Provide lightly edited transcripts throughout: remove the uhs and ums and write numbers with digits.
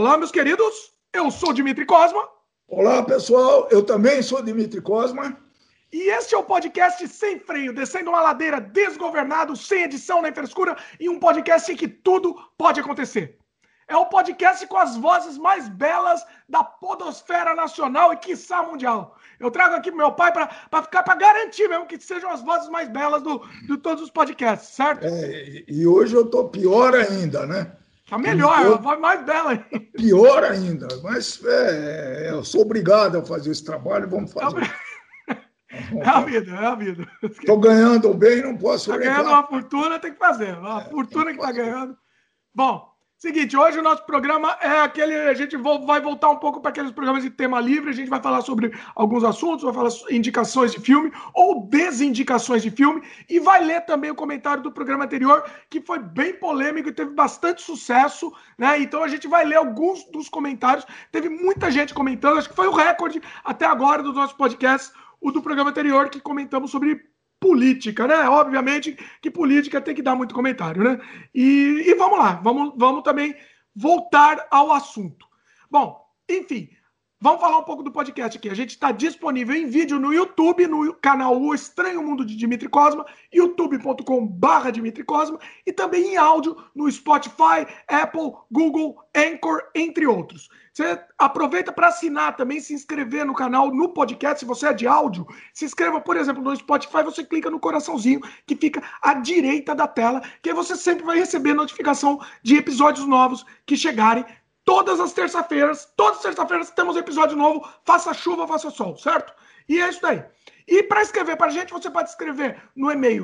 Olá, meus queridos, eu sou Dimitri Cosma. Olá, pessoal, eu também sou Dimitri Cosma. E este é o podcast Sem Freio, descendo uma ladeira desgovernado, sem edição nem frescura, e um podcast em que tudo pode acontecer. É o podcast com as vozes mais belas da podosfera nacional e quiçá mundial. Eu trago aqui meu pai para garantir mesmo que sejam as vozes mais belas de todos os podcasts, certo? E hoje eu tô pior ainda, né? Tá melhor, é a voz mais bela ainda. Pior ainda, mas eu sou obrigado a fazer esse trabalho, vamos fazer. É a vida, é a vida. Estou ganhando bem, não posso reclamar. Tá ganhando uma fortuna, tem que fazer. Uma fortuna que tá ganhando. Bom, seguinte, hoje o nosso programa é aquele, a gente vai voltar um pouco para aqueles programas de tema livre, a gente vai falar sobre alguns assuntos, vai falar indicações de filme ou desindicações de filme e vai ler também o comentário do programa anterior, que foi bem polêmico e teve bastante sucesso, né? Então a gente vai ler alguns dos comentários, teve muita gente comentando, acho que foi o recorde até agora dos nossos podcasts, o do programa anterior, que comentamos sobre política, né? Obviamente que política tem que dar muito comentário, né? E vamos lá, vamos também voltar ao assunto. Bom, enfim, vamos falar um pouco do podcast aqui. A gente está disponível em vídeo no YouTube, no canal O Estranho Mundo de Dimitri Cosma, youtube.com/Dimitri Cosma, e também em áudio no Spotify, Apple, Google, Anchor, entre outros. Você aproveita para assinar também, se inscrever no canal, no podcast, se você é de áudio, se inscreva, por exemplo, no Spotify, você clica no coraçãozinho que fica à direita da tela, que aí você sempre vai receber notificação de episódios novos que chegarem todas as terças-feiras temos episódio novo, faça chuva, faça sol, certo? E é isso daí. E para escrever para a gente, você pode escrever no e-mail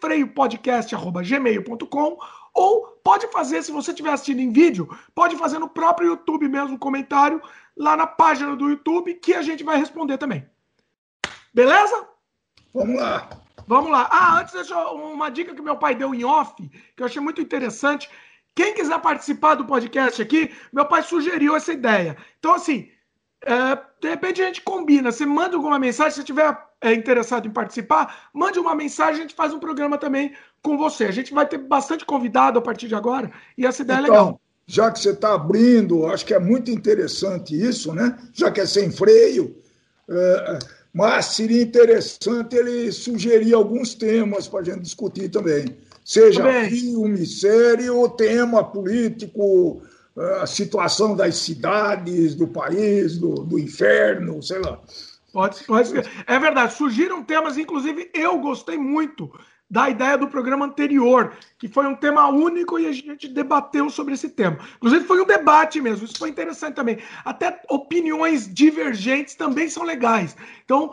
semfreiopodcast@gmail.com ou pode fazer, se você estiver assistindo em vídeo, pode fazer no próprio YouTube mesmo, comentário, lá na página do YouTube, que a gente vai responder também. Beleza? Vamos lá. Vamos lá. Antes, deixa uma dica que meu pai deu em off, que eu achei muito interessante. Quem quiser participar do podcast aqui, meu pai sugeriu essa ideia. Então, assim, de repente a gente combina. Você manda alguma mensagem, se estiver interessado em participar, mande uma mensagem, a gente faz um programa também com você. A gente vai ter bastante convidado a partir de agora e essa ideia é legal. Já que você está abrindo, acho que é muito interessante isso, né? Já que é sem freio, mas seria interessante ele sugerir alguns temas para a gente discutir também. Seja filme, série ou tema político, a situação das cidades, do país, do inferno, sei lá. Pode ser. É verdade, surgiram temas, inclusive eu gostei muito da ideia do programa anterior, que foi um tema único e a gente debateu sobre esse tema. Inclusive foi um debate mesmo, isso foi interessante também. Até opiniões divergentes também são legais. Então,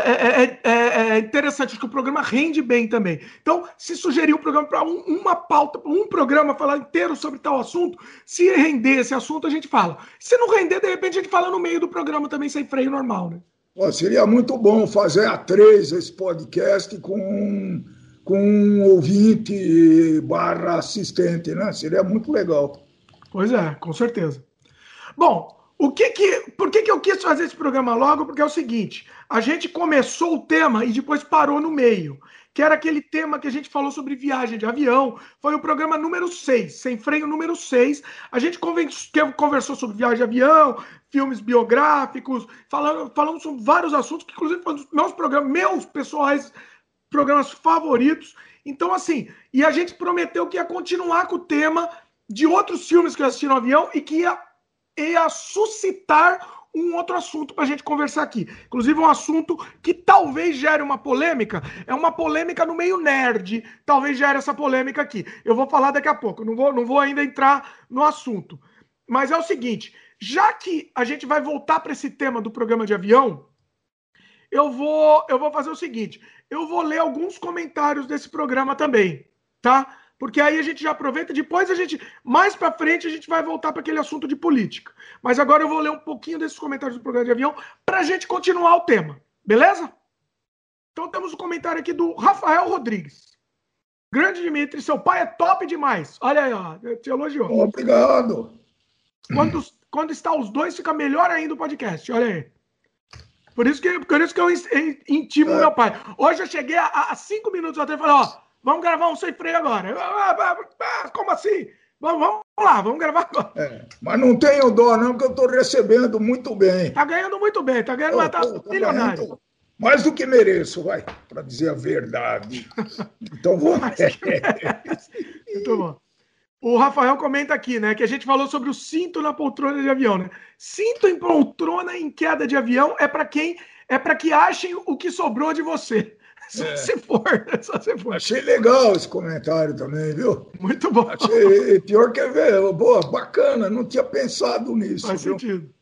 é interessante, acho que o programa rende bem também. Então, se sugerir um programa para uma pauta, um programa falar inteiro sobre tal assunto, se render esse assunto, a gente fala. Se não render, de repente a gente fala no meio do programa também, sem freio normal, né? Seria muito bom fazer a 3 esse podcast com um ouvinte / assistente, né? Seria muito legal. Pois é, com certeza. Bom, por que eu quis fazer esse programa logo? Porque é o seguinte, a gente começou o tema e depois parou no meio, que era aquele tema que a gente falou sobre viagem de avião, foi o programa número 6, Sem Freio número 6, a gente conversou sobre viagem de avião, filmes biográficos, falamos sobre vários assuntos, que inclusive foi um dos meus pessoais programas favoritos. Então, assim, e a gente prometeu que ia continuar com o tema de outros filmes que eu assisti no avião e que ia suscitar um outro assunto para a gente conversar aqui. Inclusive um assunto que talvez gere uma polêmica, é uma polêmica no meio nerd, talvez gere essa polêmica aqui. Eu vou falar daqui a pouco, não vou ainda entrar no assunto. Mas é o seguinte, já que a gente vai voltar para esse tema do programa de avião, eu vou fazer o seguinte, eu vou ler alguns comentários desse programa também, tá? Porque aí a gente já aproveita, depois mais pra frente, a gente vai voltar para aquele assunto de política. Mas agora eu vou ler um pouquinho desses comentários do programa de avião pra gente continuar o tema, beleza? Então temos um comentário aqui do Rafael Rodrigues. Grande Dimitri, seu pai é top demais. Olha aí, ó, te elogiou. Obrigado. Quando está os dois, fica melhor ainda o podcast, olha aí. Por isso que eu intimo meu pai. Hoje eu cheguei há 5 minutos atrás e falei, vamos gravar um sem freio agora. Como assim? Vamos lá, vamos gravar agora. Mas não tenho dó, não, que eu estou recebendo muito bem. Tá ganhando muito bem, tá ganhando, tá milionário. Ganhando mais do que mereço, vai, para dizer a verdade. Então vamos. Muito bom. O Rafael comenta aqui, né, que a gente falou sobre o cinto na poltrona de avião, né? Cinto em poltrona em queda de avião é para que achem o que sobrou de você. Só se for. Achei legal esse comentário também, viu? Muito bom. Achei pior que ver. Boa, bacana, não tinha pensado nisso. Faz sentido.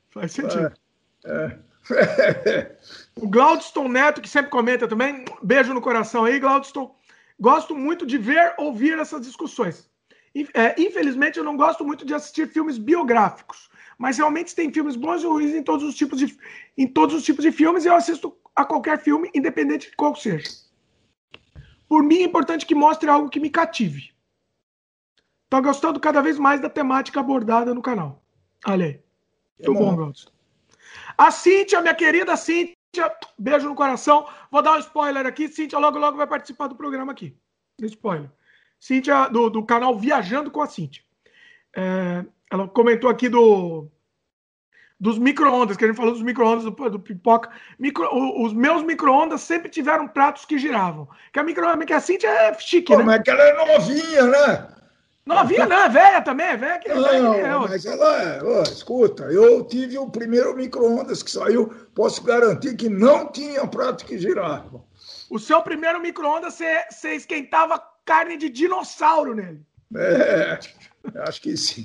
O Glaudston Neto, que sempre comenta também, beijo no coração aí, Glaudston. Gosto muito de ouvir essas discussões. Infelizmente, eu não gosto muito de assistir filmes biográficos, mas realmente tem filmes bons e ruins em todos os tipos de filmes, e eu assisto a qualquer filme, independente de qual seja. Por mim, é importante que mostre algo que me cative. Estou gostando cada vez mais da temática abordada no canal. Olha aí. Muito bom, Glaudston. A Cíntia, minha querida Cíntia, beijo no coração. Vou dar um spoiler aqui. Cíntia logo vai participar do programa aqui. Spoiler. Cíntia, do canal Viajando com a Cíntia. Ela comentou aqui dos micro-ondas, que a gente falou dos micro-ondas do pipoca. Os meus micro-ondas sempre tiveram pratos que giravam. Que a Cíntia é chique, né? Mas que ela é novinha, né? Novinha, não, é velha também, é velha. Não, mas ela escuta, eu tive o primeiro micro-ondas que saiu, posso garantir que não tinha prato que girava. O seu primeiro micro-ondas, você esquentava carne de dinossauro nele. Acho que sim.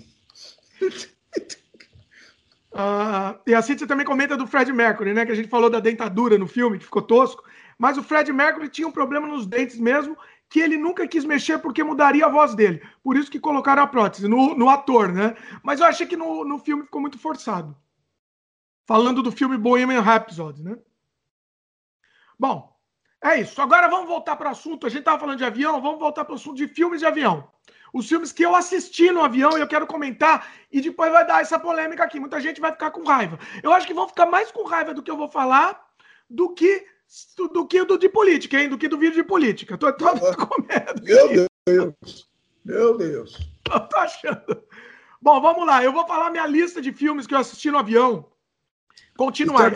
E a Cíntia também comenta do Fred Mercury, né? Que a gente falou da dentadura no filme, que ficou tosco. Mas o Fred Mercury tinha um problema nos dentes mesmo, que ele nunca quis mexer porque mudaria a voz dele. Por isso que colocaram a prótese no ator, né? Mas eu achei que no filme ficou muito forçado. Falando do filme Bohemian Rhapsody, né? Bom, é isso. Agora vamos voltar para o assunto. A gente estava falando de avião, vamos voltar para o assunto de filmes de avião. Os filmes que eu assisti no avião e eu quero comentar, e depois vai dar essa polêmica aqui. Muita gente vai ficar com raiva. Eu acho que vão ficar mais com raiva do que eu vou falar do que do de política, hein? Do que do vídeo de política. Tô com medo. Meu Deus. Tô achando. Bom, vamos lá. Eu vou falar minha lista de filmes que eu assisti no avião. Continuar.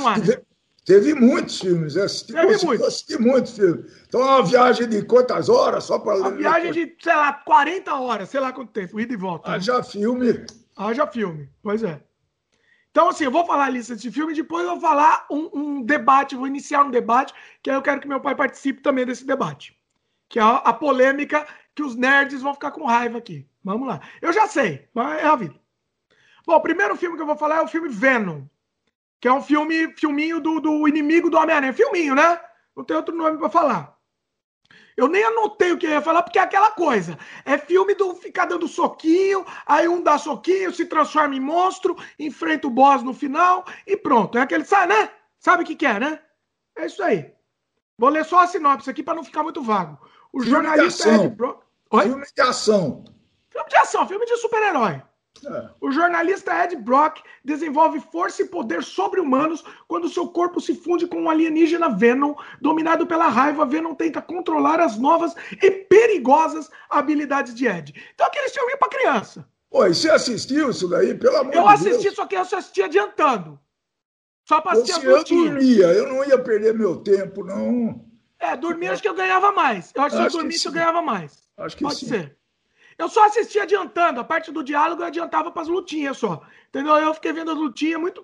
Teve muitos filmes. Assisti muitos filmes. Então, uma viagem de quantas horas? Só para uma viagem de, sei lá, 40 horas. Sei lá quanto tempo. Ida e volta. Haja filme. Haja filme. Pois é. Então, assim, eu vou falar a lista de filme e depois eu vou falar um debate, vou iniciar um debate, que aí eu quero que meu pai participe também desse debate. Que é a polêmica que os nerds vão ficar com raiva aqui. Vamos lá. Eu já sei, mas é a vida. Bom, o primeiro filme que eu vou falar é o filme Venom, que é um filminho do inimigo do Homem-Aranha. Filminho, né? Não tem outro nome para falar. Eu nem anotei o que eu ia falar, porque é aquela coisa. É filme do ficar dando soquinho, aí um dá soquinho, se transforma em monstro, enfrenta o boss no final e pronto. É aquele, sabe, né? Sabe o que é, né? É isso aí. Vou ler só a sinopse aqui para não ficar muito vago. O filme jornalista Ed Brock... Filme de ação. Filme de ação, filme de super-herói. O jornalista Ed Brock desenvolve força e poder sobre-humanos quando seu corpo se funde com um alienígena Venom. Dominado pela raiva, Venom tenta controlar as novas e perigosas habilidades de Ed. Então aquele filme pra criança. E você assistiu isso daí? Pelo amor de Deus. Eu assisti, só que eu assisti adiantando. Só pra assistir as lutinhas. Eu dormia, eu não ia perder meu tempo, não. Dormir acho que eu ganhava mais. Eu acho que se eu dormisse eu ganhava mais. Acho que Pode sim. ser. Eu só assistia adiantando, a parte do diálogo eu adiantava para as lutinhas só. Entendeu? Eu fiquei vendo as lutinhas muito.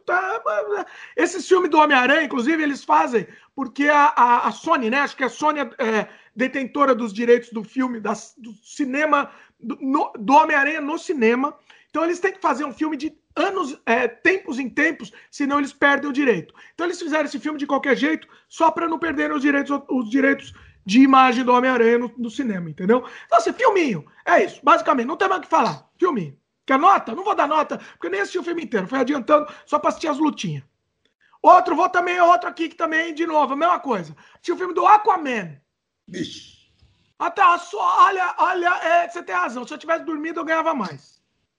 Esse filme do Homem-Aranha, inclusive, eles fazem porque a Sony, né? Acho que a Sony é detentora dos direitos do filme, do cinema, do Homem-Aranha no cinema. Então eles têm que fazer um filme de anos, tempos em tempos, senão eles perdem o direito. Então eles fizeram esse filme de qualquer jeito, só para não perderem os direitos de imagem do Homem-Aranha no cinema, entendeu? Então, assim, filminho. É isso, basicamente. Não tem mais o que falar. Filminho. Quer nota? Não vou dar nota, porque eu nem assisti o filme inteiro. Foi adiantando só pra assistir as lutinhas. Outro aqui que também, de novo, a mesma coisa. Assisti o filme do Aquaman. Vixe. Até olha, você tem razão. Se eu tivesse dormido, eu ganhava mais.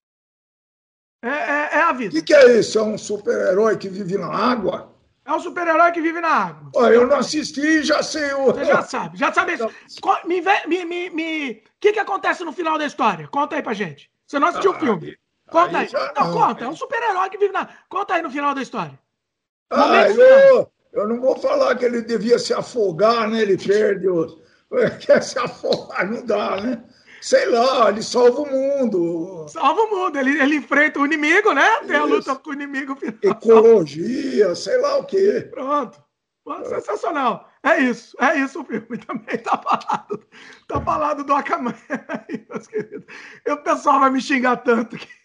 É a vida. O que é isso? É um super-herói que vive na água? É um super-herói que vive na água. Eu não assisti, já sei. Você já sabe isso. O que acontece no final da história? Conta aí pra gente. Você não assistiu o filme. Conta aí. Não, conta. É um Aí. super-herói que vive na... Conta aí no final da história. Ah, eu não vou falar que ele devia se afogar, né? Ele perde os. Quer se afogar, não dá, né? Sei lá, ele salva o mundo. Salva o mundo. Ele enfrenta o inimigo, né? Tem a luta com o inimigo final. Ecologia, sei lá o quê. Pronto. Sensacional. É isso o filme também. Tá falado do Aquaman aí, meus queridos. O pessoal vai me xingar tanto que...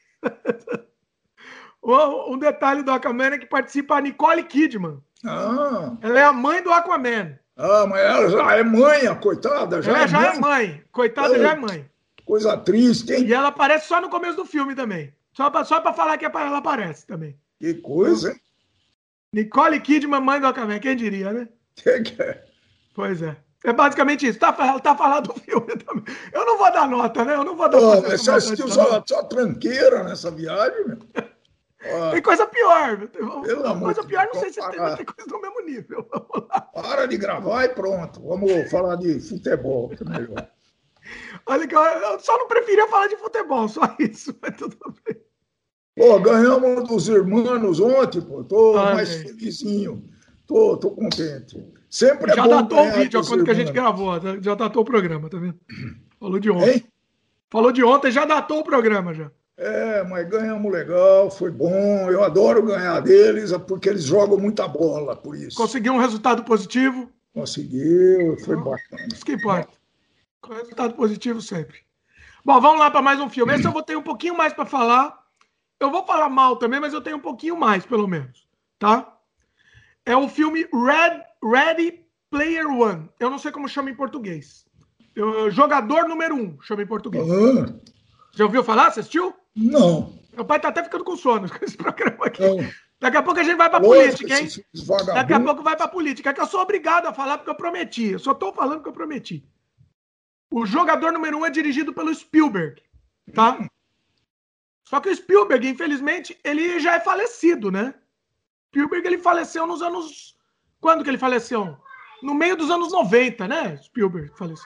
Um detalhe do Aquaman é que participa a Nicole Kidman. Ah. Ela é a mãe do Aquaman. Ah, mas ela já é mãe, a coitada. Ela já é mãe. Coitada, já é mãe. Coisa triste, hein? E ela aparece só no começo do filme também. Só pra falar que ela aparece também. Que coisa, hein? Nicole Kidman, mãe do Aquaman. Quem diria, né? Que é? Pois é. É basicamente isso. Tá falando do filme também. Eu não vou dar nota, né? Eu não vou dar nota. Você assistiu só tranqueira nessa viagem, meu? Tem coisa pior. Coisa pior, não sei se tem coisa do mesmo nível. Vamos lá. Para de gravar e pronto. Vamos falar de futebol, que é melhor. Olha que eu só não preferia falar de futebol, só isso, mas tudo bem. Pô, ganhamos dos irmãos ontem, pô. Tô mais felizinho. Tô contente. Sempre já é bom datou o vídeo, quando que a gente gravou. Já datou o programa, tá vendo? Falou de ontem. Hein? Falou de ontem, já datou o programa, já. Mas ganhamos legal, foi bom. Eu adoro ganhar deles, porque eles jogam muita bola, por isso. Conseguiu um resultado positivo? Conseguiu, foi bacana. Isso que importa. Com resultado positivo sempre. Bom, vamos lá para mais um filme. Esse eu vou ter um pouquinho mais para falar. Eu vou falar mal também, mas eu tenho um pouquinho mais, pelo menos. Tá? É o filme Ready Player One. Eu não sei como chama em português. Jogador número 1, chama em português. Já ouviu falar? Você assistiu? Não. Meu pai tá até ficando com sono com esse programa aqui. Não. Daqui a pouco a gente vai pra política, hein? Daqui a pouco vai pra política. É que eu sou obrigado a falar porque eu prometi. Eu só tô falando porque eu prometi. O Jogador número 1 é dirigido pelo Spielberg, tá? Só que o Spielberg, infelizmente, ele já é falecido, né? Spielberg, ele faleceu nos anos... Quando que ele faleceu? No meio dos anos 90, né? Spielberg faleceu.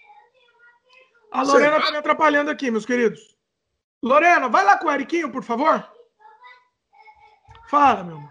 A Lorena tá me atrapalhando aqui, meus queridos. Lorena, vai lá com o Eriquinho, por favor. Fala, meu amor.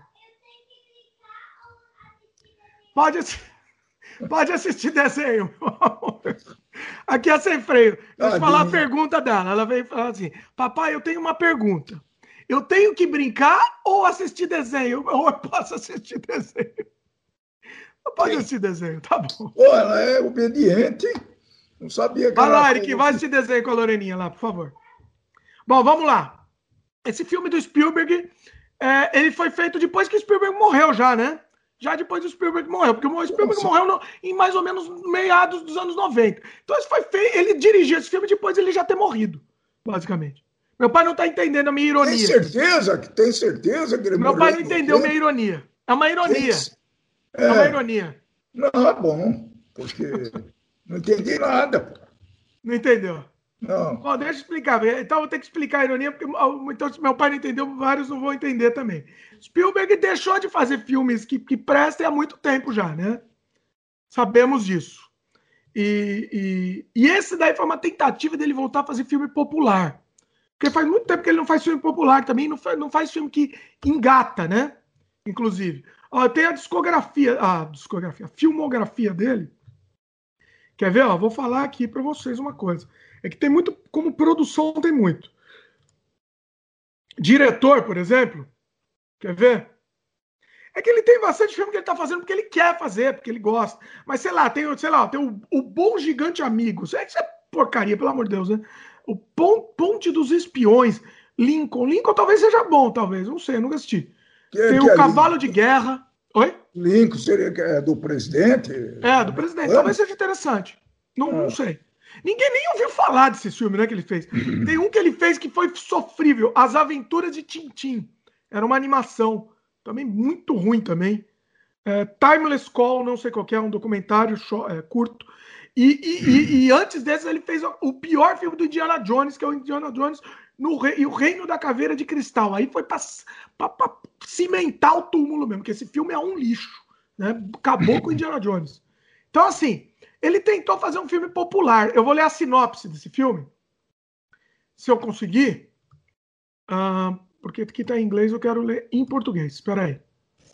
Pode assistir desenho, meu amor. Aqui é sem freio. Deixa eu falar a pergunta dela. Ela veio falar assim: papai, eu tenho uma pergunta. Eu tenho que brincar ou assistir desenho? Ou eu posso assistir desenho? Pode assistir desenho, tá bom. Pô, ela é obediente. Não sabia que vai lá, Eric, vai assistir desenho com a Loreninha lá, por favor. Bom, vamos lá. Esse filme do Spielberg, ele foi feito depois que o Spielberg morreu já, né? Já depois do Spielberg morreu, porque o Spielberg morreu em mais ou menos meados dos anos 90. Então isso foi feito, ele dirigiu esse filme depois de ele já ter morrido, basicamente. Meu pai não tá entendendo a minha ironia. Tem certeza que ele morreu? Meu pai não entendeu minha ironia. É uma ironia. É uma ironia. Não, é bom, porque não entendi nada. Pô. Não entendeu? Não. Bom, deixa eu explicar. Então eu vou ter que explicar a ironia, porque então, se meu pai não entendeu, vários não vão entender também. Spielberg deixou de fazer filmes que prestem há muito tempo já, né? Sabemos disso. E esse daí foi uma tentativa dele voltar a fazer filme popular. Porque faz muito tempo que ele não faz filme popular também, não faz filme que engata, né? Inclusive. Ó, tem a filmografia dele. Quer ver? Ó, vou falar aqui para vocês uma coisa. É que tem muito, como produção tem muito. Diretor, por exemplo, quer ver? É que ele tem bastante filme que ele tá fazendo porque ele quer fazer, porque ele gosta. Mas sei lá, tem o Bom Gigante Amigo. Isso é porcaria, pelo amor de Deus, né? O Ponte dos Espiões, Lincoln talvez seja bom, talvez, não sei, nunca assisti. Tem o Cavalo de Guerra. Oi? Lincoln seria do presidente? Do presidente. Talvez seja interessante. Não sei. Ninguém nem ouviu falar desse filme, né, que ele fez. Tem um que ele fez que foi sofrível. As Aventuras de Tintim. Era uma animação. Também muito ruim também. Timeless Call, não sei qual que é, um documentário curto. E antes desse ele fez o pior filme do Indiana Jones, que é o Indiana Jones e o Reino da Caveira de Cristal. Aí foi pra cimentar o túmulo mesmo, porque esse filme é um lixo, né? Acabou com o Indiana Jones. Então, assim, ele tentou fazer um filme popular. Eu vou ler a sinopse desse filme. se eu conseguir, porque aqui está em inglês, eu quero ler em português. Espera aí.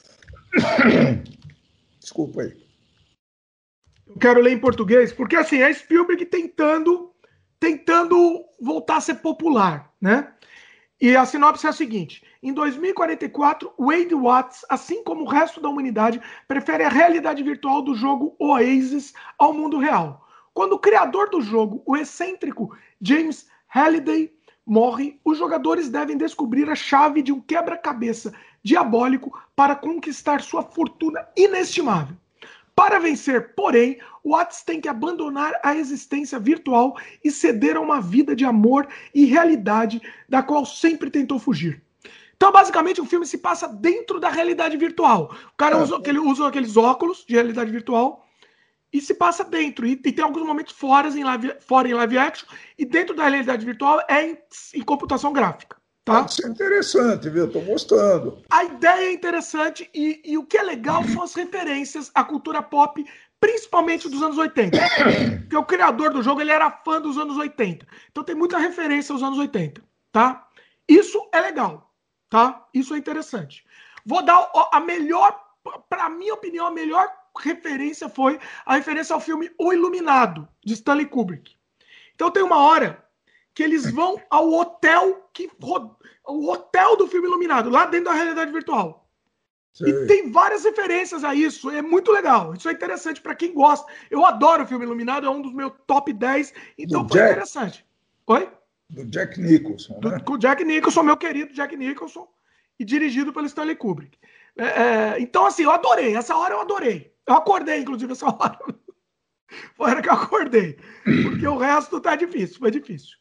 Desculpa aí. Eu quero ler em português, porque assim, é Spielberg tentando voltar a ser popular, né? E a sinopse é a seguinte: em 2044, Wade Watts, assim como o resto da humanidade, prefere a realidade virtual do jogo Oasis ao mundo real. Quando o criador do jogo, o excêntrico James Halliday, morre, os jogadores devem descobrir a chave de um quebra-cabeça diabólico para conquistar sua fortuna inestimável. Para vencer, porém, Watts tem que abandonar a existência virtual e ceder a uma vida de amor e realidade da qual sempre tentou fugir. Então, basicamente, o filme se passa dentro da realidade virtual. O cara usa aqueles óculos de realidade virtual e se passa dentro. E tem alguns momentos fora em live action, e dentro da realidade virtual é em computação gráfica. Tá? Pode ser interessante, viu? Estou gostando. A ideia é interessante e o que é legal são as referências à cultura pop, principalmente dos anos 80. Porque o criador do jogo ele era fã dos anos 80. Então tem muita referência aos anos 80. Tá? Isso é legal. Tá? Isso é interessante. Vou dar a melhor, para minha opinião, a melhor referência foi a referência ao filme O Iluminado, de Stanley Kubrick. Então tem uma hora que eles vão ao hotel o hotel do filme Iluminado, lá dentro da realidade virtual. Sim. E tem várias referências a isso, é muito legal. Isso é interessante para quem gosta. Eu adoro o filme Iluminado, é um dos meus top 10, então foi interessante. Oi? Do Jack Nicholson, né? Com o Jack Nicholson, meu querido Jack Nicholson, e dirigido pelo Stanley Kubrick. Então, assim, eu adorei. Essa hora eu adorei. Eu acordei, inclusive, essa hora. Foi a hora que eu acordei. Porque o resto tá difícil, foi difícil.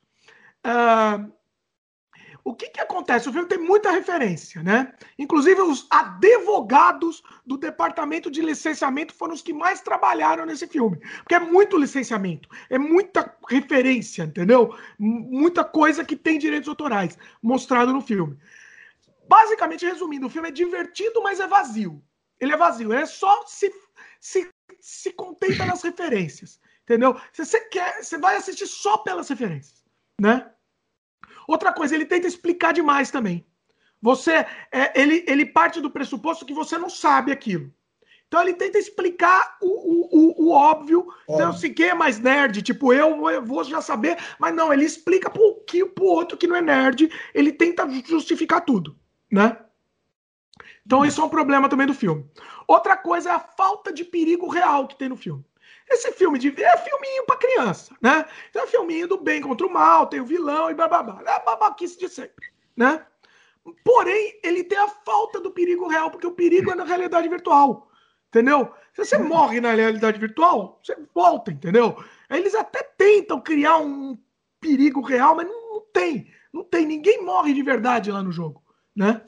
O que acontece? O filme tem muita referência, né? Inclusive, os advogados do departamento de licenciamento foram os que mais trabalharam nesse filme. Porque é muito licenciamento, é muita referência, entendeu? Muita coisa que tem direitos autorais mostrado no filme. Basicamente, resumindo, o filme é divertido, mas é vazio. Ele é vazio, ele é só se contenta nas referências, entendeu? Você vai assistir só pelas referências, né? Outra coisa, ele tenta explicar demais também. Ele parte do pressuposto que você não sabe aquilo. Então ele tenta explicar o óbvio. Então, se quem é mais nerd, tipo eu vou já saber, mas não, ele explica pro outro que não é nerd, ele tenta justificar tudo, né? Então isso é um problema também do filme. Outra coisa é a falta de perigo real que tem no filme. Esse filme é filminho pra criança, né? Então é filminho do bem contra o mal, tem o vilão e bababá. É a babaquice de sempre, né? Porém, ele tem a falta do perigo real, porque o perigo é na realidade virtual, entendeu? Se você morre na realidade virtual, você volta, entendeu? Aí eles até tentam criar um perigo real, mas não tem. Não tem. Ninguém morre de verdade lá no jogo, né?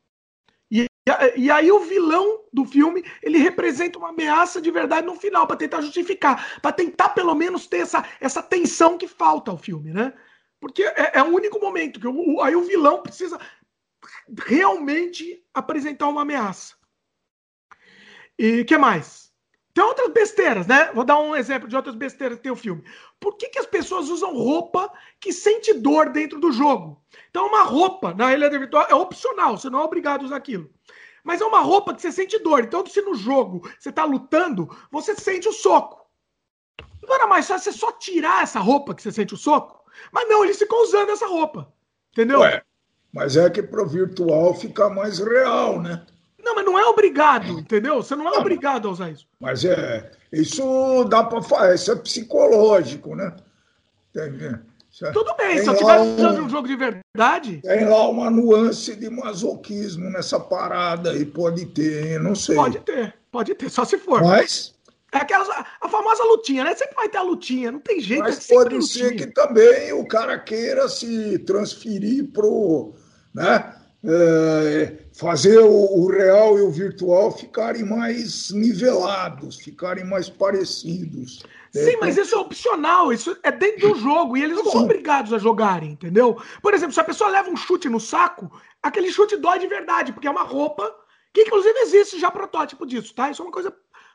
E aí o vilão do filme, ele representa uma ameaça de verdade no final, para tentar justificar, para tentar pelo menos ter essa tensão que falta ao filme, né? Porque é o único momento que aí o vilão precisa realmente apresentar uma ameaça. E o que mais? Tem outras besteiras, né? Vou dar um exemplo de outras besteiras que tem o filme. Por que as pessoas usam roupa que sente dor dentro do jogo? Então, uma roupa na realidade virtual é opcional, você não é obrigado a usar aquilo. Mas é uma roupa que você sente dor. Então, se no jogo você tá lutando, você sente o soco. Não era mais fácil você só tirar essa roupa que você sente o soco? Mas não, eles ficam usando essa roupa. Entendeu? Ué, mas é que pro virtual fica mais real, né? Não, mas não é obrigado, entendeu? Você não é obrigado a usar isso. Mas isso dá para fazer, isso é psicológico, né? Tudo bem, se eu estiver usando um jogo de verdade... Tem lá uma nuance de masoquismo nessa parada aí, pode ter, não sei. Pode ter, só se for. Mas... É a famosa lutinha, né? Sempre vai ter a lutinha, não tem jeito. Mas pode ser que também o cara queira se transferir pro... né? Fazer o real e o virtual ficarem mais nivelados, ficarem mais parecidos. Sim, mas isso é opcional, isso é dentro do jogo e eles não são obrigados a jogarem, entendeu? Por exemplo, se a pessoa leva um chute no saco, aquele chute dói de verdade, porque é uma roupa que inclusive existe já protótipo disso, tá? Isso é uma coisa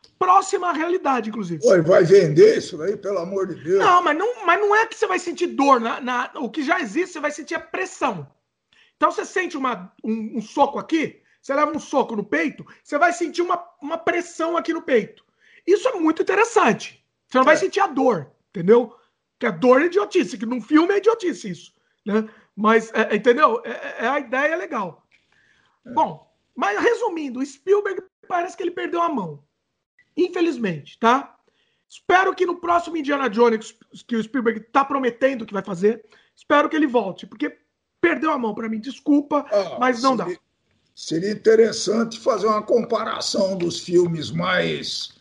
próxima à realidade, inclusive. Oi, vai vender isso daí, pelo amor de Deus? Não, mas não é que você vai sentir dor. O que já existe, você vai sentir a pressão. Então você sente um soco aqui, você leva um soco no peito, você vai sentir uma pressão aqui no peito. Isso é muito interessante. Você não vai sentir a dor, entendeu? Que a dor é idiotice, que num filme é idiotice isso. Né? Mas, entendeu? A ideia é legal. Bom, mas resumindo, o Spielberg parece que ele perdeu a mão. Infelizmente, tá? Espero que no próximo Indiana Jones, que o Spielberg tá prometendo que vai fazer, espero que ele volte, porque perdeu a mão para mim, desculpa, mas não dá. Seria interessante fazer uma comparação dos filmes mais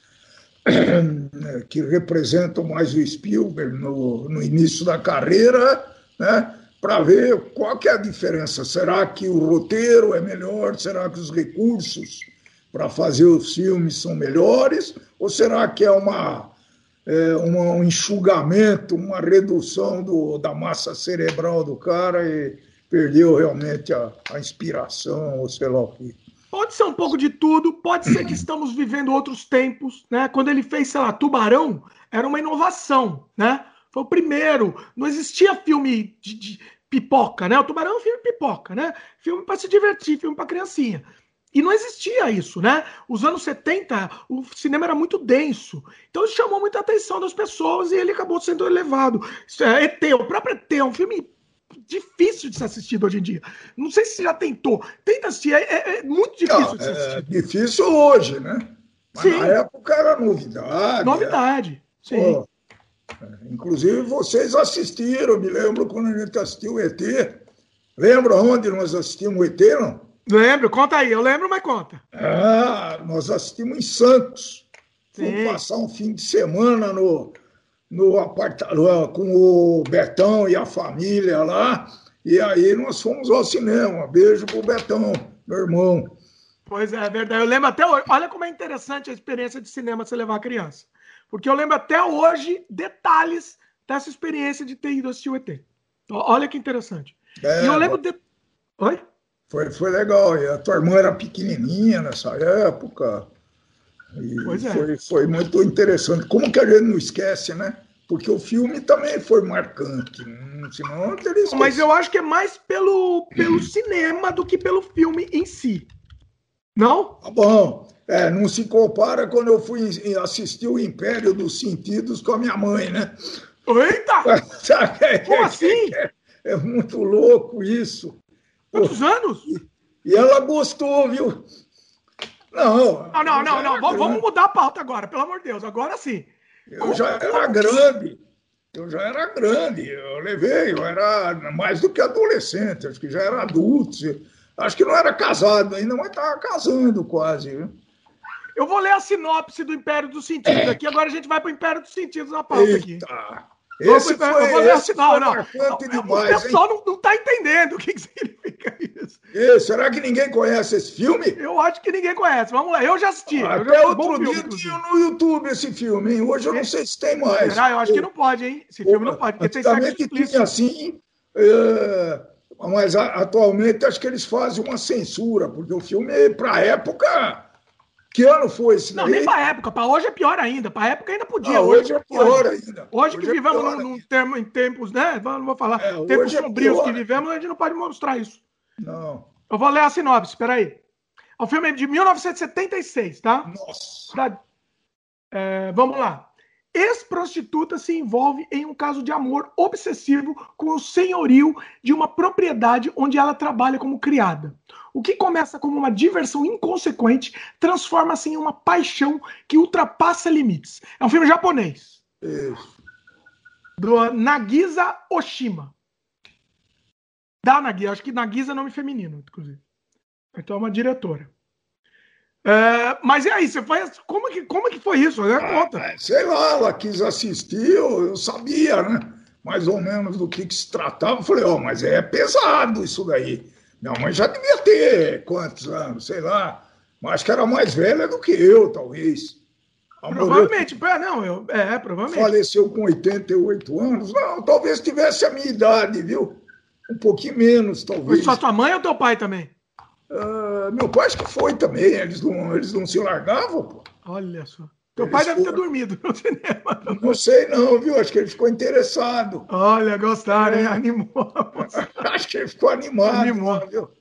que representam mais o Spielberg no início da carreira, né? Para ver qual que é a diferença. Será que o roteiro é melhor? Será que os recursos para fazer os filmes são melhores? Ou será que é um enxugamento, uma redução da massa cerebral do cara e perdeu realmente a inspiração, ou sei lá o que? Pode ser um pouco de tudo, pode ser que estamos vivendo outros tempos, né? Quando ele fez, sei lá, Tubarão, era uma inovação, né? Foi o primeiro, não existia filme de pipoca, né? O Tubarão é um filme pipoca, né? Filme para se divertir, filme para criancinha. E não existia isso, né? Os anos 70, o cinema era muito denso. Então isso chamou muita atenção das pessoas e ele acabou sendo elevado. ET, o próprio ET é um filme difícil de ser assistido hoje em dia. Não sei se você já tentou. Tenta assistir, é muito difícil de ser assistido. É difícil hoje, né? Mas sim. Na época era novidade. Novidade, sim. Pô, inclusive vocês assistiram, me lembro quando a gente assistiu o ET. Lembra onde nós assistimos o ET, não? Lembro, conta aí, eu lembro, mas conta. Nós assistimos em Santos. Fomos passar um fim de semana no apartamento com o Betão e a família lá, e aí nós fomos ao cinema. Beijo pro Betão, meu irmão. Pois é verdade. Eu lembro até hoje. Olha como é interessante a experiência de cinema você levar a criança. Porque eu lembro até hoje detalhes dessa experiência de ter ido assistir o ET. Olha que interessante. E eu lembro de... Oi? Foi legal. E a tua irmã era pequenininha nessa época. E pois é. Foi muito interessante. Como que a gente não esquece, né? Porque o filme também foi marcante. Senão eu teria esquecido. Mas eu acho que é mais pelo cinema do que pelo filme em si. Não? Tá bom. Não se compara quando eu fui assistir o Império dos Sentidos com a minha mãe, né? Eita! Como assim? É muito louco isso. Quantos anos? E ela gostou, viu? Não. Vamos mudar a pauta agora, pelo amor de Deus. Agora sim. Eu já era grande. Eu era mais do que adolescente. Acho que já era adulto. Acho que não era casado ainda, mas estava casando quase. Viu? Eu vou ler a sinopse do Império dos Sentidos aqui. Agora a gente vai para o Império dos Sentidos na pauta aqui. Esse foi marcante demais. O pessoal não está entendendo o que significa isso. Será que ninguém conhece esse filme? Eu acho que ninguém conhece. Vamos lá, eu já assisti. Até outro dia tinha no YouTube esse filme, hein? Hoje eu não sei se tem mais. Eu acho que não pode, hein? Esse filme não pode, porque tem sexo explícito. Tinha assim, mas atualmente acho que eles fazem uma censura, porque o filme, para a época... Que ano foi esse daí? Não, nem para época. Para hoje é pior ainda. Para época ainda podia. Hoje é pior ainda. Hoje que vivemos em tempos, né? Não vou falar. Tempos sombrios que vivemos, a gente não pode mostrar isso. Não. Eu vou ler a sinopse, espera aí. O filme é de 1976, tá? Nossa. Vamos lá. Ex-prostituta se envolve em um caso de amor obsessivo com o senhorio de uma propriedade onde ela trabalha como criada. O que começa como uma diversão inconsequente transforma-se em uma paixão que ultrapassa limites. É um filme japonês. Isso. Do Nagisa Oshima. Da Nagisa. Acho que Nagisa é nome feminino, inclusive. Então é uma diretora. Mas e aí, você foi. Como que foi isso? Conta. Sei lá, ela quis assistir, eu sabia, né? Mais ou menos do que se tratava. Eu falei, mas é pesado isso daí. Minha mãe já devia ter quantos anos, sei lá. Mas acho que era mais velha do que eu, talvez. Provavelmente, provavelmente. Faleceu com 88 anos. Não, talvez tivesse a minha idade, viu? Um pouquinho menos, talvez. Foi só tua mãe ou teu pai também? Meu pai acho que foi também. Eles não se largavam, pô. Olha só. Teu pai deve ter dormido no cinema. Não sei não, viu? Acho que ele ficou interessado. Olha, gostaram, hein? Animou. Acho que ele ficou animado. Animou. Lá, viu?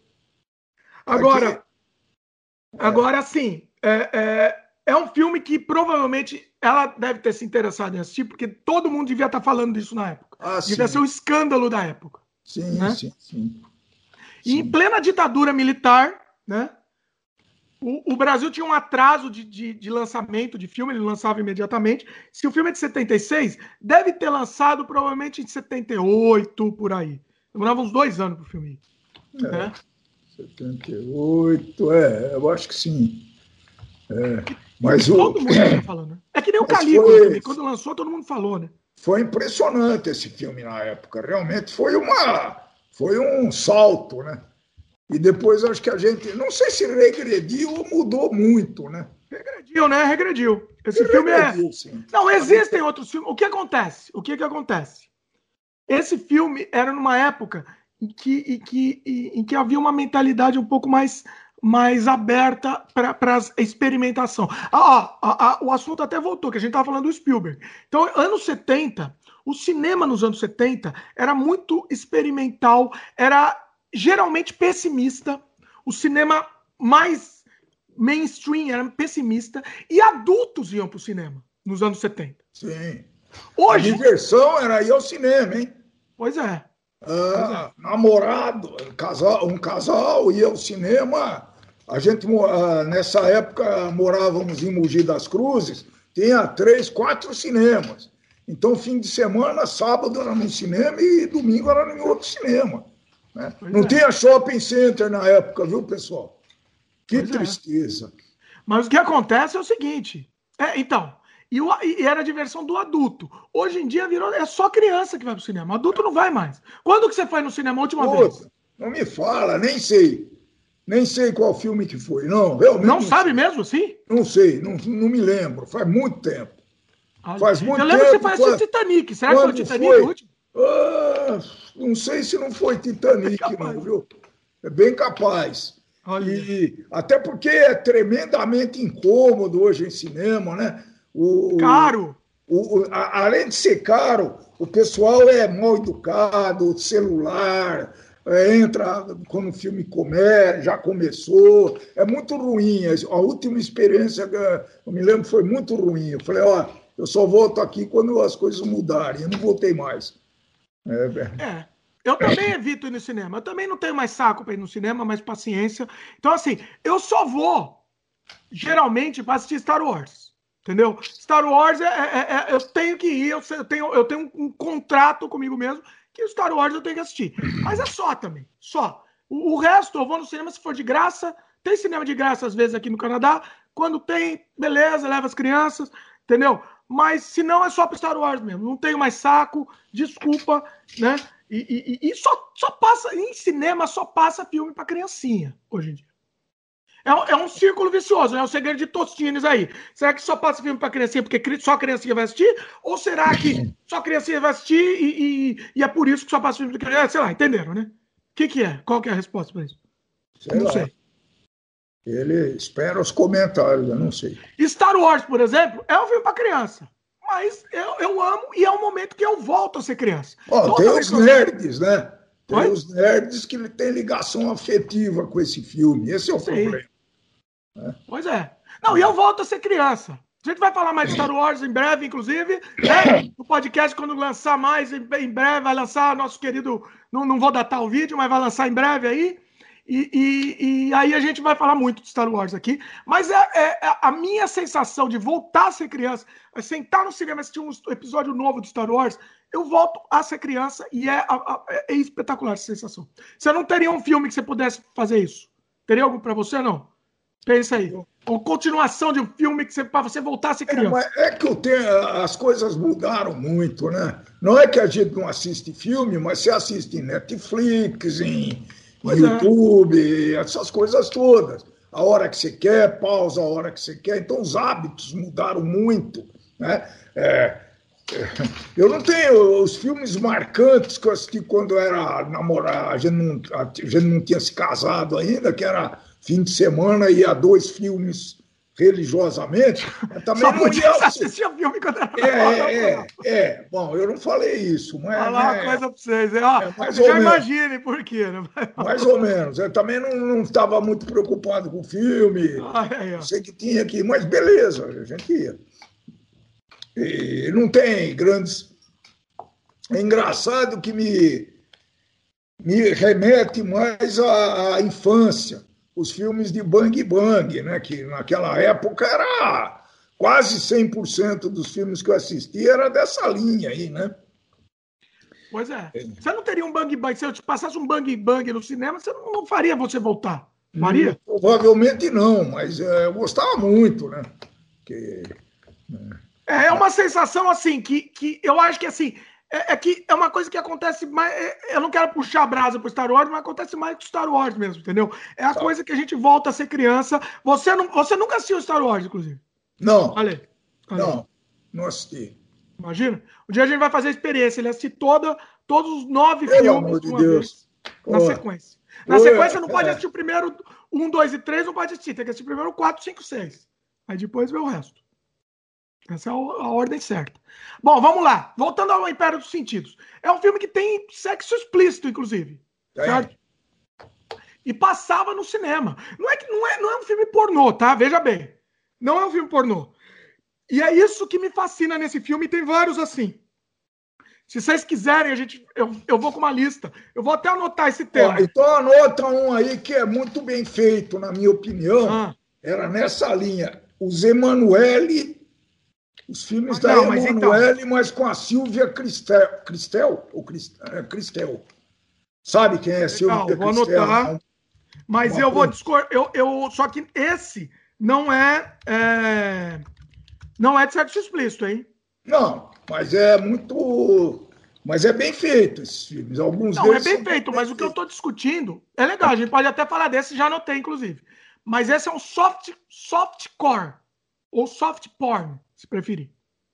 Agora sim, é um filme que provavelmente ela deve ter se interessado em assistir, porque todo mundo devia estar falando disso na época. Devia ser um escândalo da época. Sim, né? sim. E em plena ditadura militar, né? O Brasil tinha um atraso de lançamento de filme, ele lançava imediatamente. Se o filme é de 76, deve ter lançado provavelmente em 78, por aí. Demorava uns 2 anos pro filme. Né? 78, eu acho que sim. Mas todo mundo está falando, né? É que nem o Calígula também. Quando lançou, todo mundo falou, né? Foi impressionante esse filme na época. Realmente foi um salto, né? E depois acho que a gente, não sei se regrediu ou mudou muito, né? Regrediu, né? Regrediu. Esse filme sim. Não, existem outros filmes. O que acontece? Esse filme era numa época em que havia uma mentalidade um pouco mais aberta para experimentação. O assunto até voltou, que a gente estava falando do Spielberg. Então, anos 70, o cinema nos anos 70 era muito experimental, era geralmente pessimista, o cinema mais mainstream era pessimista, e adultos iam para o cinema nos anos 70. Sim. Hoje, a diversão era ir ao cinema, hein? Pois é. Namorado, um casal ia ao cinema. A gente, nessa época, morávamos em Mogi das Cruzes, tinha 3, 4 cinemas. Então, fim de semana, sábado era num cinema e domingo era em outro cinema. Né? Não tinha shopping center na época, viu, pessoal? Que tristeza. Mas o que acontece é o seguinte. E era a diversão do adulto. Hoje em dia é só criança que vai pro cinema. O adulto não vai mais. Quando que você foi no cinema a última vez? Não me fala, nem sei. Nem sei qual filme que foi. Não, realmente. Não sabe mesmo, sim? Não sei, não me lembro. Faz muito tempo. Faz muito tempo. Eu lembro que você foi assistir Titanic. Será que foi o Titanic o último? Não sei se não foi Titanic, não, viu? É bem capaz. E até porque é tremendamente incômodo hoje em cinema, né? Caro! Além de ser caro, o pessoal é mal educado, celular, entra quando o filme já começou. É muito ruim. A última experiência, eu me lembro, foi muito ruim. Eu falei, eu só volto aqui quando as coisas mudarem. Eu não voltei mais. Eu também evito ir no cinema. Eu também não tenho mais saco para ir no cinema, mais paciência. Então, assim, eu só vou, geralmente, para assistir Star Wars. Entendeu? Star Wars, eu tenho que ir, eu tenho um contrato comigo mesmo, que o Star Wars eu tenho que assistir. Mas é só também, só. O resto, eu vou no cinema se for de graça. Tem cinema de graça, às vezes, aqui no Canadá. Quando tem, beleza, leva as crianças, entendeu? Mas, se não, é só para Star Wars mesmo. Não tenho mais saco, desculpa, né? E só passa, em cinema, só passa filme para criancinha, hoje em dia. É um círculo vicioso, né? O segredo de Tostines aí. Será que só passa filme para criancinha porque só criancinha vai assistir? Ou será que só criancinha vai assistir e é por isso que só passa filme para criancinha? Sei lá, entenderam, né? O que é? Qual que é a resposta para isso? Não sei. Ele espera os comentários, eu não sei. Star Wars, por exemplo, é um filme para criança. Mas eu amo e é um momento que eu volto a ser criança. Tem os nerds, né? Tem os nerds que têm ligação afetiva com esse filme. Esse é o problema. Pois é. Não, e eu volto a ser criança. A gente vai falar mais de Star Wars em breve, inclusive. Né? No podcast, quando lançar mais, em breve, vai lançar nosso querido... Não vou datar o vídeo, mas vai lançar em breve aí. E aí a gente vai falar muito de Star Wars aqui. Mas a minha sensação de voltar a ser criança, sentar no cinema e assistir um episódio novo de Star Wars, eu volto a ser criança e é espetacular essa sensação. Você não teria um filme que você pudesse fazer isso? Teria algo para você, não? Pensa aí. Uma continuação de um filme que para você voltar a ser criança. As coisas mudaram muito, né? Não é que a gente não assiste filme, mas você assiste em Netflix, em YouTube, essas coisas todas. A hora que você quer, pausa a hora que você quer. Então, os hábitos mudaram muito, né? Eu não tenho os filmes marcantes que eu assisti quando era namorado, a gente não tinha se casado ainda, que era fim de semana, ia 2 filmes religiosamente, mas também Só não podia ia... assistir filme quando era Bom, eu não falei isso, mas falar uma coisa para vocês. Ó, mais você ou já menos. imagine por quê, né? Mais ou menos. Eu também não estava muito preocupado com o filme. Eu sei que tinha aqui, mas beleza, a gente ia. E não tem grandes... É engraçado que me remete mais à infância. Os filmes de Bang Bang, né? Que naquela época era quase 100% dos filmes que eu assisti era dessa linha aí, né? Pois é. Você não teria um Bang Bang, se eu te passasse um Bang Bang no cinema, você não faria você voltar, faria? Provavelmente não, mas eu gostava muito, né? Que, É uma sensação assim, que eu acho que assim, que é uma coisa que acontece mais. Eu não quero puxar a brasa pro Star Wars, mas acontece mais com Star Wars mesmo, entendeu? É a coisa que a gente volta a ser criança. Você nunca assistiu Star Wars, inclusive? Não. Olha aí. Não assisti. Imagina? Um dia a gente vai fazer a experiência, ele assistir todos os 9 Pelo filmes amor de uma Deus. vez, na sequência. Na sequência não pode assistir o primeiro 1, 2 e 3, não pode assistir. Tem que assistir primeiro 4, 5, 6. Aí depois vê o resto. Essa é a ordem certa. Bom, vamos lá. Voltando ao Império dos Sentidos. É um filme que tem sexo explícito, inclusive. Certo? E passava no cinema. Não é um filme pornô, tá? Veja bem. Não é um filme pornô. E é isso que me fascina nesse filme. Tem vários assim. Se vocês quiserem, eu vou com uma lista. Eu vou até anotar esse tema. Então anota um aí que é muito bem feito, na minha opinião. Era nessa linha. Os Emanuele... Os filmes da Emanuele, mas com a Silvia Cristel. Cristel. Sabe quem é a Silvia Cristel? Vou anotar. Mas eu vou discordar. Só que esse não é de sexo explícito, hein? Não, mas é muito... Mas é bem feito esses filmes. Alguns não, deles é bem feito, mas o que eu estou discutindo é legal. A gente pode até falar desse, já anotei, inclusive. Mas esse é um softcore. Ou soft porn, se preferir.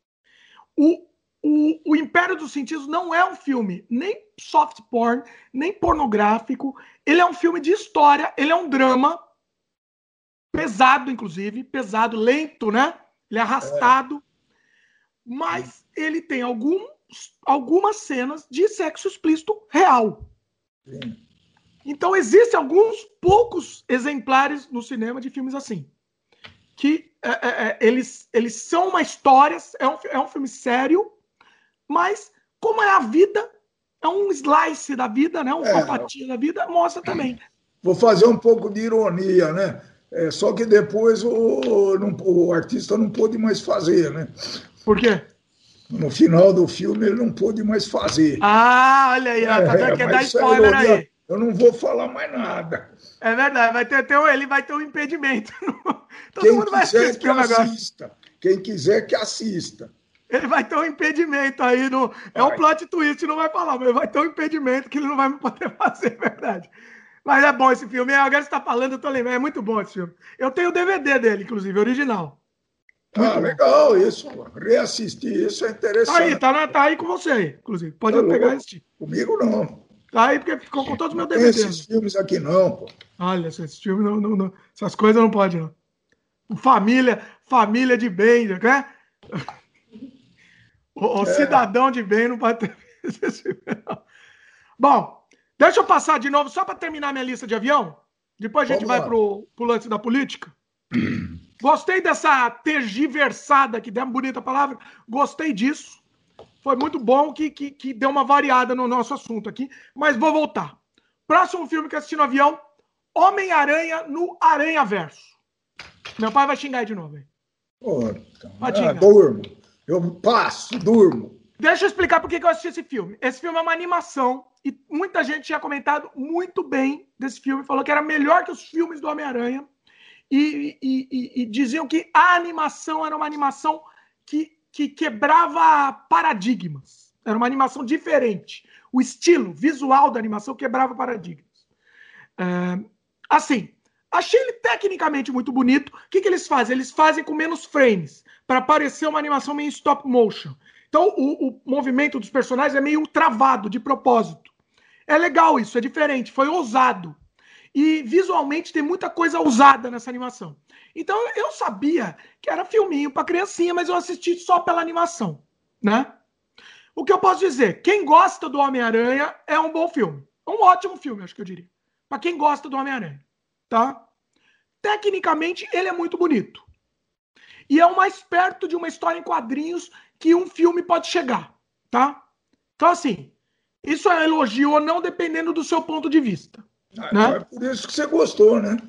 O Império dos Sentidos não é um filme nem soft porn, nem pornográfico. Ele é um filme de história, ele é um drama pesado, inclusive, pesado, lento, né? Ele é arrastado, mas ele tem algumas cenas de sexo explícito real. Sim. Então existem alguns poucos exemplares no cinema de filmes assim, que eles são uma história, é um filme sério, mas como é a vida, é um slice da vida, né? Uma fatia da vida, mostra também. Vou fazer um pouco de ironia, né? Só que depois o artista não pôde mais fazer, né? Por quê? No final do filme ele não pôde mais fazer. Ah, olha aí, quer dar spoiler aí. Eu não vou falar mais nada. É verdade, ele vai ter um impedimento. Todo mundo vai assistir que assista. Agora. Quem quiser que assista. Ele vai ter um impedimento aí. É um plot twist, não vai falar, mas ele vai ter um impedimento que ele não vai poder fazer, é verdade. Mas é bom esse filme. Agora você está falando, eu tô lembrando. É muito bom esse filme. Eu tenho o DVD dele, inclusive, original. Muito legal isso. Reassistir isso é interessante. Tá aí com você, inclusive. Pode pegar e assistir. Comigo não. Tá aí porque ficou com todos os meus DVDs. Esses filmes aqui não, pô. Olha, esses filmes não. Essas coisas não pode, não. Família de bem, né? O cidadão de bem não pode ter esse filme, não. Bom, deixa eu passar de novo, só para terminar minha lista de avião. Depois a gente vai pro lance da política. Gostei dessa tergiversada, que deu uma bonita palavra. Gostei disso. Foi muito bom que deu uma variada no nosso assunto aqui. Mas vou voltar. Próximo filme que eu assisti no avião, Homem-Aranha no Aranhaverso. Meu pai vai xingar aí de novo. Durmo. Eu passo, durmo. Deixa eu explicar por que eu assisti esse filme. Esse filme é uma animação e muita gente tinha comentado muito bem desse filme. Falou que era melhor que os filmes do Homem-Aranha. E diziam que a animação era uma animação que quebrava paradigmas. Era uma animação diferente. O estilo visual da animação quebrava paradigmas. Assim, achei ele tecnicamente muito bonito. O que eles fazem? Eles fazem com menos frames, para parecer uma animação meio stop motion. Então, o movimento dos personagens é meio travado, de propósito. É legal isso, é diferente, foi ousado. e visualmente tem muita coisa ousada nessa animação. Então eu sabia que era filminho para criancinha, mas eu assisti só pela animação, né? O que eu posso dizer? Quem gosta do Homem-Aranha é um bom filme. Um ótimo filme, acho que eu diria. Para quem gosta do Homem-Aranha, tá? Tecnicamente, ele é muito bonito. E é o mais perto de uma história em quadrinhos que um filme pode chegar, tá? Então, assim, isso é elogio ou não, dependendo do seu ponto de vista. Né? Então é por isso que você gostou, né?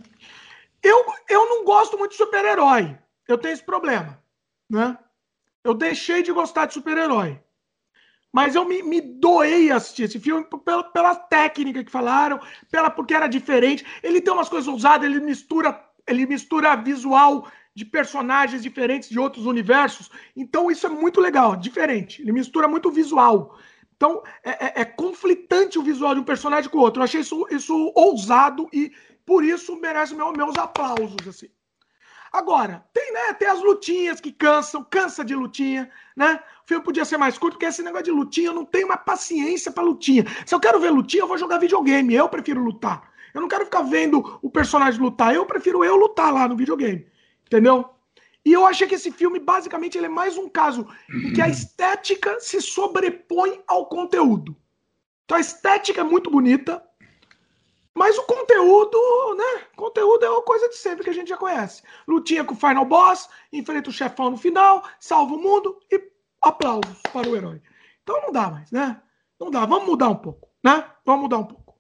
Eu não gosto muito de super-herói. Eu tenho esse problema, né? Eu deixei de gostar de super-herói. Mas eu me doei a assistir esse filme pela técnica que falaram, porque era diferente. Ele tem umas coisas ousadas, ele mistura visual de personagens diferentes de outros universos. Então isso é muito legal, diferente. Ele mistura muito visual. Então é conflitante o visual de um personagem com o outro. Eu achei isso ousado e por isso merece meus aplausos, assim. Agora, tem as lutinhas que cansa de lutinha, né? O filme podia ser mais curto, porque esse negócio de lutinha, eu não tenho uma paciência pra lutinha. Se eu quero ver lutinha, eu vou jogar videogame, eu prefiro lutar. Eu não quero ficar vendo o personagem lutar, eu prefiro eu lutar lá no videogame, entendeu? E eu achei que esse filme, basicamente, ele é mais um caso em que a estética se sobrepõe ao conteúdo. Então a estética é muito bonita, mas o conteúdo, né? Conteúdo é uma coisa de sempre que a gente já conhece. Lutinha com o final boss, enfrenta o chefão no final, salva o mundo e aplausos para o herói. Então não dá mais, né? Não dá. Vamos mudar um pouco, né? Vamos mudar um pouco.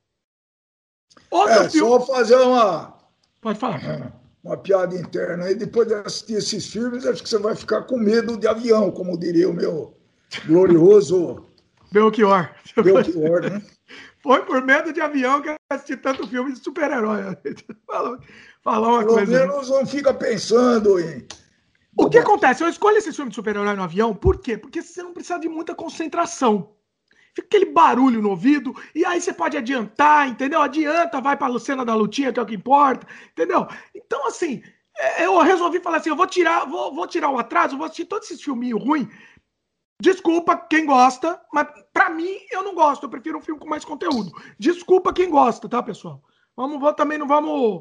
Outro filme... Só fazer Pode falar. Uma piada interna. E depois de assistir esses filmes, acho que você vai ficar com medo de avião, como diria o meu glorioso... Belchior. Belchior, né? Foi por medo de avião que eu assisti tanto filme de super-herói. Falar uma Pelo coisa. Pelo menos não fica pensando em... O que acontece? Eu escolho esse filme de super-herói no avião, por quê? Porque você não precisa de muita concentração. Fica aquele barulho no ouvido, e aí você pode adiantar, entendeu? Adianta, vai pra cena da lutinha, que é o que importa, entendeu? Então, assim, eu resolvi falar assim, eu vou tirar o atraso, vou assistir todos esses filminhos ruins. Desculpa quem gosta, mas pra mim eu não gosto. Eu prefiro um filme com mais conteúdo. Desculpa quem gosta, tá, pessoal? Também não vamos...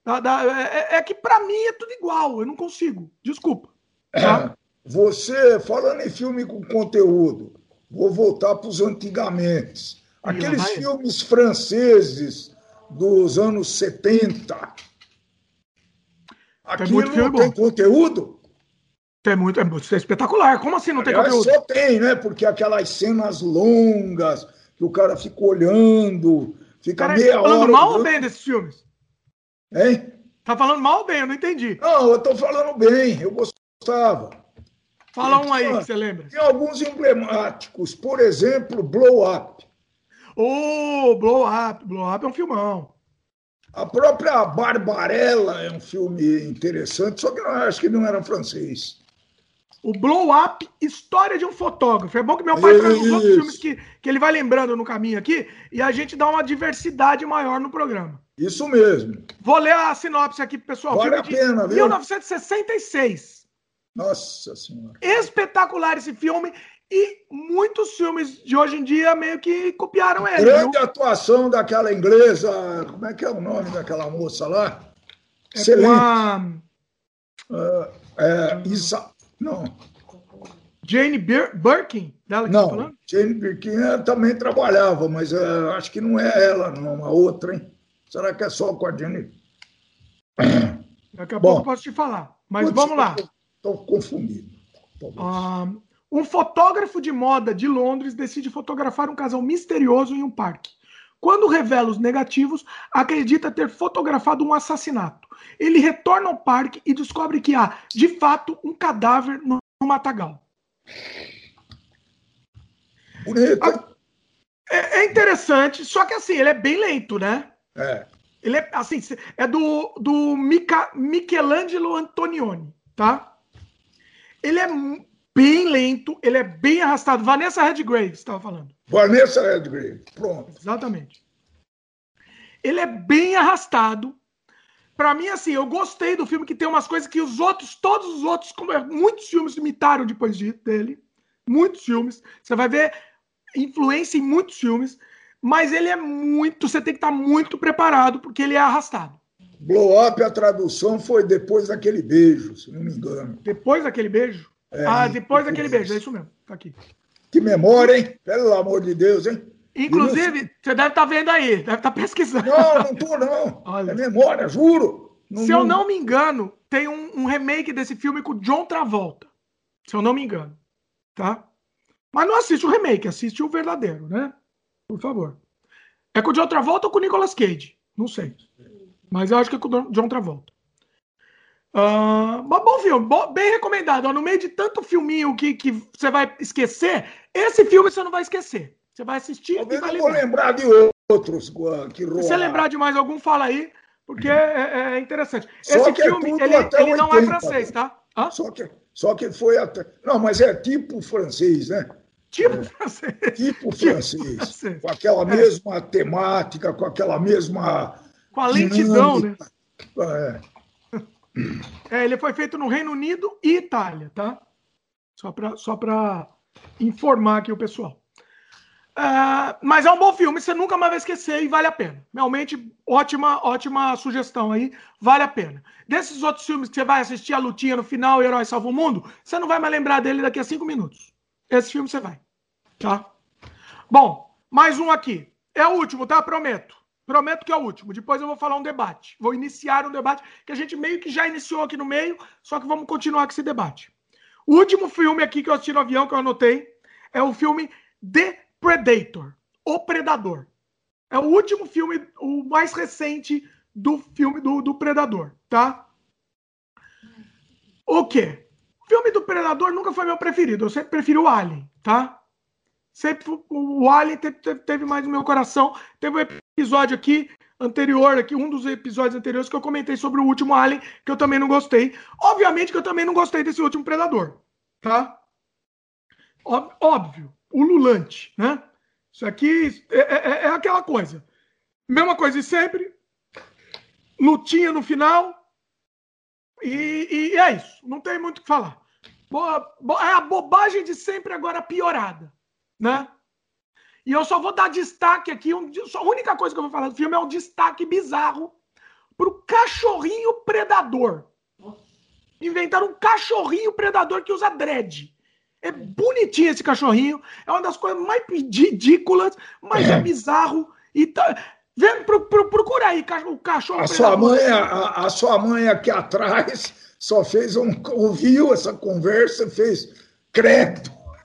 É que pra mim é tudo igual. Eu não consigo. Desculpa. Tá? Você, falando em filme com conteúdo, vou voltar para os antigamente. Aqueles filmes franceses dos anos 70. Aquilo não tem conteúdo? É espetacular. Como assim não tem conteúdo? Só tem, né? Porque aquelas cenas longas, que o cara fica olhando, fica meia hora... Tá falando mal ou bem desses filmes? Hein? Tá falando mal ou bem? Eu não entendi. Não, eu tô falando bem. Eu gostava. Fala um aí que você lembra. Tem alguns emblemáticos. Por exemplo, Blow Up. Blow Up. Blow Up é um filmão. A própria Barbarella é um filme interessante, só que acho que não era francês. O Blow Up, História de um Fotógrafo. É bom que meu pai traz uns outros filmes que ele vai lembrando no caminho aqui e a gente dá uma diversidade maior no programa. Isso mesmo. Vou ler a sinopse aqui pro pessoal. Vale a pena, viu? 1966. Nossa Senhora. Espetacular esse filme e muitos filmes de hoje em dia meio que copiaram ele. Grande atuação daquela inglesa. Como é que é o nome daquela moça lá? Excelente. Não. Jane Birkin, dela que não, tá falando? Jane Birkin também trabalhava, mas acho que não é ela, não, uma outra, hein? Será que é só com a Jane? Daqui a pouco eu posso te falar, mas vamos lá. Estou confundido. Um fotógrafo de moda de Londres decide fotografar um casal misterioso em um parque. Quando revela os negativos, acredita ter fotografado um assassinato. Ele retorna ao parque e descobre que há, de fato, um cadáver no matagal. Bonito. É interessante, só que assim, ele é bem lento, né? Ele é assim, é do Michelangelo Antonioni, tá? Ele é bem lento, ele é bem arrastado. Vanessa Redgrave, você estava falando. Vanessa Redgrave, pronto. Exatamente. Ele é bem arrastado. Pra mim, assim, eu gostei do filme, que tem umas coisas que todos os outros, muitos filmes imitaram depois dele. Muitos filmes. Você vai ver influência em muitos filmes. mas ele é muito... Você tem que estar muito preparado, porque ele é arrastado. Blow Up, a tradução foi depois daquele beijo, se não me engano. Depois daquele beijo? Depois daquele beijo, é isso mesmo. Tá aqui. Que memória, hein? Pelo amor de Deus, hein? Inclusive, você deve estar vendo aí, deve estar pesquisando. Não tô, não. Olha. É memória, juro. Se eu não me engano, tem um remake desse filme com o John Travolta. Se eu não me engano. Tá? Mas não assiste o remake, assiste o verdadeiro, né? Por favor. É com o John Travolta ou com o Nicolas Cage? Não sei. Mas eu acho que é com o John Travolta. Mas bom filme, bem recomendado. No meio de tanto filminho que você vai esquecer, esse filme você não vai esquecer. Você vai assistir e vai lembrar. Vou lembrar de outros que rolam. Se você lembrar de mais algum, fala aí, porque é interessante. Esse filme, ele não é francês, tá? Só que foi até... Não, mas é tipo francês, né? Tipo francês. Tipo francês. Com aquela mesma temática, com aquela mesma... Com a lentidão, né? Ele foi feito no Reino Unido e Itália, tá? Só para informar aqui o pessoal. Mas é um bom filme, você nunca mais vai esquecer e vale a pena. Realmente, ótima sugestão aí, vale a pena. Desses outros filmes que você vai assistir a lutinha no final, Herói Salva o Mundo, você não vai mais lembrar dele daqui a 5 minutos. Esse filme você vai, tá? Bom, mais um aqui. É o último, tá? Prometo que é o último. Depois eu vou falar um debate. Vou iniciar um debate que a gente meio que já iniciou aqui no meio, só que vamos continuar com esse debate. O último filme aqui que eu assisti no avião, que eu anotei, é o filme The Predator, O Predador. É o último filme, o mais recente do filme do Predador, tá? O quê? O filme do Predador nunca foi meu preferido. Eu sempre preferi o Alien, tá? Sempre o Alien teve mais no meu coração. Teve um episódio aqui anterior, um dos episódios anteriores que eu comentei sobre o último Alien, que eu também não gostei. Obviamente que eu também não gostei desse último Predador, tá? Óbvio, ululante, né? Isso aqui é aquela coisa. Mesma coisa de sempre. Lutinha no final. E é isso. Não tem muito o que falar. É a bobagem de sempre agora piorada, né? E eu só vou dar destaque aqui. A única coisa que eu vou falar do filme é um destaque bizarro pro cachorrinho predador. Inventaram um cachorrinho predador que usa dread. É bonitinho esse cachorrinho. É uma das coisas mais ridículas, mas é bizarro. E procura aí o cachorro predador. A sua mãe aqui atrás só fez ouviu essa conversa, fez credo.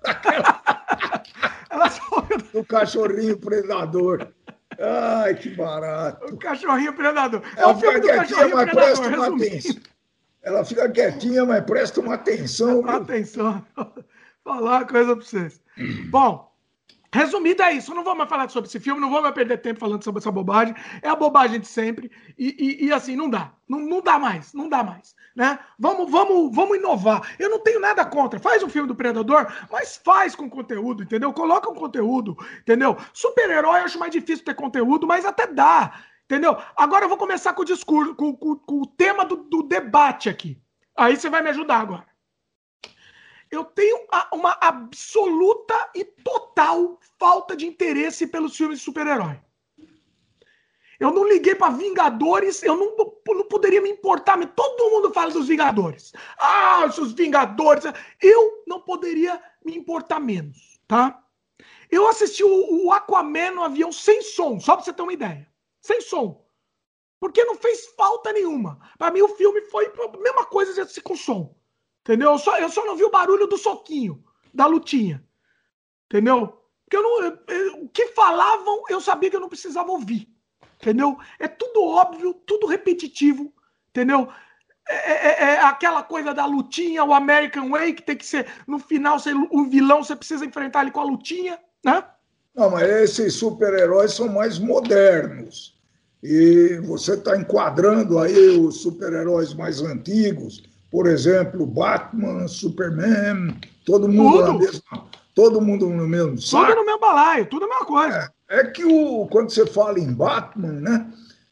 O cachorrinho predador. Ai, que barato. O cachorrinho predador. É o filme do cachorrinho predador. Ela fica quietinha, mas presta uma atenção. Atenção. Falar uma coisa pra vocês. Bom, resumido é isso. Eu não vou mais falar sobre esse filme, não vou mais perder tempo falando sobre essa bobagem. É a bobagem de sempre. E assim, não dá. Não dá mais. Não dá mais. Né? Vamos inovar. Eu não tenho nada contra. Faz um filme do Predador, mas faz com conteúdo, entendeu? Coloca um conteúdo, entendeu? Super-herói eu acho mais difícil ter conteúdo, mas até dá, entendeu? Agora eu vou começar com o discurso, com o tema do debate aqui. Aí você vai me ajudar agora. Eu tenho uma absoluta e total falta de interesse pelos filmes de super-herói. Eu não liguei para Vingadores, eu não poderia me importar, mas todo mundo fala dos Vingadores. Os Vingadores. Eu não poderia me importar menos, tá? Eu assisti o Aquaman no avião sem som, só para você ter uma ideia. Sem som. Porque não fez falta nenhuma. Para mim o filme foi a mesma coisa de assistir com som. Entendeu? Eu só não vi o barulho do soquinho, da lutinha. Entendeu? Porque o que falavam, eu sabia que eu não precisava ouvir. Entendeu? É tudo óbvio, tudo repetitivo. Entendeu? É aquela coisa da lutinha, o American Way, que tem que ser, no final, o vilão, você precisa enfrentar ele com a lutinha, né? Não, mas esses super-heróis são mais modernos. E você está enquadrando aí os super-heróis mais antigos. Por exemplo, Batman, Superman, todo mundo no mesmo saco. Tudo no mesmo balaio, tudo a mesma coisa. É que quando você fala em Batman, né,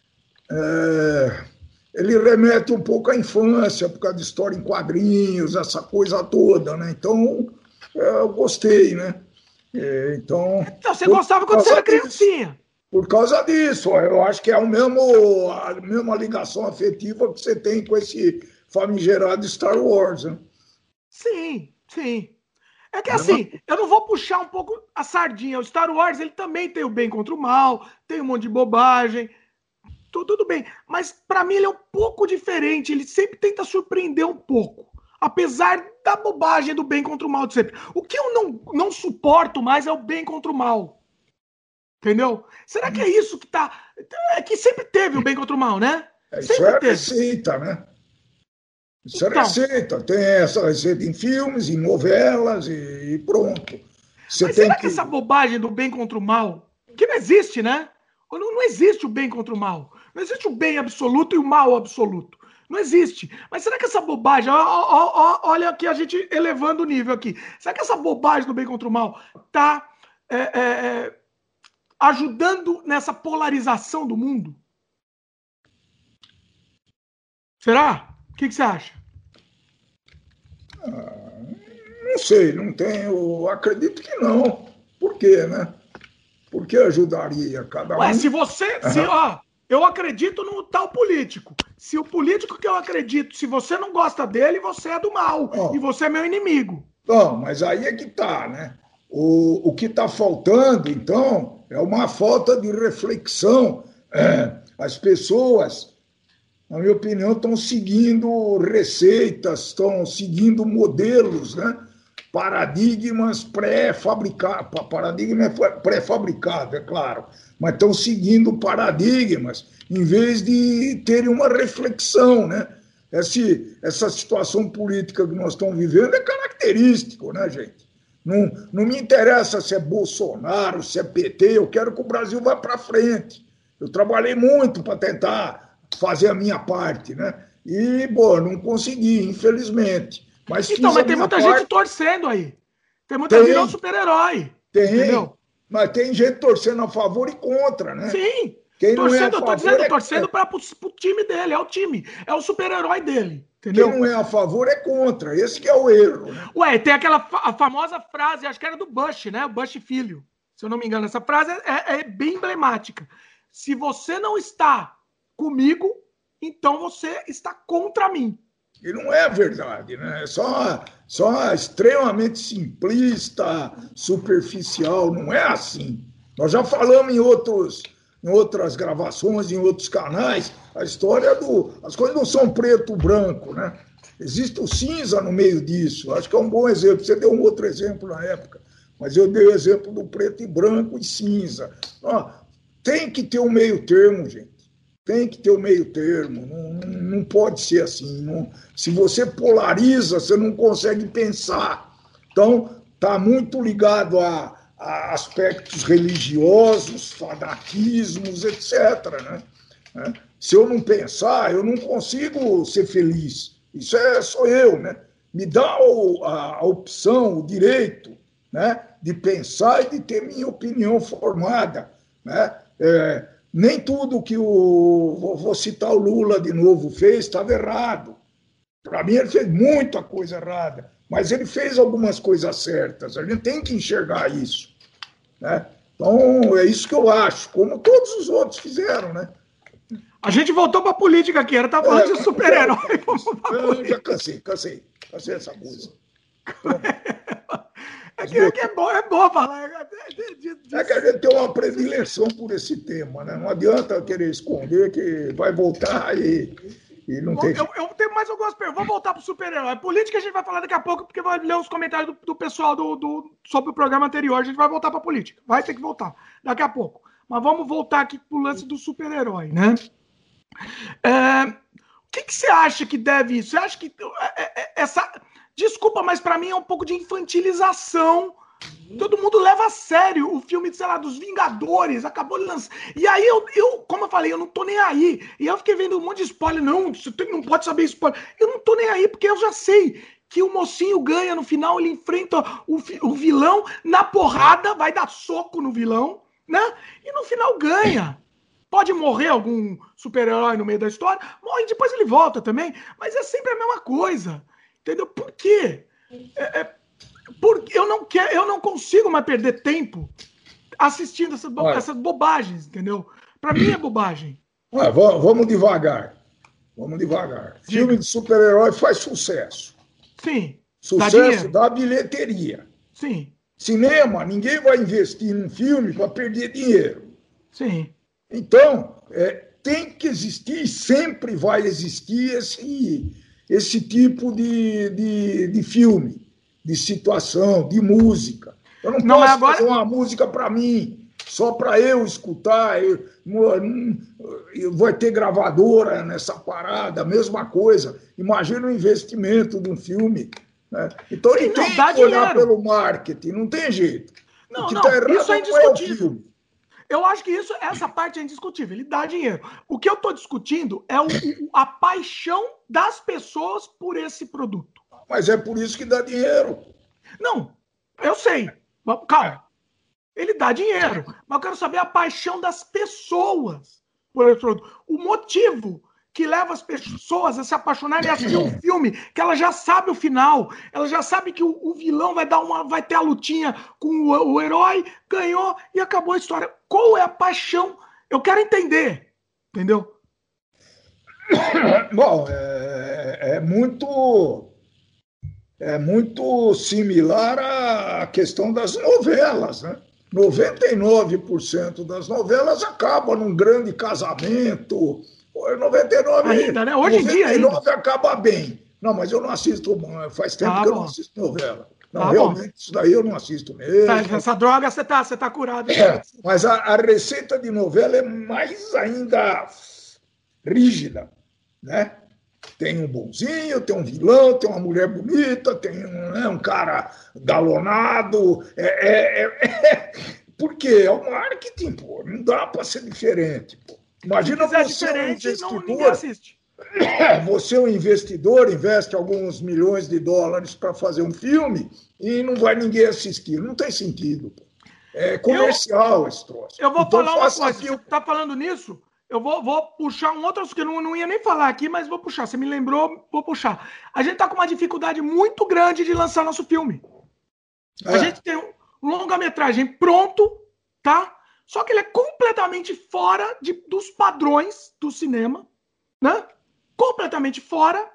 ele remete um pouco à infância, por causa de história em quadrinhos, essa coisa toda, né? Então, eu gostei, né? Então, você gostava quando você era criancinha. Por causa disso, eu acho que é a mesma ligação afetiva que você tem com esse famigerado Star Wars. Né? Sim, sim. É que assim, eu não vou puxar um pouco a sardinha. O Star Wars, ele também tem o bem contra o mal, tem um monte de bobagem, tudo bem. Mas para mim ele é um pouco diferente, ele sempre tenta surpreender um pouco. Apesar da bobagem do bem contra o mal de sempre. O que eu não suporto mais é o bem contra o mal. Entendeu? Será que é isso que tá... É que sempre teve o bem contra o mal, né? Isso sempre é teve. receita, né? Isso é receita. Tem essa receita em filmes, em novelas e pronto. Mas será que essa bobagem do bem contra o mal, que não existe, né? Não existe o bem contra o mal. Não existe o bem absoluto e o mal absoluto. Não existe. Mas será que essa bobagem... olha aqui a gente elevando o nível aqui. Será que essa bobagem do bem contra o mal tá... ajudando nessa polarização do mundo? Será? O que você acha? Não sei, não tenho. Acredito que não. Por quê, né? Por que ajudaria cada um? Ué, se você. Eu acredito no tal político. Se o político que eu acredito, se você não gosta dele, você é do mal. E você é meu inimigo. Não, mas aí é que tá, né? O que está faltando, então, é uma falta de reflexão. As pessoas, na minha opinião, estão seguindo receitas, estão seguindo modelos, né? Paradigmas pré-fabricados. Paradigma é pré-fabricado, é claro, mas estão seguindo paradigmas em vez de terem uma reflexão, né? Essa situação política que nós estamos vivendo é característico, né, gente? Não me interessa se é Bolsonaro, se é PT, eu quero que o Brasil vá para frente. Eu trabalhei muito para tentar fazer a minha parte, né? E, não consegui, infelizmente. Mas então, mas tem muita gente torcendo aí. Tem muita gente virando super-herói. Tem, entendeu? Mas tem gente torcendo a favor e contra, né? Sim. Quem torcendo, não é a favor torcendo para o time dele, é o time, é o super-herói dele. Entendeu? Quem não é a favor é contra, esse que é o erro. Né? Ué, tem aquela famosa frase, acho que era do Bush, né? O Bush filho. Se eu não me engano, essa frase é bem emblemática. Se você não está comigo, então você está contra mim. E não é verdade, né? É só extremamente simplista, superficial, não é assim. Nós já falamos em outras gravações, em outros canais, a história as coisas não são preto e branco, né? Existe o cinza no meio disso. Acho que é um bom exemplo. Você deu um outro exemplo na época, mas eu dei o exemplo do preto e branco e cinza. Tem que ter um meio termo, gente. Tem que ter um meio termo. Não pode ser assim. Se você polariza, você não consegue pensar. Então, está muito ligado a aspectos religiosos, fanatismos, etc. Né? Se eu não pensar, eu não consigo ser feliz. Isso sou eu, né? Me dá a opção, o direito, né, de pensar e de ter minha opinião formada, né? Nem tudo que vou citar o Lula de novo fez estava errado. Para mim ele fez muita coisa errada, mas ele fez algumas coisas certas. A gente tem que enxergar isso, né? Então é isso que eu acho, como todos os outros fizeram, né? A gente voltou para a política aqui, era tá falando de super-herói. Eu já cansei essa coisa. É que é bom falar. É que a gente tem uma predileção por esse tema, né? Não adianta querer esconder que vai voltar e não tem. Eu tenho mais algumas perguntas. Vamos voltar para o super-herói. Política a gente vai falar daqui a pouco, porque vai ler os comentários do pessoal sobre o programa anterior. A gente vai voltar para a política. Vai ter que voltar daqui a pouco. Mas vamos voltar aqui para o lance do super-herói, né? O que você acha que deve isso? Você acha que essa... Desculpa, mas para mim é um pouco de infantilização. Todo mundo leva a sério o filme, sei lá, dos Vingadores, acabou de lançar. E aí como eu falei, eu não tô nem aí. E eu fiquei vendo um monte de spoiler. Não, você não pode saber spoiler. Eu não tô nem aí, porque eu já sei que o mocinho ganha no final, ele enfrenta o vilão na porrada, vai dar soco no vilão, né? E no final ganha. Pode morrer algum super-herói no meio da história, morre e depois ele volta também, mas é sempre a mesma coisa. Entendeu? Por quê? Porque eu não consigo mais perder tempo assistindo essas bobagens, entendeu? Para mim é bobagem. Vamos devagar. Vamos devagar. Diga. Filme de super-herói faz sucesso. Sim. Sucesso da bilheteria. Sim. Cinema, ninguém vai investir num filme para perder dinheiro. Sim. Então, tem que existir, sempre vai existir esse tipo de filme, de situação, de música. Eu não posso fazer uma música para mim, só para eu escutar. Vai ter gravadora nessa parada, a mesma coisa. Imagina o investimento de um filme. Né? Então, ele tem que olhar pelo marketing, não tem jeito. Não, isso é indiscutível. Eu acho que essa parte é indiscutível, ele dá dinheiro. O que eu estou discutindo é a paixão das pessoas por esse produto. Mas é por isso que dá dinheiro. Não, eu sei. Calma. Ele dá dinheiro, mas eu quero saber a paixão das pessoas por esse produto. O motivo que leva as pessoas a se apaixonarem e assistir um filme que ela já sabe o final, ela já sabe que o vilão vai ter a lutinha com o herói, ganhou e acabou a história. Qual é a paixão? Eu quero entender, entendeu? Bom, é muito similar à questão das novelas, né? 99% das novelas acabam num grande casamento. 99 ainda, né? Hoje em dia ainda. Acaba bem. Não, mas eu não assisto, faz tempo que eu não assisto novela. Não, realmente, isso daí eu não assisto mesmo. Essa droga você tá curado. Mas a receita de novela é mais ainda rígida, né? Tem um bonzinho, tem um vilão, tem uma mulher bonita, tem um cara galonado. Por quê? É o marketing, pô. Não dá para ser diferente, pô. Imagina você um investidor. Você, um investidor, investe alguns milhões de dólares para fazer um filme e não vai ninguém assistir. Não tem sentido. Pô. É comercial esse troço. Eu vou falar uma coisa. Você está falando nisso? Eu vou puxar um outro que eu não ia nem falar aqui, mas vou puxar. Você me lembrou, vou puxar. A gente está com uma dificuldade muito grande de lançar nosso filme. A gente tem um longa-metragem pronto, tá? Só que ele é completamente fora dos padrões do cinema, né? Completamente fora.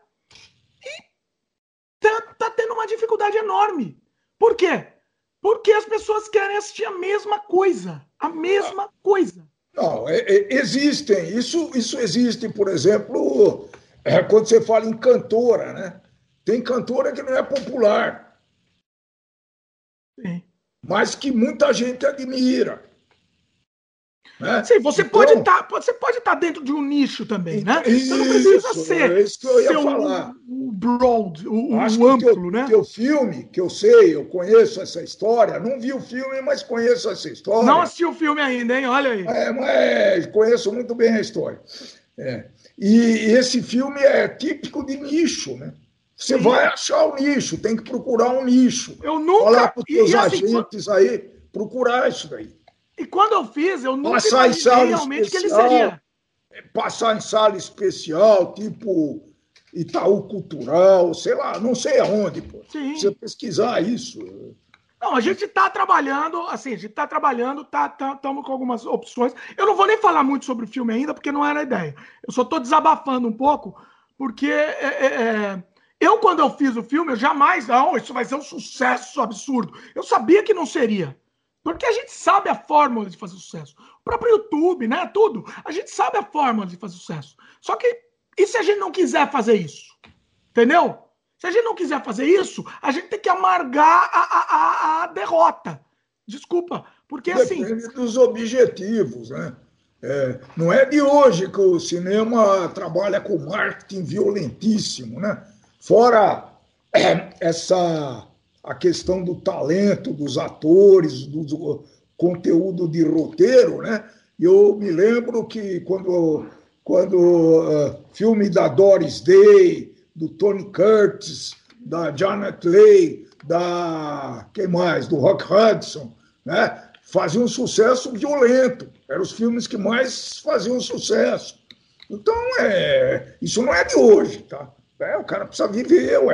E tá tendo uma dificuldade enorme. Por quê? Porque as pessoas querem assistir a mesma coisa. A mesma coisa. Não, existem. Isso existe, por exemplo, quando você fala em cantora, né? Tem cantora que não é popular. Sim. Mas que muita gente admira. Né? Sim, você pode estar dentro de um nicho também, né? Você não precisa ser isso que eu ia falar. O broad, o amplo, né? O teu filme, que eu sei, eu conheço essa história, não vi o filme, mas conheço essa história. Não assisti o filme ainda, hein? Olha aí. Mas conheço muito bem a história. E esse filme é típico de nicho, né? Você vai achar o nicho, tem que procurar um nicho. Eu nunca... Falar para os teus agentes aí, procurar isso daí. E quando eu fiz, eu nunca imaginei realmente que ele seria. Passar em sala especial, tipo Itaú Cultural, sei lá, não sei aonde, pô. Sim. Precisa pesquisar isso. Não, a gente está trabalhando, assim, estamos com algumas opções. Eu não vou nem falar muito sobre o filme ainda, porque não era a ideia. Eu só estou desabafando um pouco, porque quando eu fiz o filme, eu jamais, isso vai ser um sucesso absurdo. Eu sabia que não seria. Porque a gente sabe a fórmula de fazer sucesso. O próprio YouTube, né? Tudo. A gente sabe a fórmula de fazer sucesso. Só que, e se a gente não quiser fazer isso? Entendeu? Se a gente não quiser fazer isso, a gente tem que amargar a derrota. Desculpa. Porque assim. Depende dos objetivos, né? Não é de hoje que o cinema trabalha com marketing violentíssimo, né? Fora a questão do talento dos atores, do conteúdo de roteiro, né? Eu me lembro que quando filme da Doris Day, do Tony Curtis, da Janet Leigh, quem mais? Do Rock Hudson, né? Faziam um sucesso violento. Eram os filmes que mais faziam sucesso. Então, isso não é de hoje, tá? O cara precisa viver, ué.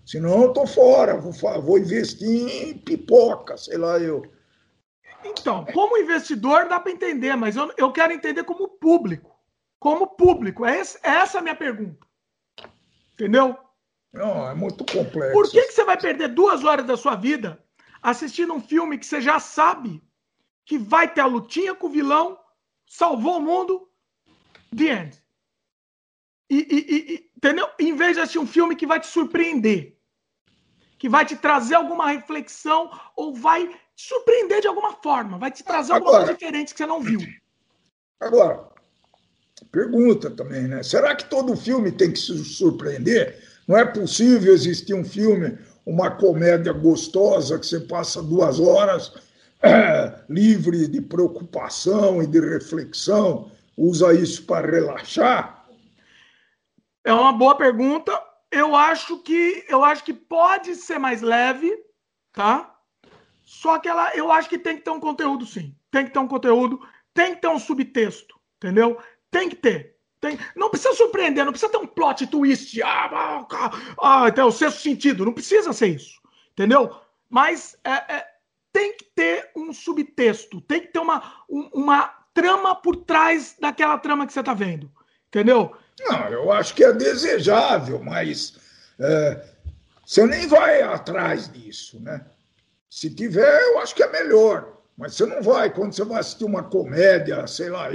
Senão eu tô fora, vou investir em pipoca, sei lá eu. Então, como investidor dá para entender, mas eu quero entender como público. Como público, essa a minha pergunta. Entendeu? Não, é muito complexo. Por que você vai perder 2 horas da sua vida assistindo um filme que você já sabe que vai ter a lutinha com o vilão, salvou o mundo, the end? Entendeu? Em vez de assistir um filme que vai te surpreender, que vai te trazer alguma reflexão ou vai te surpreender de alguma forma, vai te trazer alguma coisa diferente que você não viu. Agora, pergunta também, né? Será que todo filme tem que se surpreender? Não é possível existir um filme, uma comédia gostosa que você passa 2 horas livre de preocupação e de reflexão, usa isso para relaxar? É uma boa pergunta. Eu acho que pode ser mais leve, tá? Só que eu acho que tem que ter um conteúdo, sim. Tem que ter um conteúdo, tem que ter um subtexto, entendeu? Tem que ter. Não precisa surpreender, não precisa ter um plot twist. Até o sexto sentido. Não precisa ser isso, entendeu? Mas tem que ter um subtexto, tem que ter uma trama por trás daquela trama que você está vendo, entendeu? Não, eu acho que é desejável, mas você nem vai atrás disso, né? Se tiver, eu acho que é melhor. Mas você não vai, quando você vai assistir uma comédia, sei lá,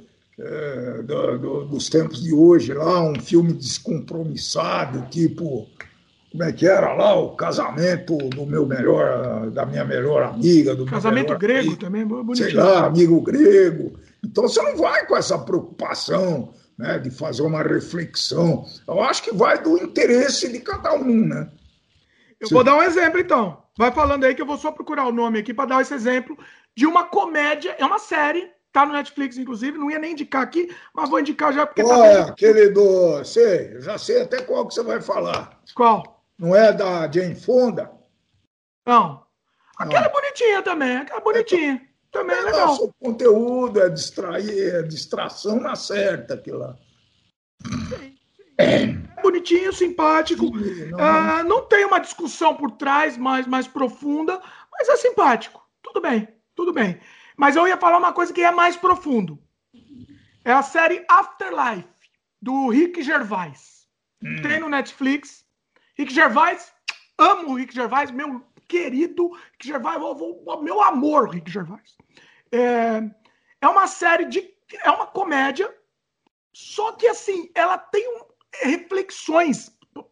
dos tempos de hoje, lá, um filme descompromissado, tipo, como é que era lá, o casamento da minha melhor amiga, do casamento meu grego amigo, também, bonitinho. sei lá, amigo grego. Então você não vai com essa preocupação, né, de fazer uma reflexão. Eu acho que vai do interesse de cada um, né? Eu vou dar um exemplo, então. Vai falando aí que eu vou só procurar o nome aqui para dar esse exemplo de uma comédia, é uma série, tá no Netflix, inclusive, não ia nem indicar aqui, mas vou indicar já porque qual é aquele eu já sei até qual que você vai falar. Qual? Não é da Jane Fonda? Não. Aquela é bonitinha também, aquela bonitinha. Também é legal. O conteúdo é distrair, é distração na certa, aquilo lá. Sim. É bonitinho, simpático. Não tem uma discussão por trás mais profunda, mas é simpático. Tudo bem, tudo bem. Mas eu ia falar uma coisa que é mais profundo. É a série Afterlife, do Rick Gervais. Tem no Netflix. Rick Gervais, amo o Rick Gervais, meu querido Rick Gervais, meu amor, Rick Gervais. É uma série é uma comédia, só que assim, ela tem reflexões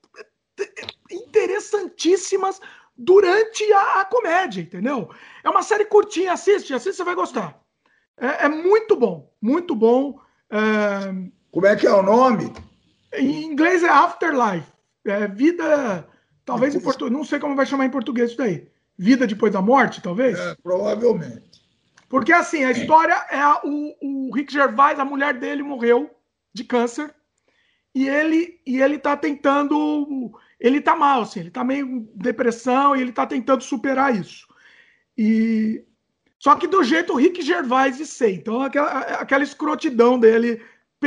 interessantíssimas durante a comédia, entendeu? É uma série curtinha, assiste, você vai gostar. É muito bom, muito bom. Como é que é o nome? Em inglês é Afterlife. Vida, talvez depois... em português, não sei como vai chamar em português isso daí. Vida depois da morte, talvez? Provavelmente. Porque assim, a história é o Rick Gervais, a mulher dele morreu de câncer, e ele tá tentando... Ele tá mal, assim, ele tá meio em depressão, e ele tá tentando superar isso. Só que do jeito o Rick Gervais de ser. Então, aquela escrotidão dele,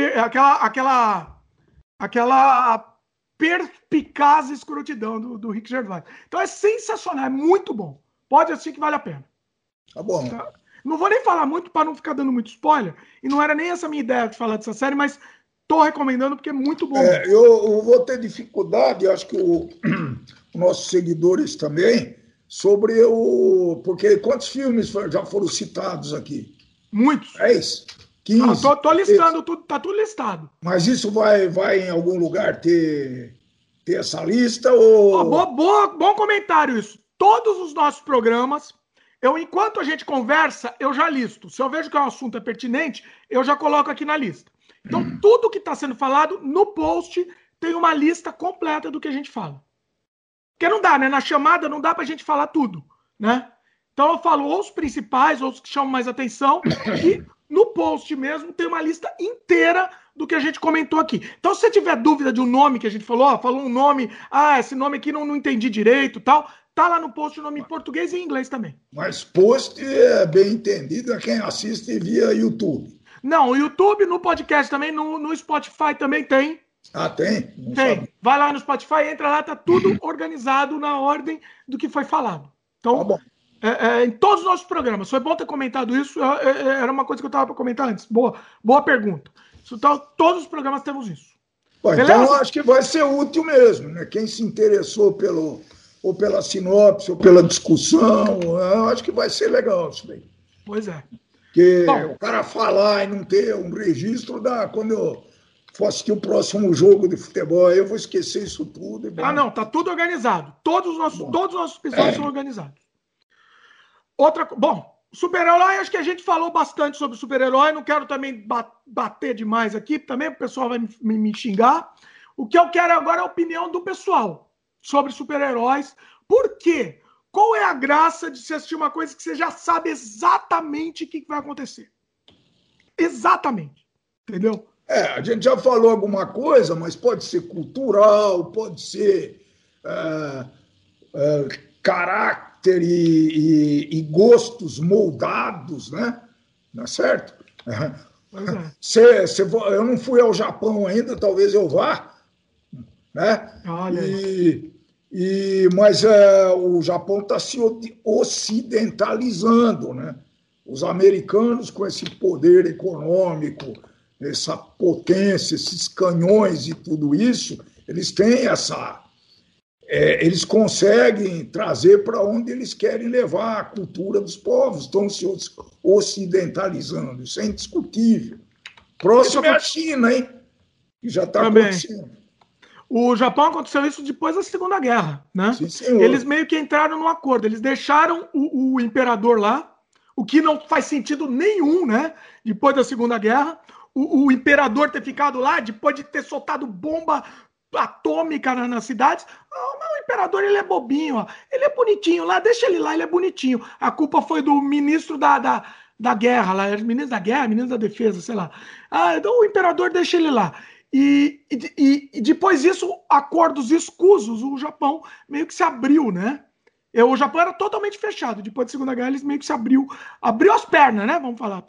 aquela perspicaz escrotidão do Rick Gervais. Então é sensacional, é muito bom. Pode assistir que vale a pena. Tá bom. Tá? Não vou nem falar muito para não ficar dando muito spoiler, e não era nem essa a minha ideia de falar dessa série, mas tô recomendando porque é muito bom. Eu vou ter dificuldade, acho que os nossos seguidores também, porque quantos filmes já foram citados aqui? Muitos. 10? 15? Tô listando, tá tudo listado. Mas isso vai em algum lugar ter essa lista? Ou... Bom comentário isso. Todos os nossos programas, enquanto a gente conversa, eu já listo. Se eu vejo que o assunto é pertinente, eu já coloco aqui na lista. Então, tudo que está sendo falado no post tem uma lista completa do que a gente fala. Porque não dá, né? Na chamada não dá pra gente falar tudo, né? Então eu falo ou os principais, ou os que chamam mais atenção, e no post mesmo tem uma lista inteira do que a gente comentou aqui. Então se você tiver dúvida de um nome que a gente falou, falou um nome, esse nome aqui não entendi direito, tal, tá lá no post o nome em português e em inglês também. Mas post é bem entendido a quem assiste via YouTube. Não, o YouTube, no podcast também, no Spotify também tem. Ah, tem? Não tem. Sabe. Vai lá no Spotify, entra lá, tá tudo organizado na ordem do que foi falado. Então, bom. Em todos os nossos programas. Foi bom ter comentado isso. Era uma coisa que eu estava para comentar antes. Boa pergunta. Todos os programas temos isso. Bom, então, eu acho que vai ser útil mesmo, né? Quem se interessou ou pela sinopse, ou pela discussão, eu acho que vai ser legal isso daí. Pois é. Porque o cara falar e não ter um registro, quando eu for assistir o próximo jogo de futebol, eu vou esquecer isso tudo. Não, tá tudo organizado. Todos os nossos episódios são organizados. Bom, super-herói, acho que a gente falou bastante sobre super-herói, não quero também bater demais aqui, também o pessoal vai me xingar. O que eu quero agora é a opinião do pessoal sobre super-heróis. Por quê? Qual é a graça de você assistir uma coisa que você já sabe exatamente o que vai acontecer? Exatamente. Entendeu? A gente já falou alguma coisa, mas pode ser cultural, pode ser caráter e gostos moldados, né? Não é certo? Eu não fui ao Japão ainda, talvez eu vá, né? Olha mas o Japão está se ocidentalizando, né? Os americanos, com esse poder econômico, essa potência, esses canhões e tudo isso, eles têm eles conseguem trazer para onde eles querem levar a cultura dos povos, estão se ocidentalizando, isso é indiscutível. Próximo é a China, hein? Que já está acontecendo. O Japão aconteceu isso depois da Segunda Guerra, né? Sim, senhor. Eles meio que entraram num acordo, eles deixaram o imperador lá, o que não faz sentido nenhum, né? Depois da Segunda Guerra, o imperador ter ficado lá, depois de ter soltado bomba atômica nas cidades. Mas o imperador, ele é bobinho, ó. Ele é bonitinho lá, deixa ele lá, ele é bonitinho. A culpa foi do ministro da guerra, lá, ministro da guerra, ministro da defesa, sei lá. Então o imperador deixa ele lá. E depois disso, acordos escusos, o Japão meio que se abriu, né? O Japão era totalmente fechado. Depois da Segunda Guerra, eles meio que se abriu as pernas, né? Vamos falar.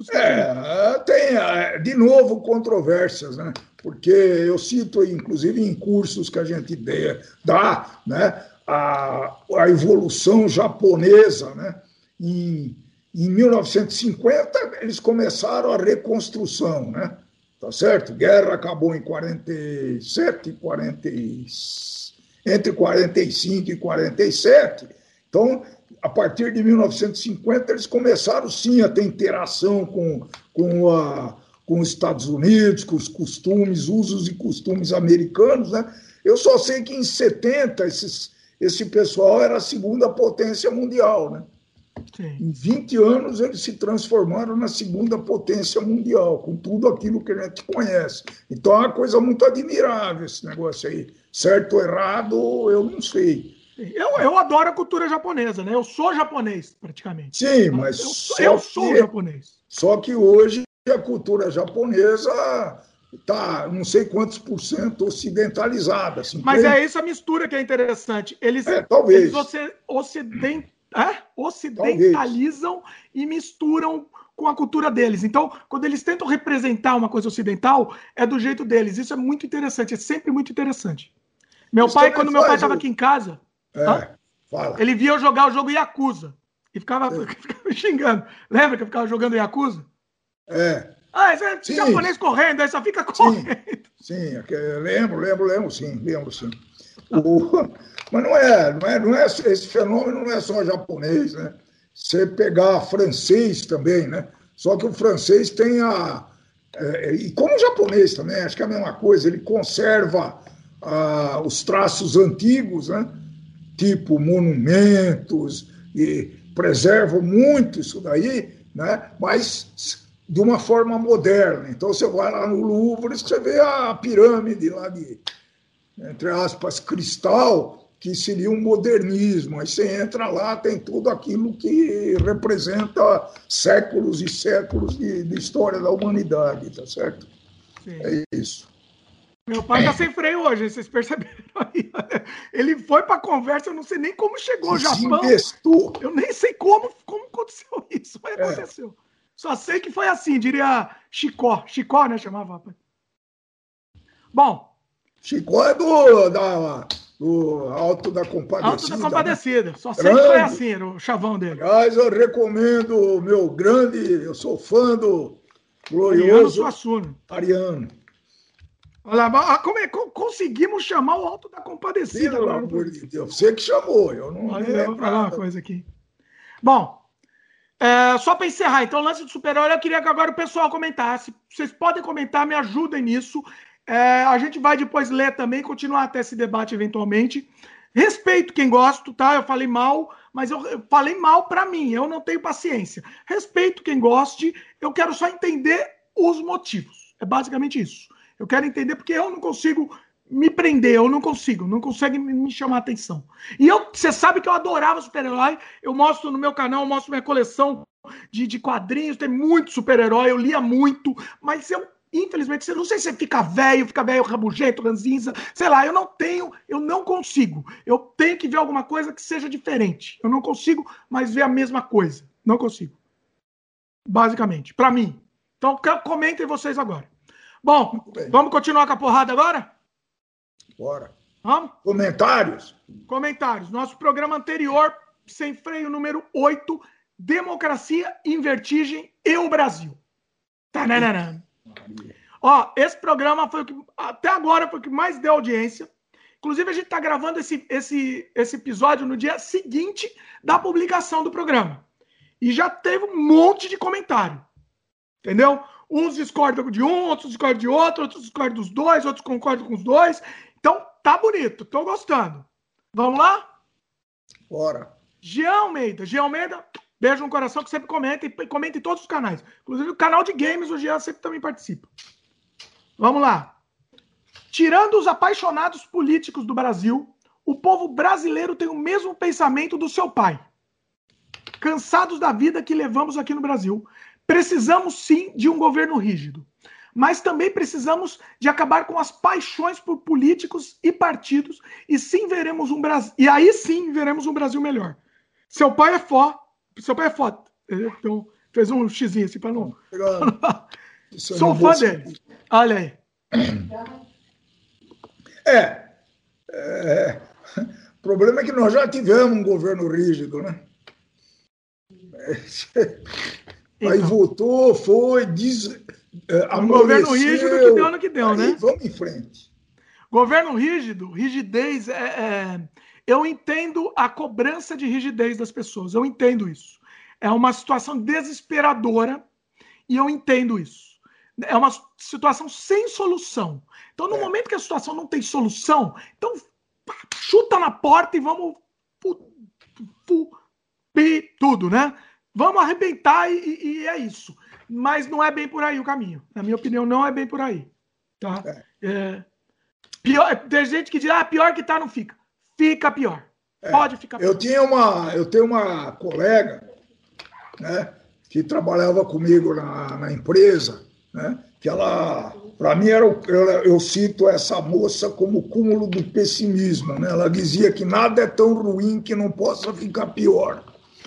Tem, de novo, controvérsias, né? Porque eu cito, inclusive, em cursos que a gente dá, né? A evolução japonesa, né? Em 1950, eles começaram a reconstrução, né? Tá certo? Guerra acabou em 47, entre 45 e 47. Então, a partir de 1950, eles começaram, sim, a ter interação com os Estados Unidos, com os costumes, usos e costumes americanos, né? Eu só sei que em 70, esse pessoal era a segunda potência mundial, né? Sim. Em 20 anos, eles se transformaram na segunda potência mundial, com tudo aquilo que a gente conhece. Então, é uma coisa muito admirável esse negócio aí. Certo ou errado, eu não sei. Eu adoro a cultura japonesa, né? Eu sou japonês, praticamente. Sim, mas... Eu sou japonês. Só que hoje a cultura japonesa está, não sei quantos % ocidentalizada. 50%. Mas é essa mistura que é interessante. Talvez. Eles ocidentalizam talvez. E misturam com a cultura deles. Então, quando eles tentam representar uma coisa ocidental, é do jeito deles. Isso é muito interessante, é sempre muito interessante. Quando meu pai estava aqui em casa, ele via eu jogar o jogo Yakuza e ficava xingando. Lembra que eu ficava jogando Yakuza? Esse japonês correndo, aí só fica correndo. Sim, lembro, sim. Mas não é esse fenômeno não é só japonês, né? Você pegar francês também, né? Só que o francês tem e como o japonês também, acho que é a mesma coisa, ele conserva os traços antigos, né? Tipo monumentos, e preserva muito isso daí, né? Mas de uma forma moderna. Então você vai lá no Louvre, você vê a pirâmide lá entre aspas, cristal, que seria um modernismo. Aí você entra lá, tem tudo aquilo que representa séculos e séculos de história da humanidade, tá certo? Sim. É isso. Meu pai tá sem freio hoje, vocês perceberam aí? Ele foi para a conversa, eu não sei nem como chegou ao Japão. Eu nem sei como aconteceu isso, mas aconteceu. Só sei que foi assim, diria Chicó, né, chamava. Bom. Chicó é do Alto da Compadecida. Alto da Compadecida. Né? Só sei grande. Que foi assim, era o chavão dele. Aliás, eu recomendo o meu grande, eu sou fã do glorioso Ariano Suassuna. Ariano. Olha lá, como é que conseguimos chamar o Alto da Compadecida? Pelo amor de Deus, você que chamou, eu não. Olha, eu vou falar uma coisa aqui. Bom, só para encerrar, então, o lance do super-herói, eu queria que agora o pessoal comentasse. Vocês podem comentar, me ajudem nisso. A gente vai depois ler também, continuar até esse debate eventualmente. Respeito quem gosta, tá? Eu falei mal, mas eu falei mal para mim, eu não tenho paciência. Respeito quem goste, eu quero só entender os motivos. É basicamente isso. Eu quero entender porque eu não consigo me prender, eu não consegue me chamar a atenção. E você sabe que eu adorava super-herói, eu mostro no meu canal, eu mostro minha coleção de quadrinhos, tem muito super-herói, eu lia muito, mas infelizmente, não sei se fica velho rabugento, ranzinza, sei lá, eu não consigo. Eu tenho que ver alguma coisa que seja diferente. Eu não consigo mais ver a mesma coisa. Não consigo. Basicamente, para mim. Então, comentem vocês agora. Bom, vamos continuar com a porrada agora? Bora. Vamos? Comentários. Nosso programa anterior, Sem Freio, número 8, Democracia em Vertigem e o Brasil. Tananana. Ó, esse programa foi o que, até agora, foi o que mais deu audiência. Inclusive, a gente está gravando esse episódio no dia seguinte da publicação do programa. E já teve um monte de comentário. Entendeu? Uns discordam de um, outros discordam de outro, outros discordam dos dois, outros concordam com os dois. Então, tá bonito, tô gostando. Vamos lá? Bora. Jean Almeida, beijo no coração que sempre comenta e comenta em todos os canais. Inclusive o canal de games, o Jean sempre também participa. Vamos lá. Tirando os apaixonados políticos do Brasil, o povo brasileiro tem o mesmo pensamento do seu pai. Cansados da vida que levamos aqui no Brasil, precisamos sim de um governo rígido. Mas também precisamos de acabar com as paixões por políticos e partidos e aí sim veremos um Brasil melhor. Seu pai é foda. Então, fez um xizinho assim para não. Sou fã dele. Olha aí. O problema é que nós já tivemos um governo rígido, né? Aí votou, foi, um governo rígido que deu no que deu, aí, né? Vamos em frente. Governo rígido, rigidez, eu entendo a cobrança de rigidez das pessoas, eu entendo isso. É uma situação desesperadora e eu entendo isso. É uma situação sem solução. Então, no momento que a situação não tem solução, então chuta na porta e vamos tudo, né? Vamos arrebentar e é isso. Mas não é bem por aí o caminho. Na minha opinião, não é bem por aí. Tá? Pior, tem gente que diz, pior que tá, não fica. Fica pior. Pode ficar pior. Eu tenho uma colega, né, que trabalhava comigo na empresa, né, que ela, para mim, eu cito essa moça como o cúmulo do pessimismo. Né? Ela dizia que nada é tão ruim que não possa ficar pior.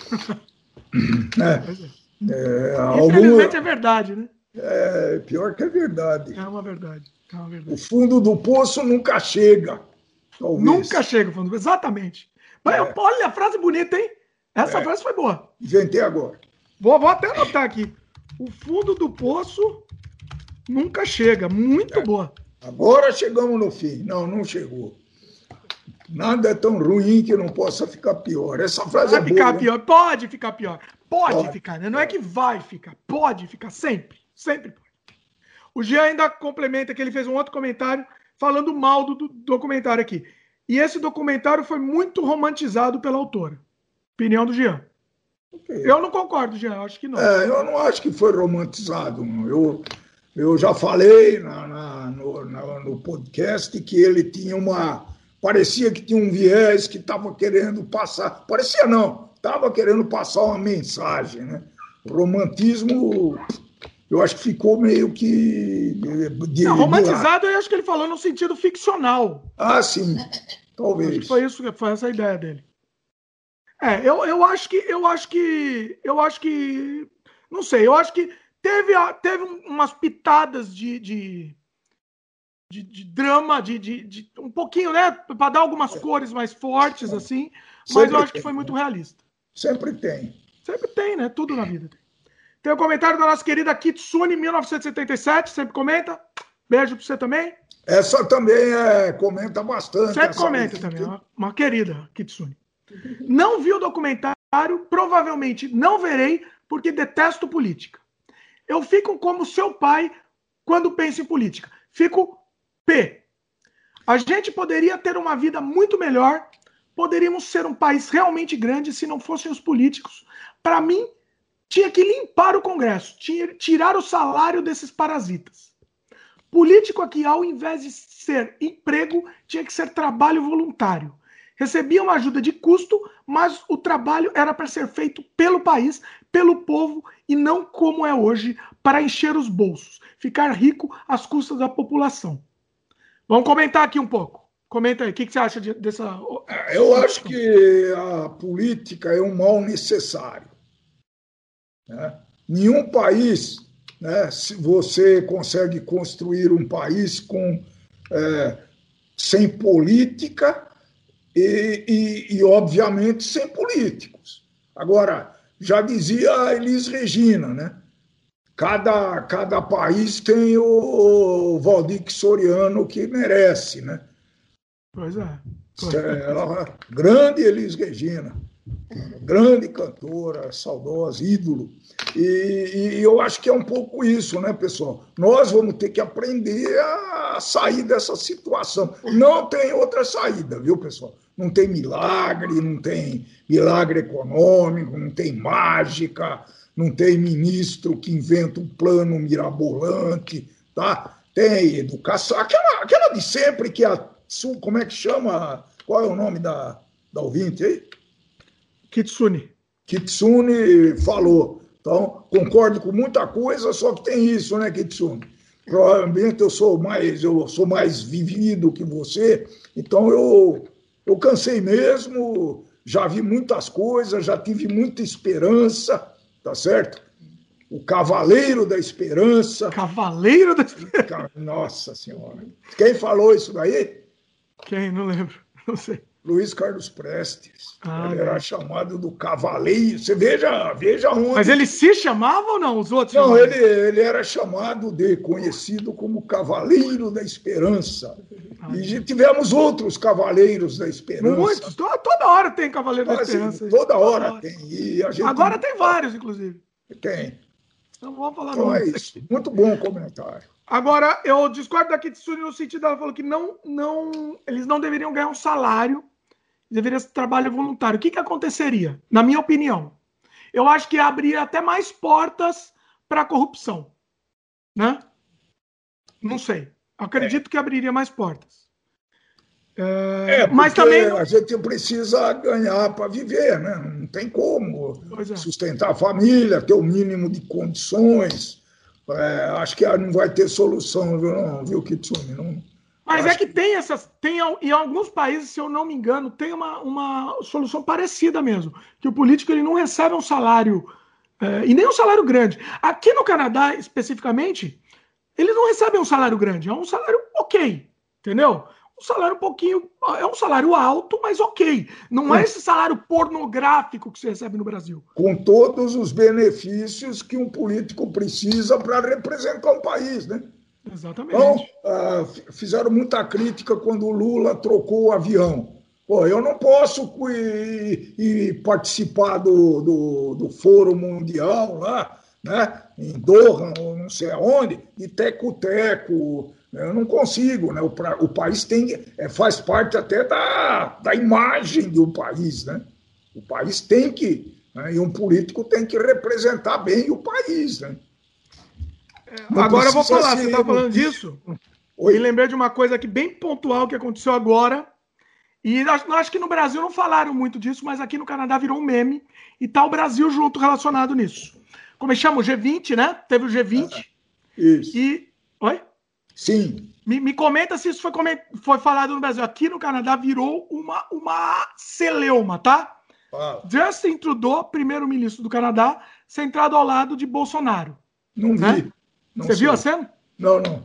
Infelizmente é verdade, né? Pior que é verdade. É uma verdade. O fundo do poço nunca chega. Talvez. Nunca chega o fundo do poço. Exatamente. Olha a frase bonita, hein? Essa frase foi boa. Inventei agora. Vou até anotar aqui. O fundo do poço nunca chega. Muito boa. Agora chegamos no fim. Não chegou. Nada é tão ruim que não possa ficar pior. Essa frase é boa. Ficar pior. Pode ficar pior. Pode ficar, né? Não é que vai ficar. Pode ficar. Sempre. Sempre pode. O Jean ainda complementa que ele fez um outro comentário falando mal do documentário aqui. E esse documentário foi muito romantizado pela autora. Opinião do Jean. Okay. Eu não concordo, Jean. Eu acho que não. Eu não acho que foi romantizado. Eu já falei no podcast que ele tinha parecia que tinha um viés que estava querendo passar. Parecia não, estava querendo passar uma mensagem, né? O romantismo, eu acho que ficou meio que romantizado, eu acho que ele falou no sentido ficcional. Sim, talvez. Acho que foi essa a ideia dele. Eu acho que não sei, eu acho que teve umas pitadas de de drama, de um pouquinho, né? Para dar algumas cores mais fortes, assim, mas Sempre eu acho que tem, foi muito né? realista. Sempre tem. Sempre tem, né? Tudo na vida tem. Tem o comentário da nossa querida Kitsune, 1977, sempre comenta. Beijo para você também. Essa também comenta bastante. Sempre Essa comenta também, uma querida Kitsune. Não vi o documentário, provavelmente não verei, porque detesto política. Eu fico como seu pai quando penso em política. Fico P. A gente poderia ter uma vida muito melhor, poderíamos ser um país realmente grande se não fossem os políticos. Para mim, tinha que limpar o Congresso, tirar o salário desses parasitas. Político aqui, ao invés de ser emprego, tinha que ser trabalho voluntário. Recebia uma ajuda de custo, mas o trabalho era para ser feito pelo país, pelo povo, e não como é hoje, para encher os bolsos, ficar rico às custas da população. Vamos comentar aqui um pouco. Comenta aí, o que você acha dessa... Eu acho que a política é um mal necessário. Né? Nenhum país, né, se você consegue construir um país sem política e, obviamente, sem políticos. Agora, já dizia a Elis Regina, né? Cada país tem o Valdir Soriano que merece, né? Pois é. Grande Elis Regina, grande cantora, saudosa, ídolo. E eu acho que é um pouco isso, né, pessoal? Nós vamos ter que aprender a sair dessa situação. Não tem outra saída, viu, pessoal? Não tem milagre, não tem milagre econômico, não tem mágica, não tem ministro que inventa um plano mirabolante, tá? Tem educação, aquela de sempre que como é que chama? Qual é o nome da ouvinte aí? Kitsune falou. Então, concordo com muita coisa, só que tem isso, né, Kitsune? Provavelmente eu sou mais vivido que você, então eu cansei mesmo, já vi muitas coisas, já tive muita esperança, tá certo? O Cavaleiro da Esperança. Cavaleiro da Esperança? Nossa Senhora. Quem falou isso daí? Quem? Não lembro. Não sei. Luiz Carlos Prestes. Ele era chamado do Cavaleiro. Você veja onde... Mas ele se chamava ou não? Os outros? Não, ele era conhecido como Cavaleiro da Esperança. E tivemos outros Cavaleiros da Esperança. Muitos. Toda hora tem Cavaleiro da Esperança. Toda hora tem. E agora tem vários, inclusive. Tem. Não vamos falar então é isso. Muito bom o comentário. Agora, eu discordo da Kitsune no sentido dela falou que eles não deveriam ganhar um salário, deveria ser trabalho voluntário. O que aconteceria? Na minha opinião, eu acho que abriria até mais portas para a corrupção, né? Não sei. Acredito que abriria mais portas. Mas também a gente precisa ganhar para viver, né? Não tem como sustentar a família, ter o mínimo de condições. Acho que não vai ter solução, viu, Kitsune? Não, mas é que tem em alguns países, se eu não me engano, tem uma solução parecida mesmo, que o político ele não recebe um salário, e nem um salário grande. Aqui no Canadá, especificamente, eles não recebem um salário grande, é um salário ok, entendeu? Um salário é um salário alto, mas ok. Não é esse salário pornográfico que você recebe no Brasil. Com todos os benefícios que um político precisa para representar um país, né? Exatamente. Então, fizeram muita crítica quando o Lula trocou o avião. Pô, eu não posso ir participar do Fórum Mundial lá, né? Em Doha, ou não sei aonde, de teco-teco. Eu não consigo, né? O país faz parte até da imagem do país, né? O país tem que, né? E um político tem que representar bem o país, né? Agora eu vou falar, você está falando disso? E lembrei de uma coisa aqui bem pontual que aconteceu agora. E acho que no Brasil não falaram muito disso, mas aqui no Canadá virou um meme e tá o Brasil junto relacionado nisso. Como é que chama? O G20, né? Teve o G20. Isso. Oi? Sim. Me comenta se isso foi falado no Brasil. Aqui no Canadá virou uma celeuma, tá? Justin Trudeau, primeiro-ministro do Canadá, sentado ao lado de Bolsonaro. Não vi. Você viu a cena? Não.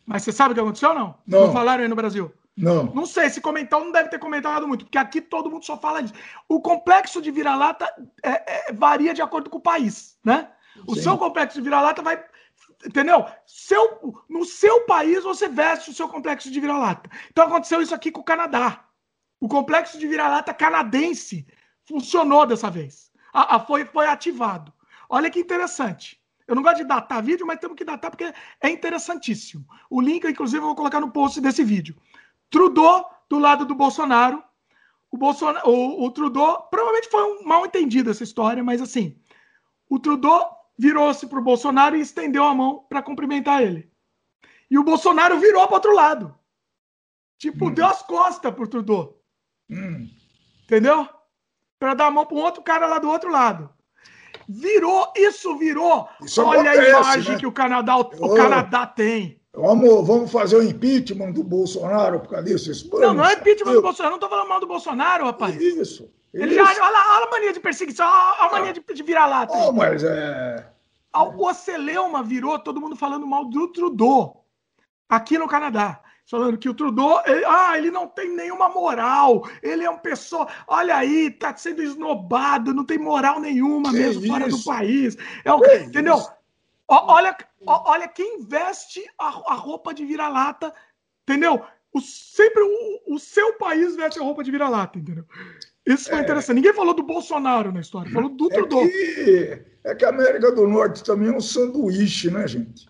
Mas você sabe o que aconteceu ou não? Não. Não falaram aí no Brasil? Não. Não sei, se comentar, não deve ter comentado muito, porque aqui todo mundo só fala disso. O complexo de vira-lata varia de acordo com o país, né? O seu complexo de vira-lata vai... Entendeu? No seu país, você veste o seu complexo de vira-lata. Então aconteceu isso aqui com o Canadá. O complexo de vira-lata canadense funcionou dessa vez. Foi ativado. Olha que interessante. Eu não gosto de datar vídeo, mas temos que datar porque é interessantíssimo. O link, inclusive, eu vou colocar no post desse vídeo. Trudeau do lado do Bolsonaro. O Trudeau, provavelmente foi um mal entendido essa história, mas assim, o Trudeau virou-se para o Bolsonaro e estendeu a mão para cumprimentar ele. E o Bolsonaro virou para o outro lado. Tipo, deu as costas pro Trudeau. Entendeu? Para dar a mão para um outro cara lá do outro lado. Isso virou. Olha acontece, a imagem, né? Que o Canadá tem. Vamos fazer o impeachment do Bolsonaro por causa disso. Não é impeachment do Bolsonaro. Eu não tô falando mal do Bolsonaro, rapaz. Isso. Ele já, olha a mania de perseguição, olha a mania de virar-lata. Mas O Celeuma virou todo mundo falando mal do Trudeau aqui no Canadá. Falando que o Trudeau, ele não tem nenhuma moral, ele é uma pessoa, olha aí, tá sendo esnobado, não tem moral nenhuma que mesmo fora do país. Entendeu? Olha quem veste a roupa de vira-lata, entendeu? Sempre o seu país veste a roupa de vira-lata, entendeu? Isso foi interessante. Ninguém falou do Bolsonaro na história, falou do Trudeau. É que a América do Norte também é um sanduíche, né, gente?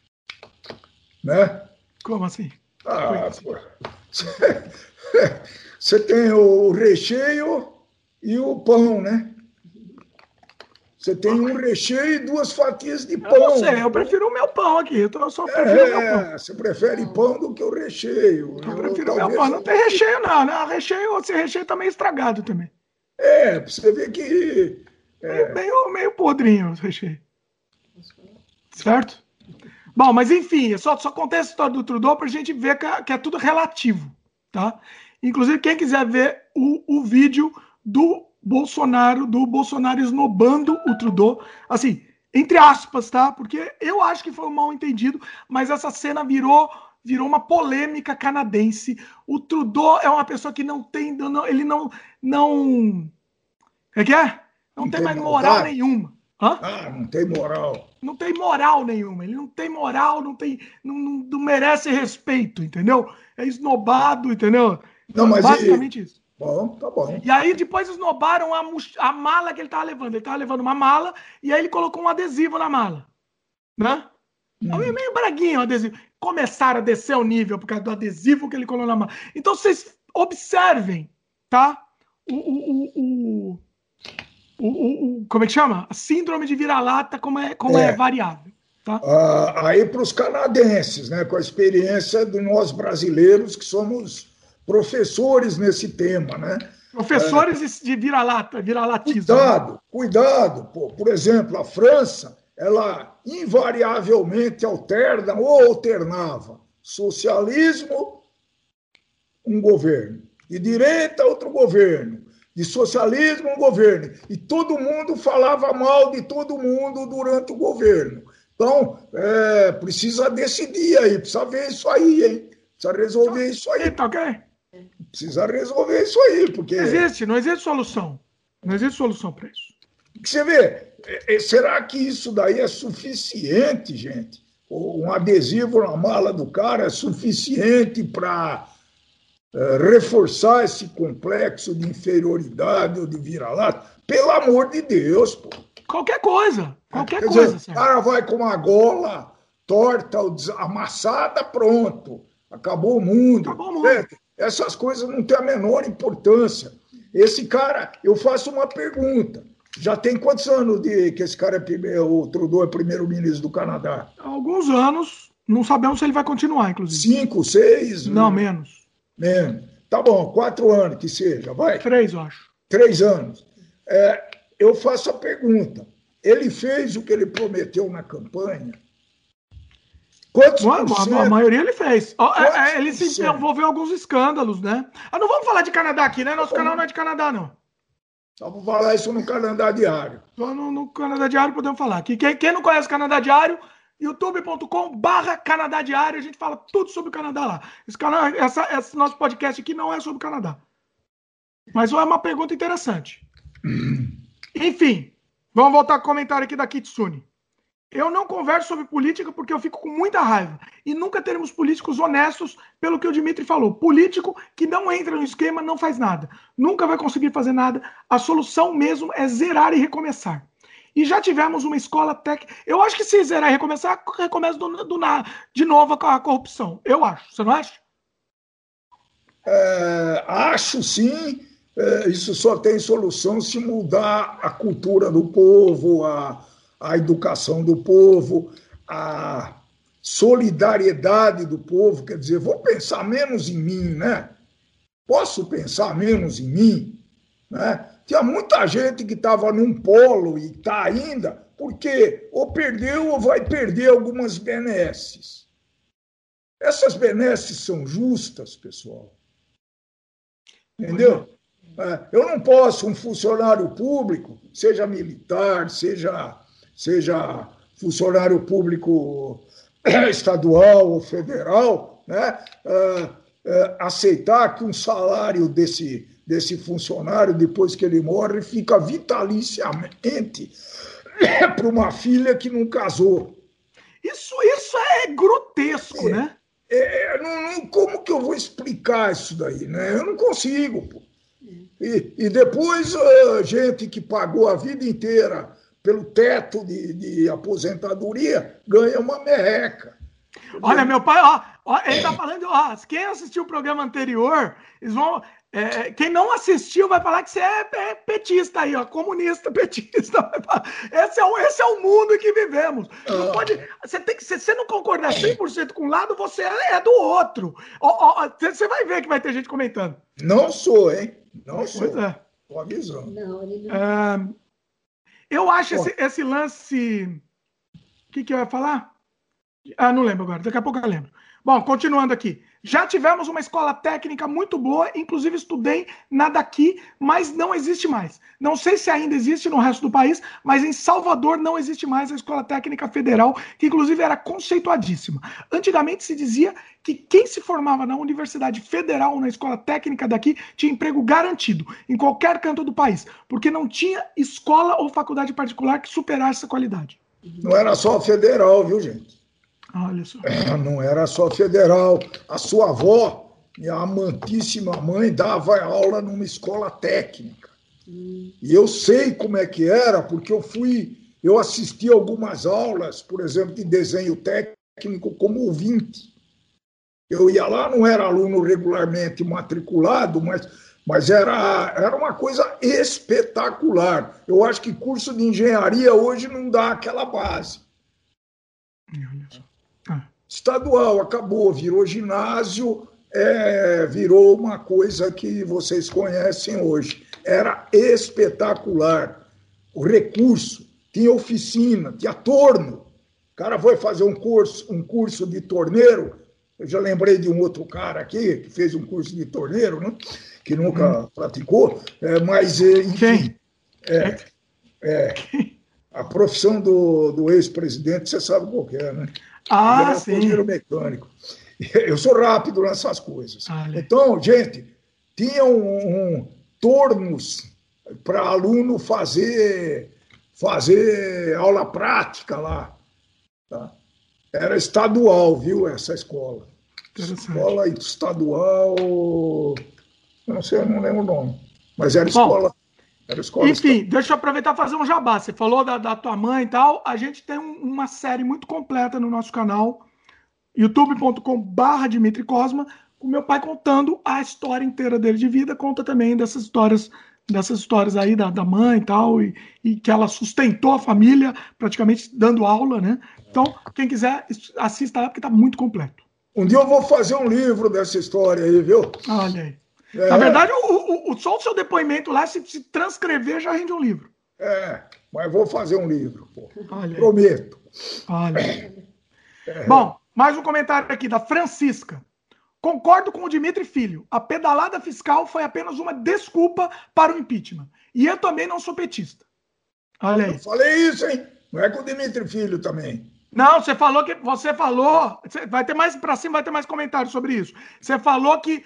Né? Como assim? Você tem o recheio e o pão, né? Você tem um recheio e 2 fatias de pão. Eu não sei, eu prefiro o meu pão aqui. Eu só prefiro o meu pão. Você prefere pão do que o recheio. Eu prefiro o meu pão. Não tem recheio, não, né? Esse recheio tá meio estragado também. Pra você ver que... Meio podrinho o recheio. Certo? Bom, mas enfim, só contei essa história do Trudeau pra gente ver que é tudo relativo, tá? Inclusive, quem quiser ver o vídeo do Bolsonaro esnobando o Trudeau, assim, entre aspas, tá? Porque eu acho que foi um mal entendido, mas essa cena virou uma polêmica canadense. O Trudeau é uma pessoa que não tem, ele não é que é? Não tem mais moral nenhuma. Não tem moral. Não tem moral nenhuma. Ele não tem moral, não merece respeito, entendeu? É esnobado, entendeu? Não, mas basicamente isso. Bom, tá bom. E aí depois esnobaram a mala que ele tava levando. Ele tava levando uma mala e aí ele colocou um adesivo na mala. Né? Meio braguinho o adesivo. Começaram a descer o nível por causa do adesivo que ele colocou na mala. Então vocês observem, tá? Como é que chama? A síndrome de vira-lata, como é variável. Tá? Aí para os canadenses, né, com a experiência de nós brasileiros que somos professores nesse tema, né? Professores de vira-latismo. Cuidado. Por exemplo, a França, ela invariavelmente alterna ou alternava socialismo, um governo, de direita, outro governo, de socialismo, um governo. E todo mundo falava mal de todo mundo durante o governo. Então, precisa decidir aí, precisa ver isso aí, hein? Precisa resolver isso aí. Tá ok? Precisa resolver isso aí, porque... Não existe solução. Não existe solução para isso. Você vê, será que isso daí é suficiente, gente? Um adesivo na mala do cara é suficiente para reforçar esse complexo de inferioridade ou de vira-lata? Pelo amor de Deus, pô. Qualquer coisa. Quer dizer, o cara vai com uma gola torta, amassada, pronto. Acabou o mundo. Essas coisas não têm a menor importância. Esse cara, eu faço uma pergunta. Já tem quantos anos que esse cara o Trudeau é primeiro-ministro do Canadá? Alguns anos. Não sabemos se ele vai continuar, inclusive. 5, 6? Não, menos. Menos. Tá bom, 4 anos que seja, vai. 3, eu acho. 3 anos. Eu faço a pergunta. Ele fez o que ele prometeu na campanha? Quantos por cento? A maioria ele fez. Ele se envolveu em alguns escândalos, né? Não vamos falar de Canadá aqui, né? Nosso canal não é de Canadá, não. Vamos falar isso no Canadá Diário. Só no Canadá Diário podemos falar. Quem não conhece o Canadá Diário, youtube.com/Canadá Diário. A gente fala tudo sobre o Canadá lá. Esse nosso podcast aqui não é sobre o Canadá. Mas é uma pergunta interessante. Enfim, vamos voltar com o comentário aqui da Kitsune. Eu não converso sobre política porque eu fico com muita raiva. E nunca teremos políticos honestos, pelo que o Dimitri falou. Político que não entra no esquema não faz nada. Nunca vai conseguir fazer nada. A solução mesmo é zerar e recomeçar. E já tivemos uma escola técnica. Eu acho que se zerar e recomeçar, recomeça de novo com a corrupção. Eu acho. Você não acha? Acho sim. Isso só tem solução se mudar a cultura do povo, a educação do povo, a solidariedade do povo. Quer dizer, vou pensar menos em mim, né? Posso pensar menos em mim, né? Tinha muita gente que estava num polo e está ainda, porque ou perdeu ou vai perder algumas benesses. Essas benesses são justas, pessoal. Entendeu? Eu não posso, um funcionário público, seja militar, seja funcionário público estadual ou federal, né, aceitar que um salário desse funcionário, depois que ele morre, fica vitaliciamente para uma filha que não casou. Isso é grotesco, né? Como que eu vou explicar isso daí, né? Eu não consigo, pô. E depois gente que pagou a vida inteira pelo teto de aposentadoria ganha uma merreca. Olha, meu pai, ele tá falando, quem assistiu o programa anterior, eles vão... quem não assistiu vai falar que você é petista aí, comunista, petista. Esse é o mundo em que vivemos. Não pode, se você não concordar 100% com um lado, você é do outro. Você vai ver que vai ter gente comentando. Não sou, hein? Não sou. Pois é. Tô avisando. Não, ele não. Eu acho esse lance... O que eu ia falar? Não lembro agora. Daqui a pouco eu lembro. Bom, continuando aqui. Já tivemos uma escola técnica muito boa, inclusive estudei na daqui, mas não existe mais. Não sei se ainda existe no resto do país, mas em Salvador não existe mais a Escola Técnica Federal, que inclusive era conceituadíssima. Antigamente se dizia que quem se formava na Universidade Federal, na Escola Técnica daqui, tinha emprego garantido em qualquer canto do país, porque não tinha escola ou faculdade particular que superasse essa qualidade. Não era só federal, viu, gente? Olha só. Não era só federal. A sua avó, minha amantíssima mãe, dava aula numa escola técnica. E eu sei como é que era, porque eu assisti algumas aulas, por exemplo, de desenho técnico como ouvinte. Eu ia lá, não era aluno regularmente matriculado, mas era uma coisa espetacular. Eu acho que curso de engenharia hoje não dá aquela base. Estadual, acabou, virou ginásio, virou uma coisa que vocês conhecem hoje. Era espetacular. O recurso, tinha oficina, tinha torno. O cara foi fazer um curso de torneiro. Eu já lembrei de um outro cara aqui que fez um curso de torneiro, né? Que nunca praticou, mas, enfim, a profissão do ex-presidente, você sabe qual que é, né? Sim. Torneiro mecânico. Eu sou rápido nessas coisas. Então, gente, tinha tornos para aluno fazer aula prática lá. Tá? Era estadual, viu, essa escola. Escola estadual, eu não sei, eu não lembro o nome, mas era escola. Enfim, deixa eu aproveitar e fazer um jabá. Você falou da tua mãe e tal. A gente tem uma série muito completa no nosso canal, youtube.com/Dimitri Cosma, com meu pai contando a história inteira dele de vida. Conta também dessas histórias aí da mãe e tal, e que ela sustentou a família, praticamente dando aula, né? Então, quem quiser, assista lá, porque tá muito completo. Um dia eu vou fazer um livro dessa história aí, viu? Olha aí. Na verdade, só o seu depoimento lá, se transcrever, já rende um livro. Mas vou fazer um livro, pô. Prometo. Olha. Bom, mais um comentário aqui da Francisca. Concordo com o Dimitri Filho. A pedalada fiscal foi apenas uma desculpa para o impeachment. E eu também não sou petista. Olha aí. Eu falei isso, hein? Não é com o Dimitri Filho também. Não, você falou. Vai ter mais para cima, vai ter mais comentários sobre isso. Você falou que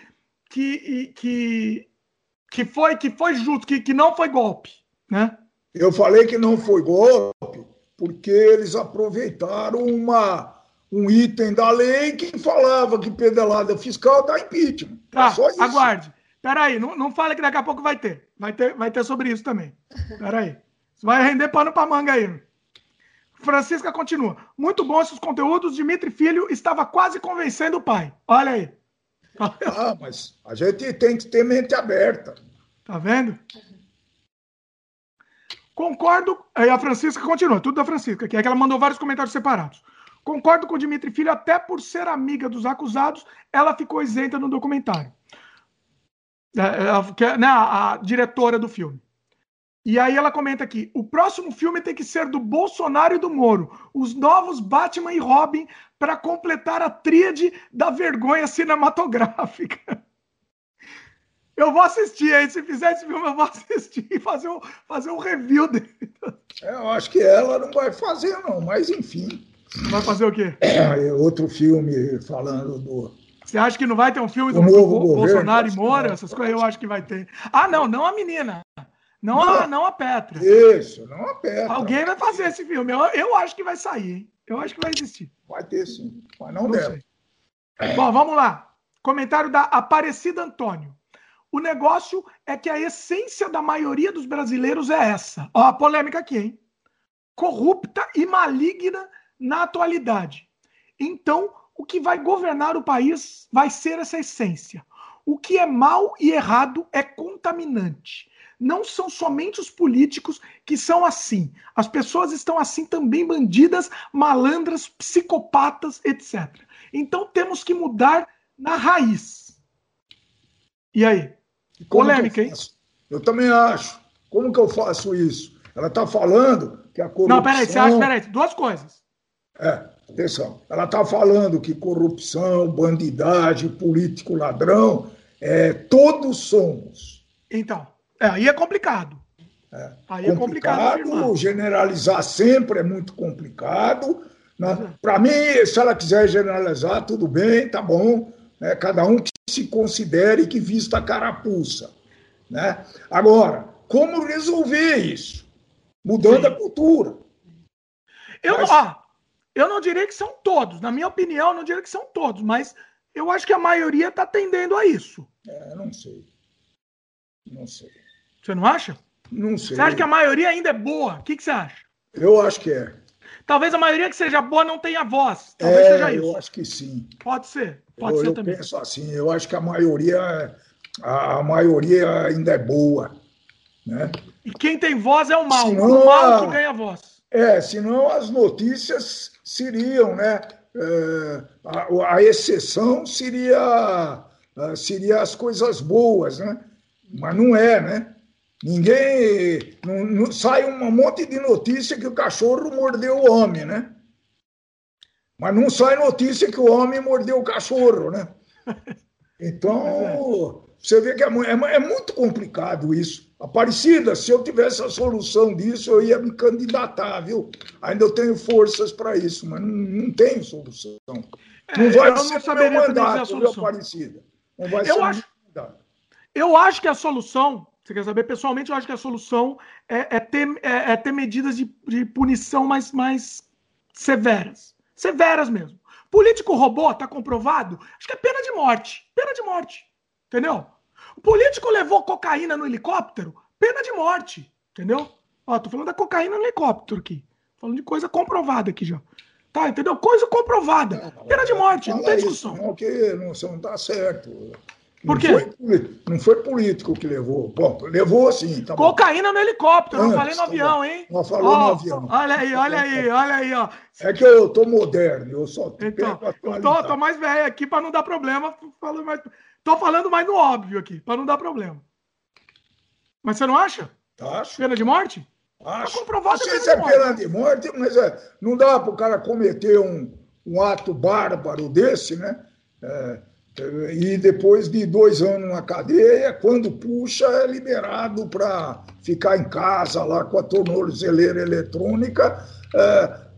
foi justo, que não foi golpe, né? Eu falei que não foi golpe porque eles aproveitaram um item da lei que falava que pedalada fiscal dá impeachment. Tá, só isso. Aguarde. Peraí, não fale que daqui a pouco vai ter. Vai ter sobre isso também. Peraí. Isso vai render pano pra manga aí. Francisca continua. Muito bom esses conteúdos. Dimitri Filho estava quase convencendo o pai. Olha aí. Mas a gente tem que ter mente aberta. Tá vendo? Concordo. Aí a Francisca continua. Tudo da Francisca, que é que ela mandou vários comentários separados. Concordo com o Dimitri Filho, até por ser amiga dos acusados, ela ficou isenta no documentário. A diretora do filme. E aí ela comenta aqui, o próximo filme tem que ser do Bolsonaro e do Moro, os novos Batman e Robin, para completar a tríade da vergonha cinematográfica. Eu vou assistir aí, se fizer esse filme eu vou assistir e fazer um review dele. Eu acho que ela não vai fazer não, mas enfim. Vai fazer o quê? Outro filme falando do... Você acha que não vai ter um filme do Bolsonaro e Moro? Essas coisas eu acho que vai ter. Não a menina. Não a Petra. Isso, não a Petra. Alguém vai fazer esse filme. Eu acho que vai sair, hein? Eu acho que vai existir. Vai ter sim, mas não deve. Bom, vamos lá. Comentário da Aparecida Antônio. O negócio é que a essência da maioria dos brasileiros é essa. Ó, a polêmica aqui, hein? Corrupta e maligna na atualidade. Então, o que vai governar o país vai ser essa essência. O que é mal e errado é contaminante. Não são somente os políticos que são assim. As pessoas estão assim também bandidas, malandras, psicopatas, etc. Então temos que mudar na raiz. E aí? Polêmica, hein? Eu também acho. Como que eu faço isso? Ela está falando que a corrupção... Não, peraí. Duas coisas. Atenção. Ela está falando que corrupção, bandidagem, político ladrão, todos somos. Então... aí é complicado. Aí é complicado. Generalizar sempre é muito complicado. Né? Para mim, se ela quiser generalizar, tudo bem, tá bom. Né? Cada um que se considere que vista a carapuça. Né? Agora, como resolver isso? Mudando a cultura. Eu não diria que são todos. Na minha opinião, eu não diria que são todos, mas eu acho que a maioria está tendendo a isso. Não sei. Você não acha? Não sei. Você acha que a maioria ainda é boa? O que você acha? Eu acho que é. Talvez a maioria que seja boa não tenha voz. Talvez seja isso. Eu acho que sim. Pode ser. Pode ser também. Eu penso assim. Eu acho que a maioria ainda é boa. Né? E quem tem voz é o mal. O mal que ganha voz. Senão as notícias seriam, né? A exceção seria as coisas boas, né? Mas não é, né? Ninguém... Não sai um monte de notícia que o cachorro mordeu o homem, né? Mas não sai notícia que o homem mordeu o cachorro, né? Então, você vê que é muito complicado isso. Aparecida, se eu tivesse a solução disso, eu ia me candidatar, viu? Ainda eu tenho forças para isso, mas não tenho solução. Não vai ser o meu mandato, viu, Aparecida? Não vai ser o meu mandato. Eu acho que a solução, você quer saber, pessoalmente, eu acho que a solução é ter medidas de punição mais severas. Severas mesmo. Político roubou, tá comprovado? Acho que é pena de morte. Pena de morte. Entendeu? O político levou cocaína no helicóptero, pena de morte. Entendeu? Tô falando da cocaína no helicóptero aqui. Falando de coisa comprovada aqui já. Tá, entendeu? Coisa comprovada. Pena de morte, não tem discussão. Não está certo. Por quê? Não foi político que levou. Bom, levou sim. Tá cocaína no helicóptero, não falei no avião, hein? Não falou no avião. Olha aí, ó. É que eu tô moderno, eu só tô mais velho aqui para não dar problema. Tô falando mais no óbvio aqui, para não dar problema. Mas você não acha? Acho. Pena de morte? Acho. Tá comprovado. Não sei se é pena de morte, mas não dá para o cara cometer um ato bárbaro desse, né? E depois de 2 anos na cadeia, quando puxa, é liberado para ficar em casa lá com a tornozeleira eletrônica,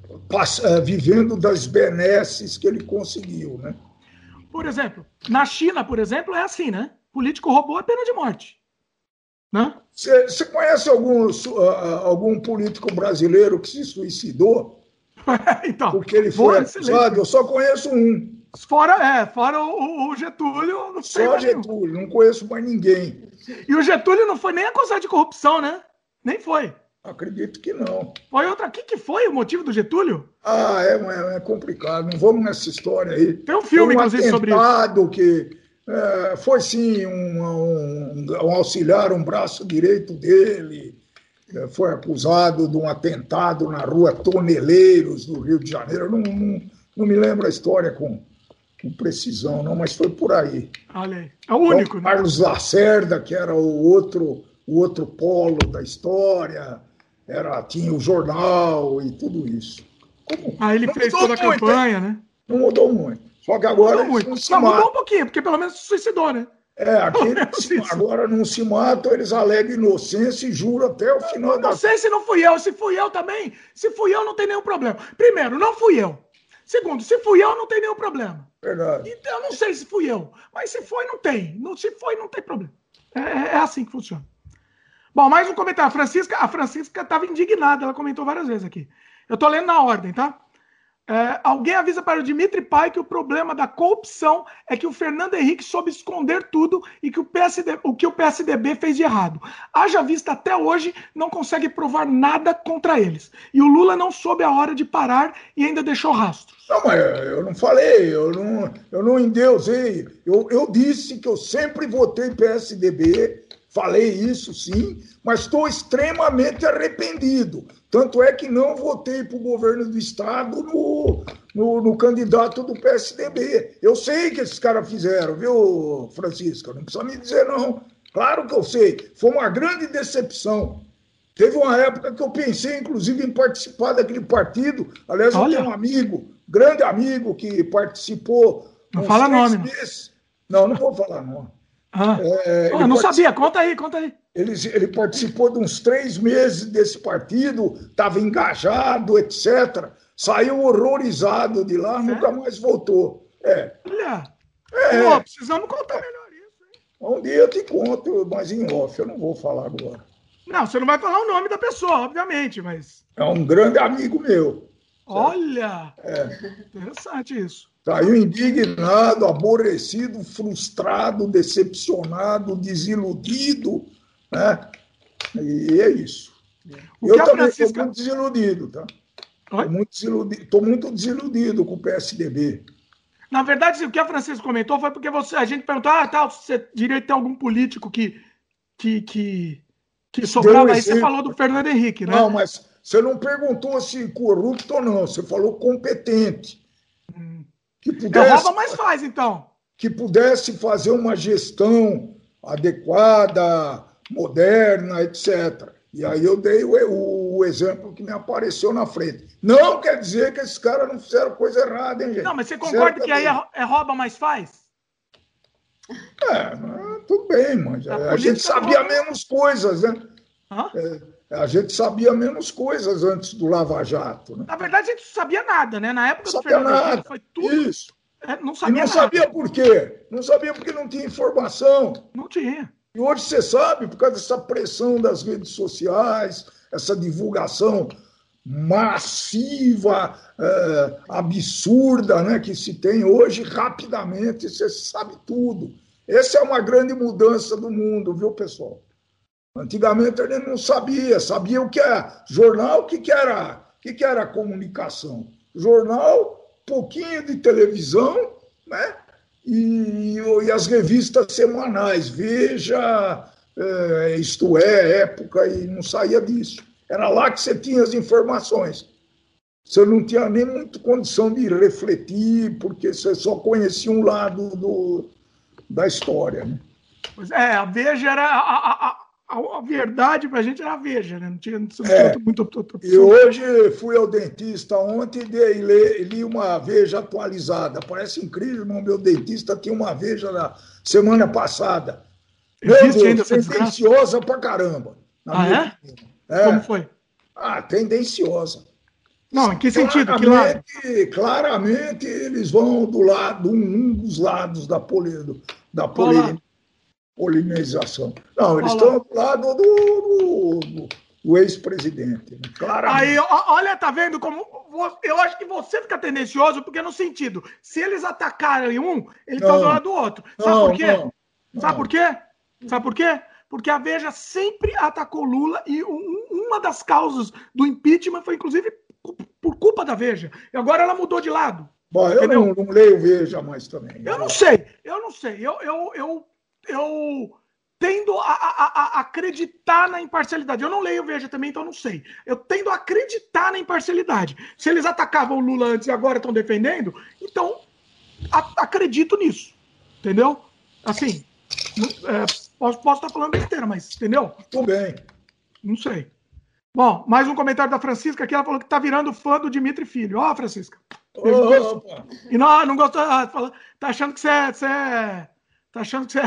vivendo das benesses que ele conseguiu, né? Por exemplo, na China, por exemplo, é assim, né? Político roubou é pena de morte. Né? Você conhece algum político brasileiro que se suicidou? Então, porque ele foi acusado? Eu só conheço um. Fora o Getúlio, não sei. Só Getúlio, não conheço mais ninguém. E o Getúlio não foi nem acusado de corrupção, né? Nem foi. Acredito que não. Foi outra. O que foi o motivo do Getúlio? É complicado. Não vamos nessa história aí. Tem um filme, inclusive, sobre isso. Que foi sim um auxiliar, um braço direito dele. Foi acusado de um atentado na rua Toneleiros, do Rio de Janeiro. Eu não me lembro a história com precisão, não, mas foi por aí. Olha aí. É o único, né? Carlos Lacerda, que era o outro polo da história, tinha o jornal e tudo isso. Ele fez toda a campanha, né? Não mudou muito. Só que agora mudou um pouquinho, porque pelo menos se suicidou, né? Agora não se matam, eles alegam inocência e juram até o final da... Não sei se não fui eu, se fui eu também. Se fui eu, não tem nenhum problema. Primeiro, não fui eu. Segundo, se fui eu, não tem nenhum problema. Verdade. Então, eu não sei se fui eu, mas se foi, não tem. Se foi, não tem problema. É assim que funciona. Bom, mais um comentário. A Francisca estava indignada, ela comentou várias vezes aqui. Eu estou lendo na ordem, tá? Alguém avisa para o Dimitri Pai que o problema da corrupção é que o Fernando Henrique soube esconder tudo e que o PSDB fez de errado. Haja vista até hoje, não consegue provar nada contra eles. E o Lula não soube a hora de parar e ainda deixou rastros. Não, mas eu não falei, eu não endeusei. Eu disse que eu sempre votei PSDB, falei isso sim, mas estou extremamente arrependido. Tanto é que não votei para o governo do Estado no candidato do PSDB. Eu sei o que esses caras fizeram, viu, Francisca? Não precisa me dizer, não. Claro que eu sei. Foi uma grande decepção. Teve uma época que eu pensei, inclusive, em participar daquele partido. Aliás, eu tenho um amigo, grande amigo, que participou. Não fala nome. Não vou falar nome. Eu não sabia, conta aí. Ele participou de uns 3 meses desse partido, estava engajado, etc. Saiu horrorizado de lá, nunca mais voltou. Olha, precisamos contar melhor isso. Hein? Um dia eu te conto, mas em off, eu não vou falar agora. Não, você não vai falar o nome da pessoa, obviamente, mas... É um grande amigo meu. Olha! Interessante isso. Saiu indignado, aborrecido, frustrado, decepcionado, desiludido, né? E é isso. Eu também estou muito desiludido, tá? Estou muito desiludido com o PSDB. Na verdade, o que a Francisca comentou foi porque a gente perguntou, você diria que tem algum político que sobrava aí, você falou do Fernando Henrique, né? Não, mas você não perguntou se corrupto ou não, você falou competente. Que pudesse, rouba, mas faz, então. Que pudesse fazer uma gestão adequada, moderna, etc. E aí eu dei o exemplo que me apareceu na frente. Não quer dizer que esses caras não fizeram coisa errada, hein, gente? Não, mas você concorda que aí é rouba, mas faz? Tudo bem, mas a gente sabia menos coisas, né? A gente sabia menos coisas antes do Lava Jato. Né? Na verdade, a gente não sabia nada, né? Na época do Fernando Henrique foi tudo... Isso. Não sabia nada. Sabia por quê? Não sabia porque não tinha informação. Não tinha. E hoje você sabe, por causa dessa pressão das redes sociais, essa divulgação massiva, absurda, né, que se tem hoje, rapidamente você sabe tudo. Essa é uma grande mudança do mundo, viu, pessoal? Antigamente a gente não sabia o que era jornal, o que era comunicação. Jornal, pouquinho de televisão, né? E as revistas semanais, Veja, Isto É, Época, e não saía disso. Era lá que você tinha as informações. Você não tinha nem muita condição de refletir, porque você só conhecia um lado da história. Né? Pois a Veja era... A verdade pra gente era a Veja, né? Não tinha muito. E hoje fui ao dentista ontem e li uma Veja atualizada. Parece incrível, mas meu dentista tinha uma Veja na semana passada. Existe ainda essa tendenciosa pra caramba. Como foi? Tendenciosa. Não, em que sentido? Que lado? Claramente eles vão do lado, um dos lados da polinização. Não, eles estão do lado do ex-presidente, né? Claramente. Aí, olha, tá vendo como... Eu acho que você fica tendencioso, porque no sentido, se eles atacarem um, eles estão do lado do outro. Sabe por quê? Sabe por quê? Sabe por quê? Porque a Veja sempre atacou Lula e uma das causas do impeachment foi, inclusive, por culpa da Veja. E agora ela mudou de lado. Bom, eu não leio Veja mais também. Eu não sei. Eu tendo a acreditar na imparcialidade. Eu não leio Veja também, então não sei. Eu tendo a acreditar na imparcialidade. Se eles atacavam o Lula antes e agora estão defendendo, então acredito nisso. Entendeu? Assim, posso estar falando besteira, mas entendeu? Tudo bem. Não sei. Bom, mais um comentário da Francisca, que ela falou que tá virando fã do Dimitri Filho. Ó, Francisca. E não gostou. Tá achando que você tá achando que você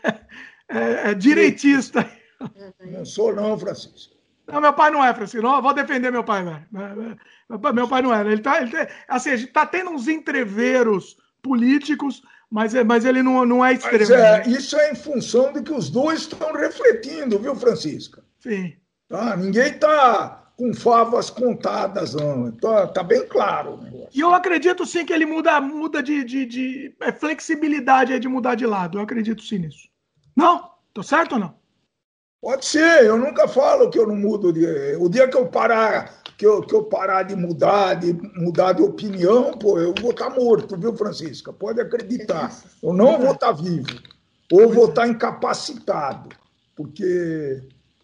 é direitista. Não sou, não, Francisco. Não, meu pai não é, Francisco. Não, vou defender meu pai, velho. Meu pai não é. Assim, a gente tá tendo uns entreveros políticos, mas ele não é extremo. Mas isso é em função de que os dois estão refletindo, viu, Francisca? Sim. Tá? Ninguém está com favas contadas, não. Tá bem claro o negócio. E eu acredito sim que ele muda de flexibilidade de mudar de lado. Eu acredito sim nisso. Não? Tô certo ou não? Pode ser, eu nunca falo que eu não mudo. O dia que eu parar, de mudar de opinião, pô, eu vou estar morto, viu, Francisca? Pode acreditar. Eu não vou estar vivo. Ou vou estar incapacitado. Porque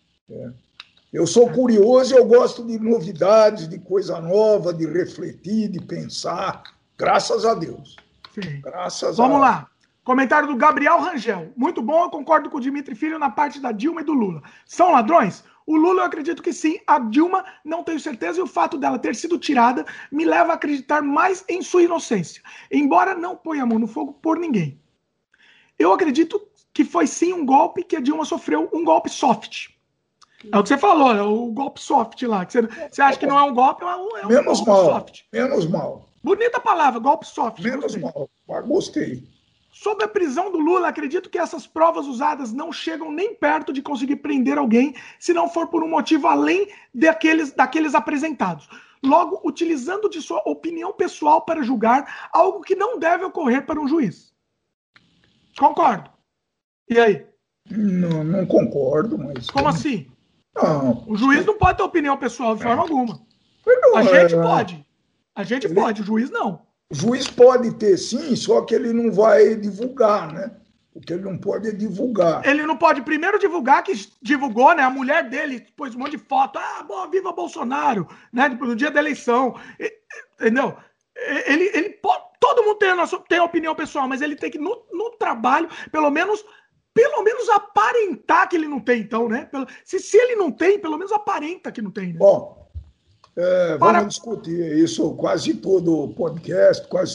eu sou curioso e eu gosto de novidades, de coisa nova, de refletir, de pensar. Graças a Deus. Sim. Vamos lá. Comentário do Gabriel Rangel. Muito bom, eu concordo com o Dimitri Filho na parte da Dilma e do Lula. São ladrões? O Lula eu acredito que sim. A Dilma não tenho certeza e o fato dela ter sido tirada me leva a acreditar mais em sua inocência. Embora não ponha a mão no fogo por ninguém. Eu acredito que foi sim um golpe que a Dilma sofreu, um golpe soft. É o que você falou, é o golpe soft lá. Que você acha que não é um golpe, é um menos golpe mal, soft. Menos mal. Bonita palavra, golpe soft. Menos mal, gostei. Sobre a prisão do Lula, acredito que essas provas usadas não chegam nem perto de conseguir prender alguém se não for por um motivo além daqueles apresentados. Logo, utilizando de sua opinião pessoal para julgar algo que não deve ocorrer para um juiz. Concordo. E aí? Não concordo, mas... Como assim? Não. O juiz não pode ter opinião pessoal de forma alguma. A gente pode. A gente pode, o juiz não. O juiz pode ter, sim, só que ele não vai divulgar, né? O que ele não pode é divulgar. Ele não pode primeiro divulgar, que divulgou, né? A mulher dele pôs um monte de foto. Viva Bolsonaro, né? No dia da eleição. Entendeu? Ele pode, todo mundo tem opinião pessoal, mas ele tem que, no trabalho, pelo menos aparentar que ele não tem, então, né? Se ele não tem, pelo menos aparenta que não tem, né? Bom, vamos discutir isso quase todo o podcast, quase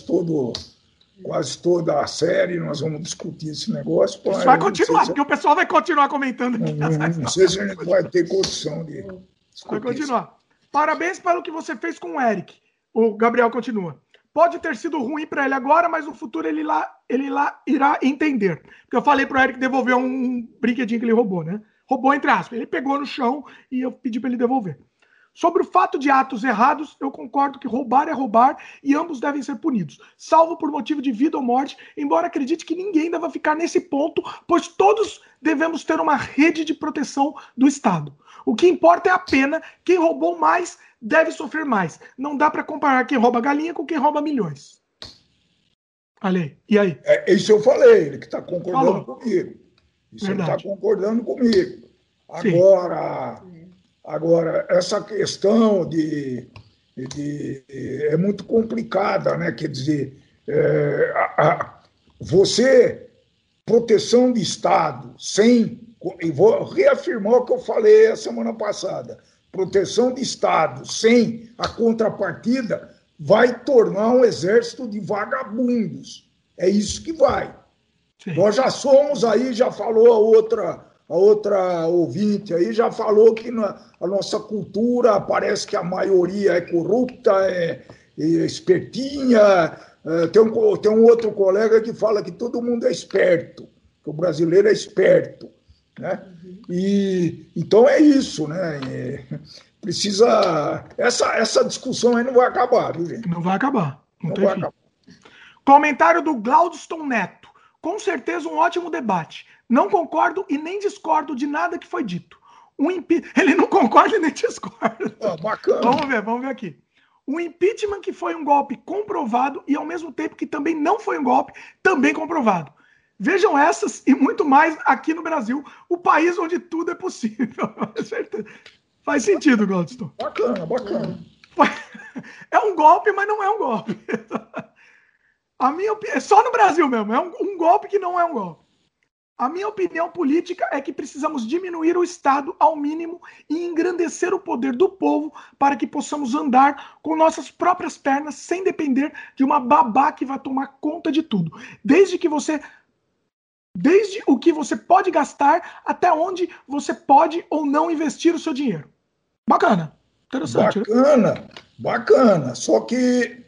toda a série, nós vamos discutir esse negócio. Isso vai continuar, porque o pessoal vai continuar comentando aqui. Não sei se a gente vai ter condição de discutir. Vai continuar. Parabéns pelo que você fez com o Eric. O Gabriel continua. Pode ter sido ruim para ele agora, mas no futuro ele irá entender. Porque eu falei para o Eric devolver um brinquedinho que ele roubou, né? Roubou entre aspas. Ele pegou no chão e eu pedi para ele devolver. Sobre o fato de atos errados, eu concordo que roubar é roubar e ambos devem ser punidos, salvo por motivo de vida ou morte, embora acredite que ninguém deva ficar nesse ponto, pois todos devemos ter uma rede de proteção do Estado. O que importa é a pena, quem roubou mais deve sofrer mais. Não dá para comparar quem rouba galinha com quem rouba milhões. Ale, e aí? Isso eu falei, ele que está concordando comigo. Isso ele está concordando comigo. Agora, essa questão é muito complicada, né? Quer dizer, proteção de Estado e vou reafirmar o que eu falei a semana passada, proteção de Estado sem a contrapartida vai tornar um exército de vagabundos. É isso que vai. Sim. Nós já somos aí, já falou outra ouvinte aí já falou que a nossa cultura parece que a maioria é corrupta, é espertinha. Tem um outro colega que fala que todo mundo é esperto, que o brasileiro é esperto, né? E então é isso, né? Precisa. Essa discussão aí não vai acabar, viu, gente? Não vai acabar. Não vai acabar. Comentário do Glaudston Neto. Com certeza um ótimo debate. Não concordo e nem discordo de nada que foi dito. Ele não concorda e nem discorda. Bacana. Vamos ver aqui. Um impeachment que foi um golpe comprovado e ao mesmo tempo que também não foi um golpe, também comprovado. Vejam essas e muito mais aqui no Brasil, o país onde tudo é possível. Faz sentido, Glaudston. Bacana. É um golpe, mas não é um golpe. A minha opinião, é só no Brasil mesmo, é um golpe que não é um golpe. A minha opinião política é que precisamos diminuir o Estado ao mínimo e engrandecer o poder do povo para que possamos andar com nossas próprias pernas sem depender de uma babá que vai tomar conta de tudo. Desde o que você pode gastar até onde você pode ou não investir o seu dinheiro. Bacana. Interessante. Bacana. Só que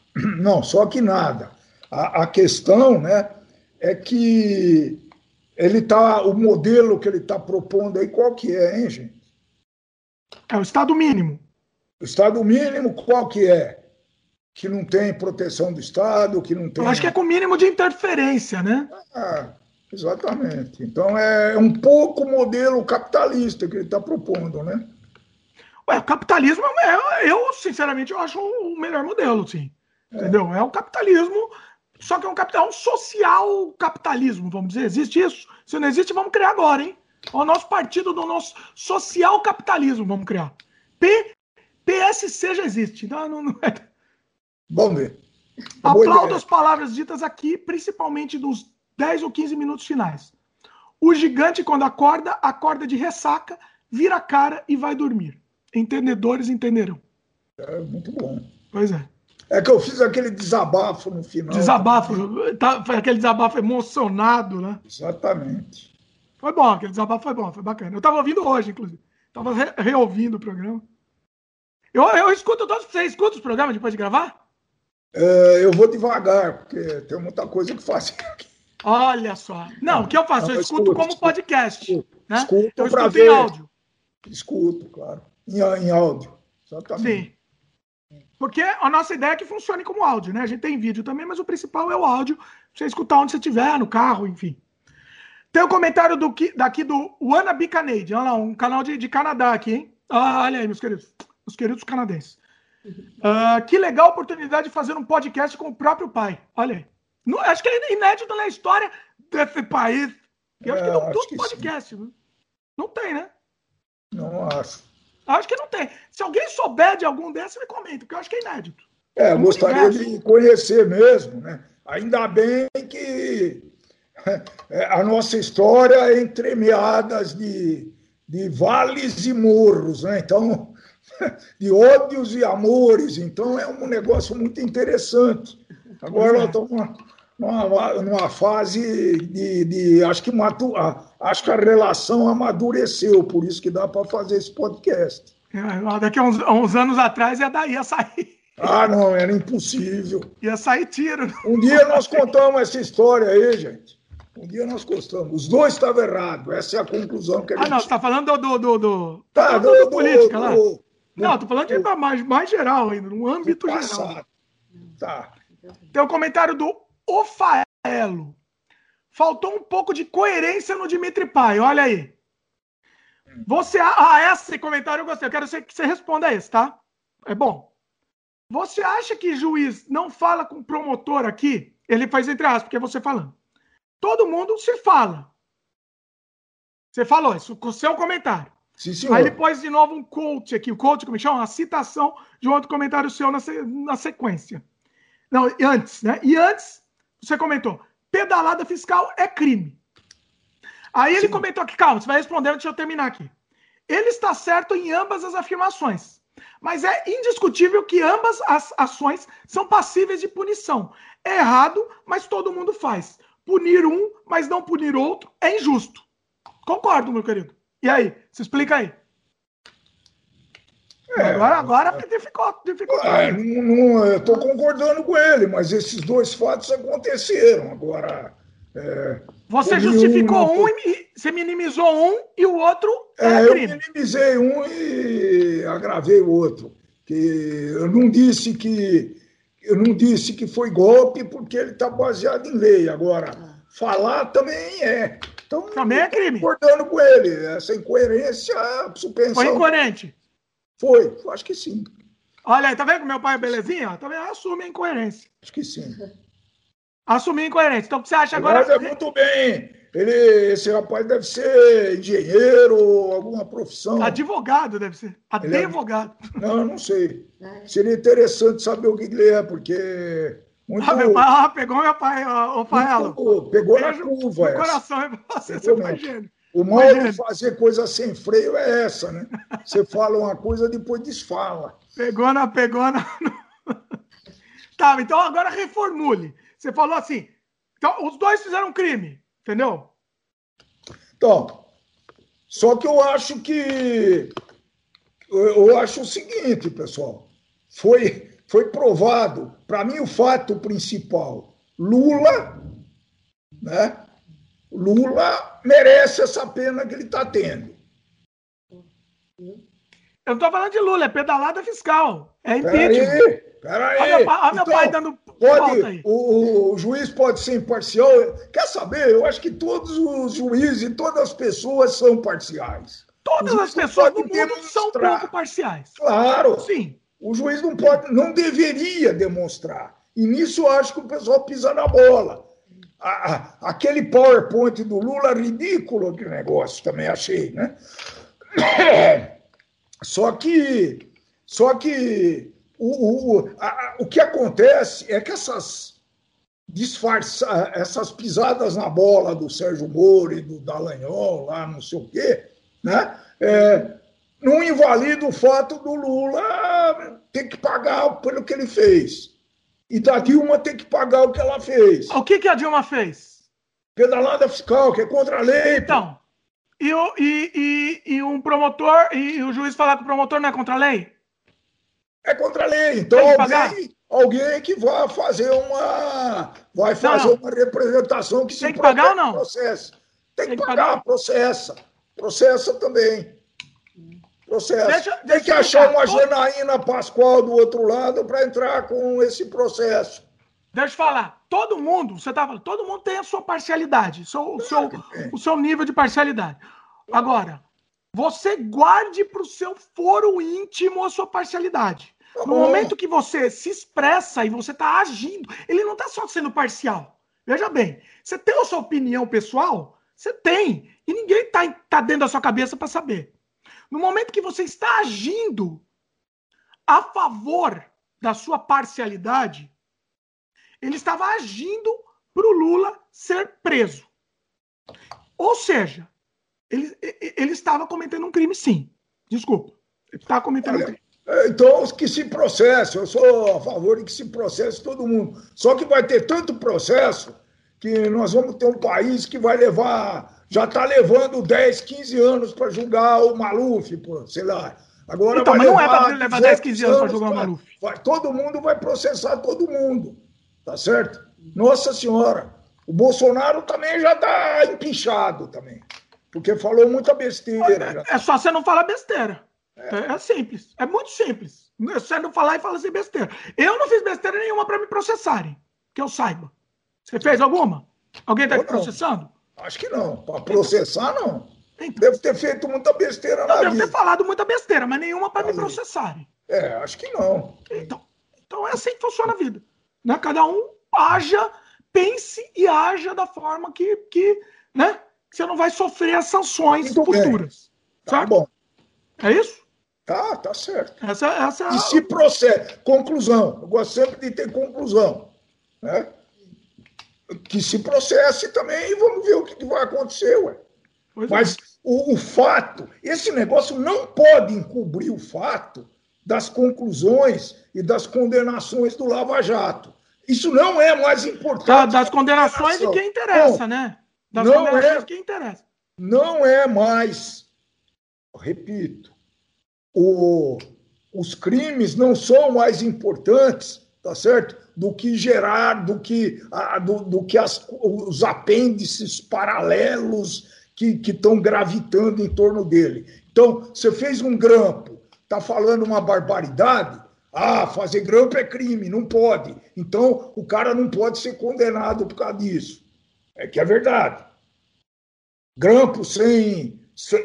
nada. A questão, né, é que o modelo que ele está propondo aí, qual que é, hein, gente? É o Estado mínimo. O Estado mínimo, qual que é? Que não tem proteção do Estado, que não tem... Eu acho que é com o mínimo de interferência, né? Exatamente. Então é um pouco o modelo capitalista que ele está propondo, né? O capitalismo, eu sinceramente, eu acho o melhor modelo, sim. Entendeu? É o capitalismo, só que é um social capitalismo, vamos dizer. Existe isso? Se não existe, vamos criar agora, hein? É o nosso partido do nosso social capitalismo, vamos criar. PSC já existe. Não é... Vamos ver. Aplaudo as palavras ditas aqui, principalmente dos 10 ou 15 minutos finais. O gigante, quando acorda de ressaca, vira a cara e vai dormir. Entendedores entenderão. É muito bom. Pois é. É que eu fiz aquele desabafo no final. Foi aquele desabafo emocionado, né? Exatamente. Foi bom, aquele desabafo foi bom, foi bacana. Eu estava ouvindo hoje, inclusive. Estava reouvindo o programa. Eu escuto todos. Você escuta os programas depois de gravar? Eu vou devagar, porque tem muita coisa que faço aqui. Olha só. Não, o que eu faço? Eu escuto como podcast. Né? Eu escuto em áudio. Escuto, claro. Em áudio. Exatamente. Sim. Porque a nossa ideia é que funcione como áudio, né? A gente tem vídeo também, mas o principal é o áudio. Pra você escutar onde você estiver, no carro, enfim. Tem um comentário daqui do Wannabe Canadian. Olha lá, um canal de Canadá aqui, hein? Olha aí, meus queridos canadenses. Que legal a oportunidade de fazer um podcast com o próprio pai. Olha aí. Acho que é inédito na história desse país. Eu acho que não tem podcast. Né? Não tem, né? Não acho. Acho que não tem. Se alguém souber de algum desses, me comenta, porque eu acho que é inédito. Eu gostaria de conhecer mesmo, né? Ainda bem que a nossa história é entremeadas de vales e morros, né? Então, de ódios e amores. Então, é um negócio muito interessante. Agora, nós estamos numa fase de acho que a relação amadureceu, por isso que dá para fazer esse podcast. Daqui a uns anos atrás ia sair. Não, era impossível. Ia sair tiro. Um dia nós contamos essa história aí, gente. Um dia nós contamos. Os dois estavam errados. Essa é a conclusão que a gente... não, você está falando do política lá? Não, estou falando de mais geral ainda, no âmbito geral. Tá. Tem um comentário do Ofaelo. Faltou um pouco de coerência no Dimitri Pai, olha aí. Esse comentário eu gostei. Eu quero que você responda a esse, tá? É bom. Você acha que juiz não fala com promotor aqui? Ele faz entre aspas, porque é você falando. Todo mundo se fala. Você falou isso com o seu comentário. Sim, senhor. Aí ele pôs de novo um quote aqui. O quote, como chama? Uma citação de um outro comentário seu na sequência. Não, antes, né? E antes, você comentou, pedalada fiscal é crime. Aí ele comentou aqui, calma, você vai responder, deixa eu terminar aqui. Ele está certo em ambas as afirmações, mas é indiscutível que ambas as ações são passíveis de punição. É errado, mas todo mundo faz. Punir um, mas não punir outro, é injusto. Concordo, meu querido. E aí? Se explica aí. Agora dificultou. Eu estou concordando com ele, mas esses dois fatos aconteceram. Agora. Você justificou você minimizou um e o outro crime. Eu minimizei um e agravei o outro. Eu não disse que foi golpe porque ele está baseado em lei. Agora, falar também é. Então, também é crime. Concordando com ele. Essa incoerência, suspensão. Foi incoerente? Foi, acho que sim. Olha aí, tá vendo que meu pai é belezinha? Também assume a incoerência. Acho que sim. Assumir a incoerência. Então, o que você acha agora? Mas muito bem. Esse rapaz deve ser engenheiro, alguma profissão. Advogado deve ser. Advogado. Não, não sei. Seria interessante saber o que ele é, porque... meu pai pegou meu pai, ô Faelo. Pegou na curva. No coração, você foi gênio. O mal de fazer coisa sem freio é essa, né? Você fala uma coisa, depois desfala. Pegou na... Tá, então agora reformule. Você falou assim, então os dois fizeram crime, entendeu? Então, só que eu acho o seguinte, pessoal, foi provado, para mim o fato principal, Lula merece essa pena que ele está tendo. Eu não estou falando de Lula, é pedalada fiscal, é impeachment. Peraí. Olha meu pai dando volta aí. O juiz pode ser imparcial. Quer saber? Eu acho que todos os juízes e todas as pessoas são parciais. Todas as pessoas do mundo são pouco parciais. Claro. Sim. O juiz não deveria demonstrar. E nisso eu acho que o pessoal pisa na bola. Aquele PowerPoint do Lula, ridículo aquele negócio, também achei, né? Só que o que acontece é que essas pisadas na bola do Sérgio Moro e do Dallagnol, lá não sei o quê, né? Não invalida o fato do Lula ter que pagar pelo que ele fez. E da Dilma ter que pagar o que ela fez. O que a Dilma fez? Pedalada fiscal, que é contra a lei. Então, e um promotor, e o juiz falar que o promotor não é contra a lei? É contra a lei. Então alguém que vai fazer uma representação que se tem que pagar ou não? Processa. Tem que pagar, processa também. Processo. Tem que achar uma Janaína Pascoal do outro lado para entrar com esse processo. Deixa eu falar. Todo mundo tem a sua parcialidade, o seu nível de parcialidade. Agora, você guarde para o seu foro íntimo a sua parcialidade. No momento que você se expressa e você está agindo, ele não está só sendo parcial. Veja bem, você tem a sua opinião pessoal? Você tem. E ninguém está dentro da sua cabeça para saber. No momento que você está agindo a favor da sua parcialidade, ele estava agindo para o Lula ser preso. Ou seja, ele estava cometendo um crime, sim. Desculpa. Ele estava cometendo um crime. Então, que se processe. Eu sou a favor de que se processe todo mundo. Só que vai ter tanto processo que nós vamos ter um país que vai levar... Já está levando 10, 15 anos para julgar o Maluf, sei lá. Agora então, mas não é para levar 10, 15 anos para julgar o Maluf. Todo mundo vai processar todo mundo. Tá certo? Nossa Senhora. O Bolsonaro também já está empinchado também. Porque falou muita besteira. É só você não falar besteira. É simples. É muito simples. Você não falar e falar assim besteira. Eu não fiz besteira nenhuma para me processarem. Que eu saiba. Você fez alguma? Alguém está te processando? Acho que não. Para processar, não. Então, deve ter feito muita besteira na vida. Deve ter falado muita besteira, mas nenhuma para me processarem. Acho que não. Então é assim que funciona a vida. Né? Cada um pense e haja da forma que você não vai sofrer as sanções futuras. Tá bom. É isso? Tá certo. Essa... E se processa. Conclusão. Eu gosto sempre de ter conclusão. Né? Que se processe também e vamos ver o que vai acontecer, ué. Mas o fato, esse negócio não pode encobrir o fato das conclusões e das condenações do Lava Jato. Isso não é mais importante. Das condenações de quem interessa, né? Das condenações de quem interessa. não é mais, repito, os crimes não são mais importantes, tá certo? Do que os apêndices paralelos que estão gravitando em torno dele. Então, você fez um grampo, está falando uma barbaridade, fazer grampo é crime, não pode. Então, o cara não pode ser condenado por causa disso. É que é verdade. Grampo sem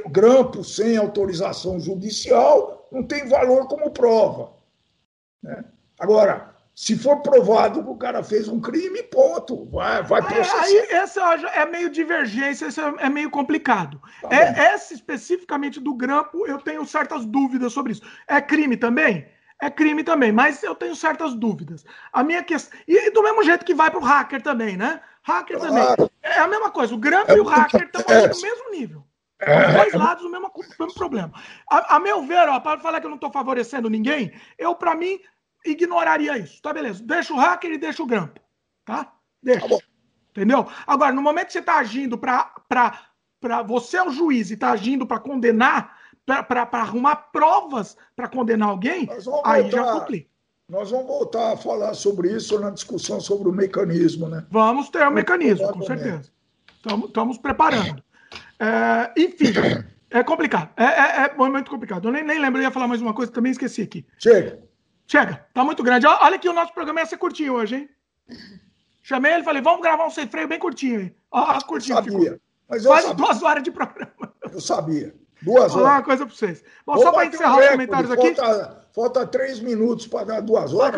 autorização judicial não tem valor como prova. Né? Agora, se for provado que o cara fez um crime, ponto, vai processar. Aí essa é meio divergência, esse é meio complicado. Essa especificamente do grampo, eu tenho certas dúvidas sobre isso. É crime também? É crime também, mas eu tenho certas dúvidas. A minha questão... E do mesmo jeito que vai para o hacker também, né? Hacker também. É a mesma coisa, o grampo e o hacker estão ali no mesmo nível. Os dois lados, o mesmo problema. A meu ver, para falar que eu não estou favorecendo ninguém, eu, para mim, ignoraria isso. Tá, beleza. Deixa o hacker e deixa o grampo. Tá? Deixa. Tá, entendeu? Agora, no momento que você está agindo para você é o juiz e está agindo para condenar, para arrumar provas para condenar alguém, aí já complica. Nós vamos voltar a falar sobre isso na discussão sobre o mecanismo, né? Vamos ter um mecanismo, com certeza. Estamos preparando. Enfim, é complicado. É muito complicado. Eu nem lembro, eu ia falar mais uma coisa, também esqueci aqui. Chega, tá muito grande. Olha que o nosso programa ia ser curtinho hoje, hein? Chamei ele e falei, vamos gravar um sem freio bem curtinho, hein? Curtinho. Eu sabia. Quase 2 horas de programa. Eu sabia. 2 horas. Vou falar uma coisa para vocês. Bom, só para encerrar os comentários aqui. Falta 3 minutos para dar 2 horas.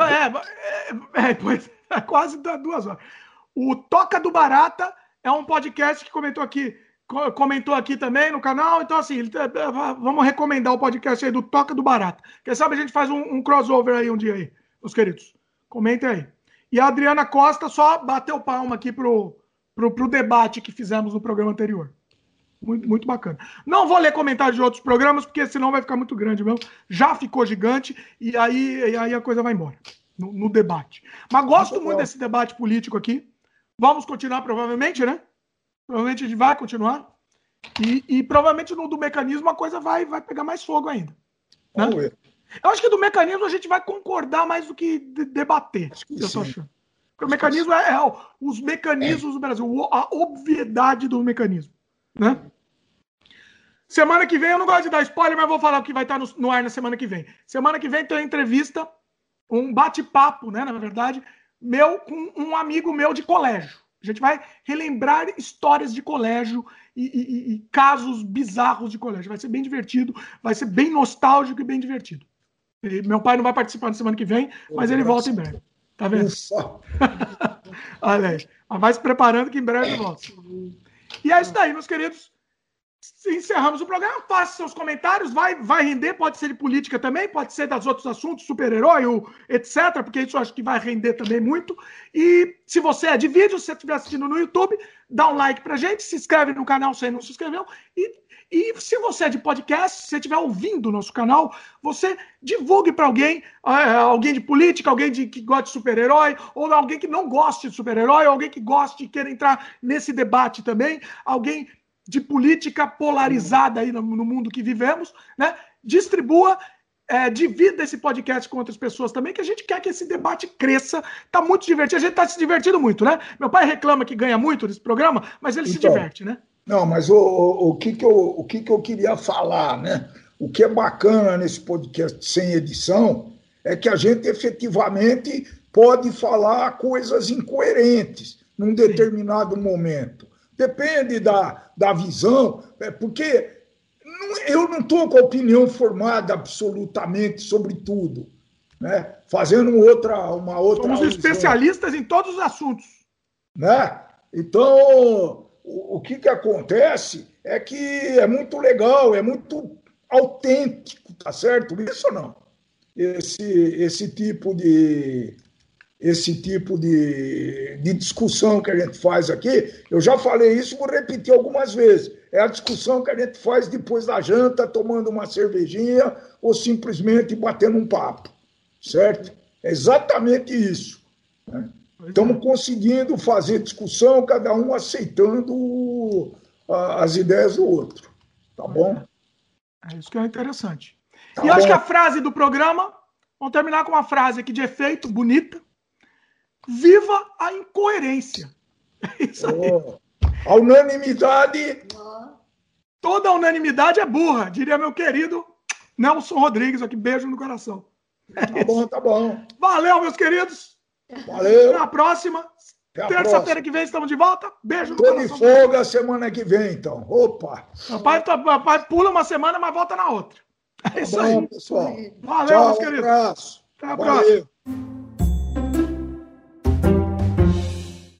Pois é, quase 2 horas. O Toca do Barata é um podcast que comentou aqui também no canal. Então, assim, vamos recomendar o podcast aí do Toca do Barata. Quem sabe a gente faz um crossover aí um dia aí, meus queridos. Comentem aí. E a Adriana Costa só bateu palma aqui pro debate que fizemos no programa anterior. Muito, muito bacana. Não vou ler comentários de outros programas, porque senão vai ficar muito grande mesmo. Já ficou gigante e aí a coisa vai embora no debate. Mas gosto muito desse debate político aqui. Vamos continuar, provavelmente, né? Provavelmente a gente vai continuar. E provavelmente no do mecanismo a coisa vai pegar mais fogo ainda. Né? Eu acho que do mecanismo a gente vai concordar mais do que debater. Eu tô achando. Porque o mecanismo os mecanismos do Brasil, a obviedade do mecanismo. Né? Semana que vem, eu não gosto de dar spoiler, mas vou falar o que vai estar no ar na semana que vem. Semana que vem tem uma entrevista, um bate-papo, né, na verdade, com um amigo meu de colégio. A gente vai relembrar histórias de colégio e casos bizarros de colégio. Vai ser bem divertido, vai ser bem nostálgico e bem divertido. E meu pai não vai participar na semana que vem, mas ele volta em breve. Tá vendo? Olha aí. Vai se preparando que em breve ele volta. E é isso daí, meus queridos. Encerramos o programa. Faça seus comentários. Vai render. Pode ser de política também. Pode ser dos outros assuntos, super-herói, etc. Porque isso eu acho que vai render também muito. E se você é de vídeo, se você estiver assistindo no YouTube, dá um like pra gente. Se inscreve no canal se não se inscreveu. E se você é de podcast, se você estiver ouvindo o nosso canal, você divulgue para alguém de política, alguém que gosta de super-herói, ou alguém que não goste de super-herói, ou alguém que goste e queira entrar nesse debate também, alguém de política polarizada aí no mundo que vivemos, né? Distribua, divida esse podcast com outras pessoas também, que a gente quer que esse debate cresça. Tá muito divertido, a gente tá se divertindo muito, né? Meu pai reclama que ganha muito nesse programa, mas ele se diverte, né? Não, mas o que eu queria falar, né? O que é bacana nesse podcast sem edição é que a gente efetivamente pode falar coisas incoerentes num determinado momento. Depende da visão, porque eu não estou com a opinião formada absolutamente sobre tudo, né? Fazendo uma outra Somos especialistas em todos os assuntos. Né? Então, o que acontece é que é muito legal, é muito autêntico, tá certo? Isso ou não? Esse tipo de discussão que a gente faz aqui, eu já falei isso, vou repetir algumas vezes. É a discussão que a gente faz depois da janta, tomando uma cervejinha ou simplesmente batendo um papo, certo? É exatamente isso. Né? Estamos conseguindo fazer discussão, cada um aceitando as ideias do outro. Tá bom? É isso que é interessante. Tá e bom. acho que a frase do programa, vamos terminar com uma frase aqui de efeito, bonita. Viva a incoerência. É isso aí. A unanimidade. Toda unanimidade é burra, diria meu querido Nelson Rodrigues, aqui, beijo no coração. Tá bom. Valeu, meus queridos. Valeu. Até a próxima. Terça-feira que vem estamos de volta. Beijo no coração. Tô de folga semana que vem, então. Opa! Papai pula uma semana, mas volta na outra. É isso aí. Pessoal. Valeu, Tchau, meus queridos. abraço. Até a próxima.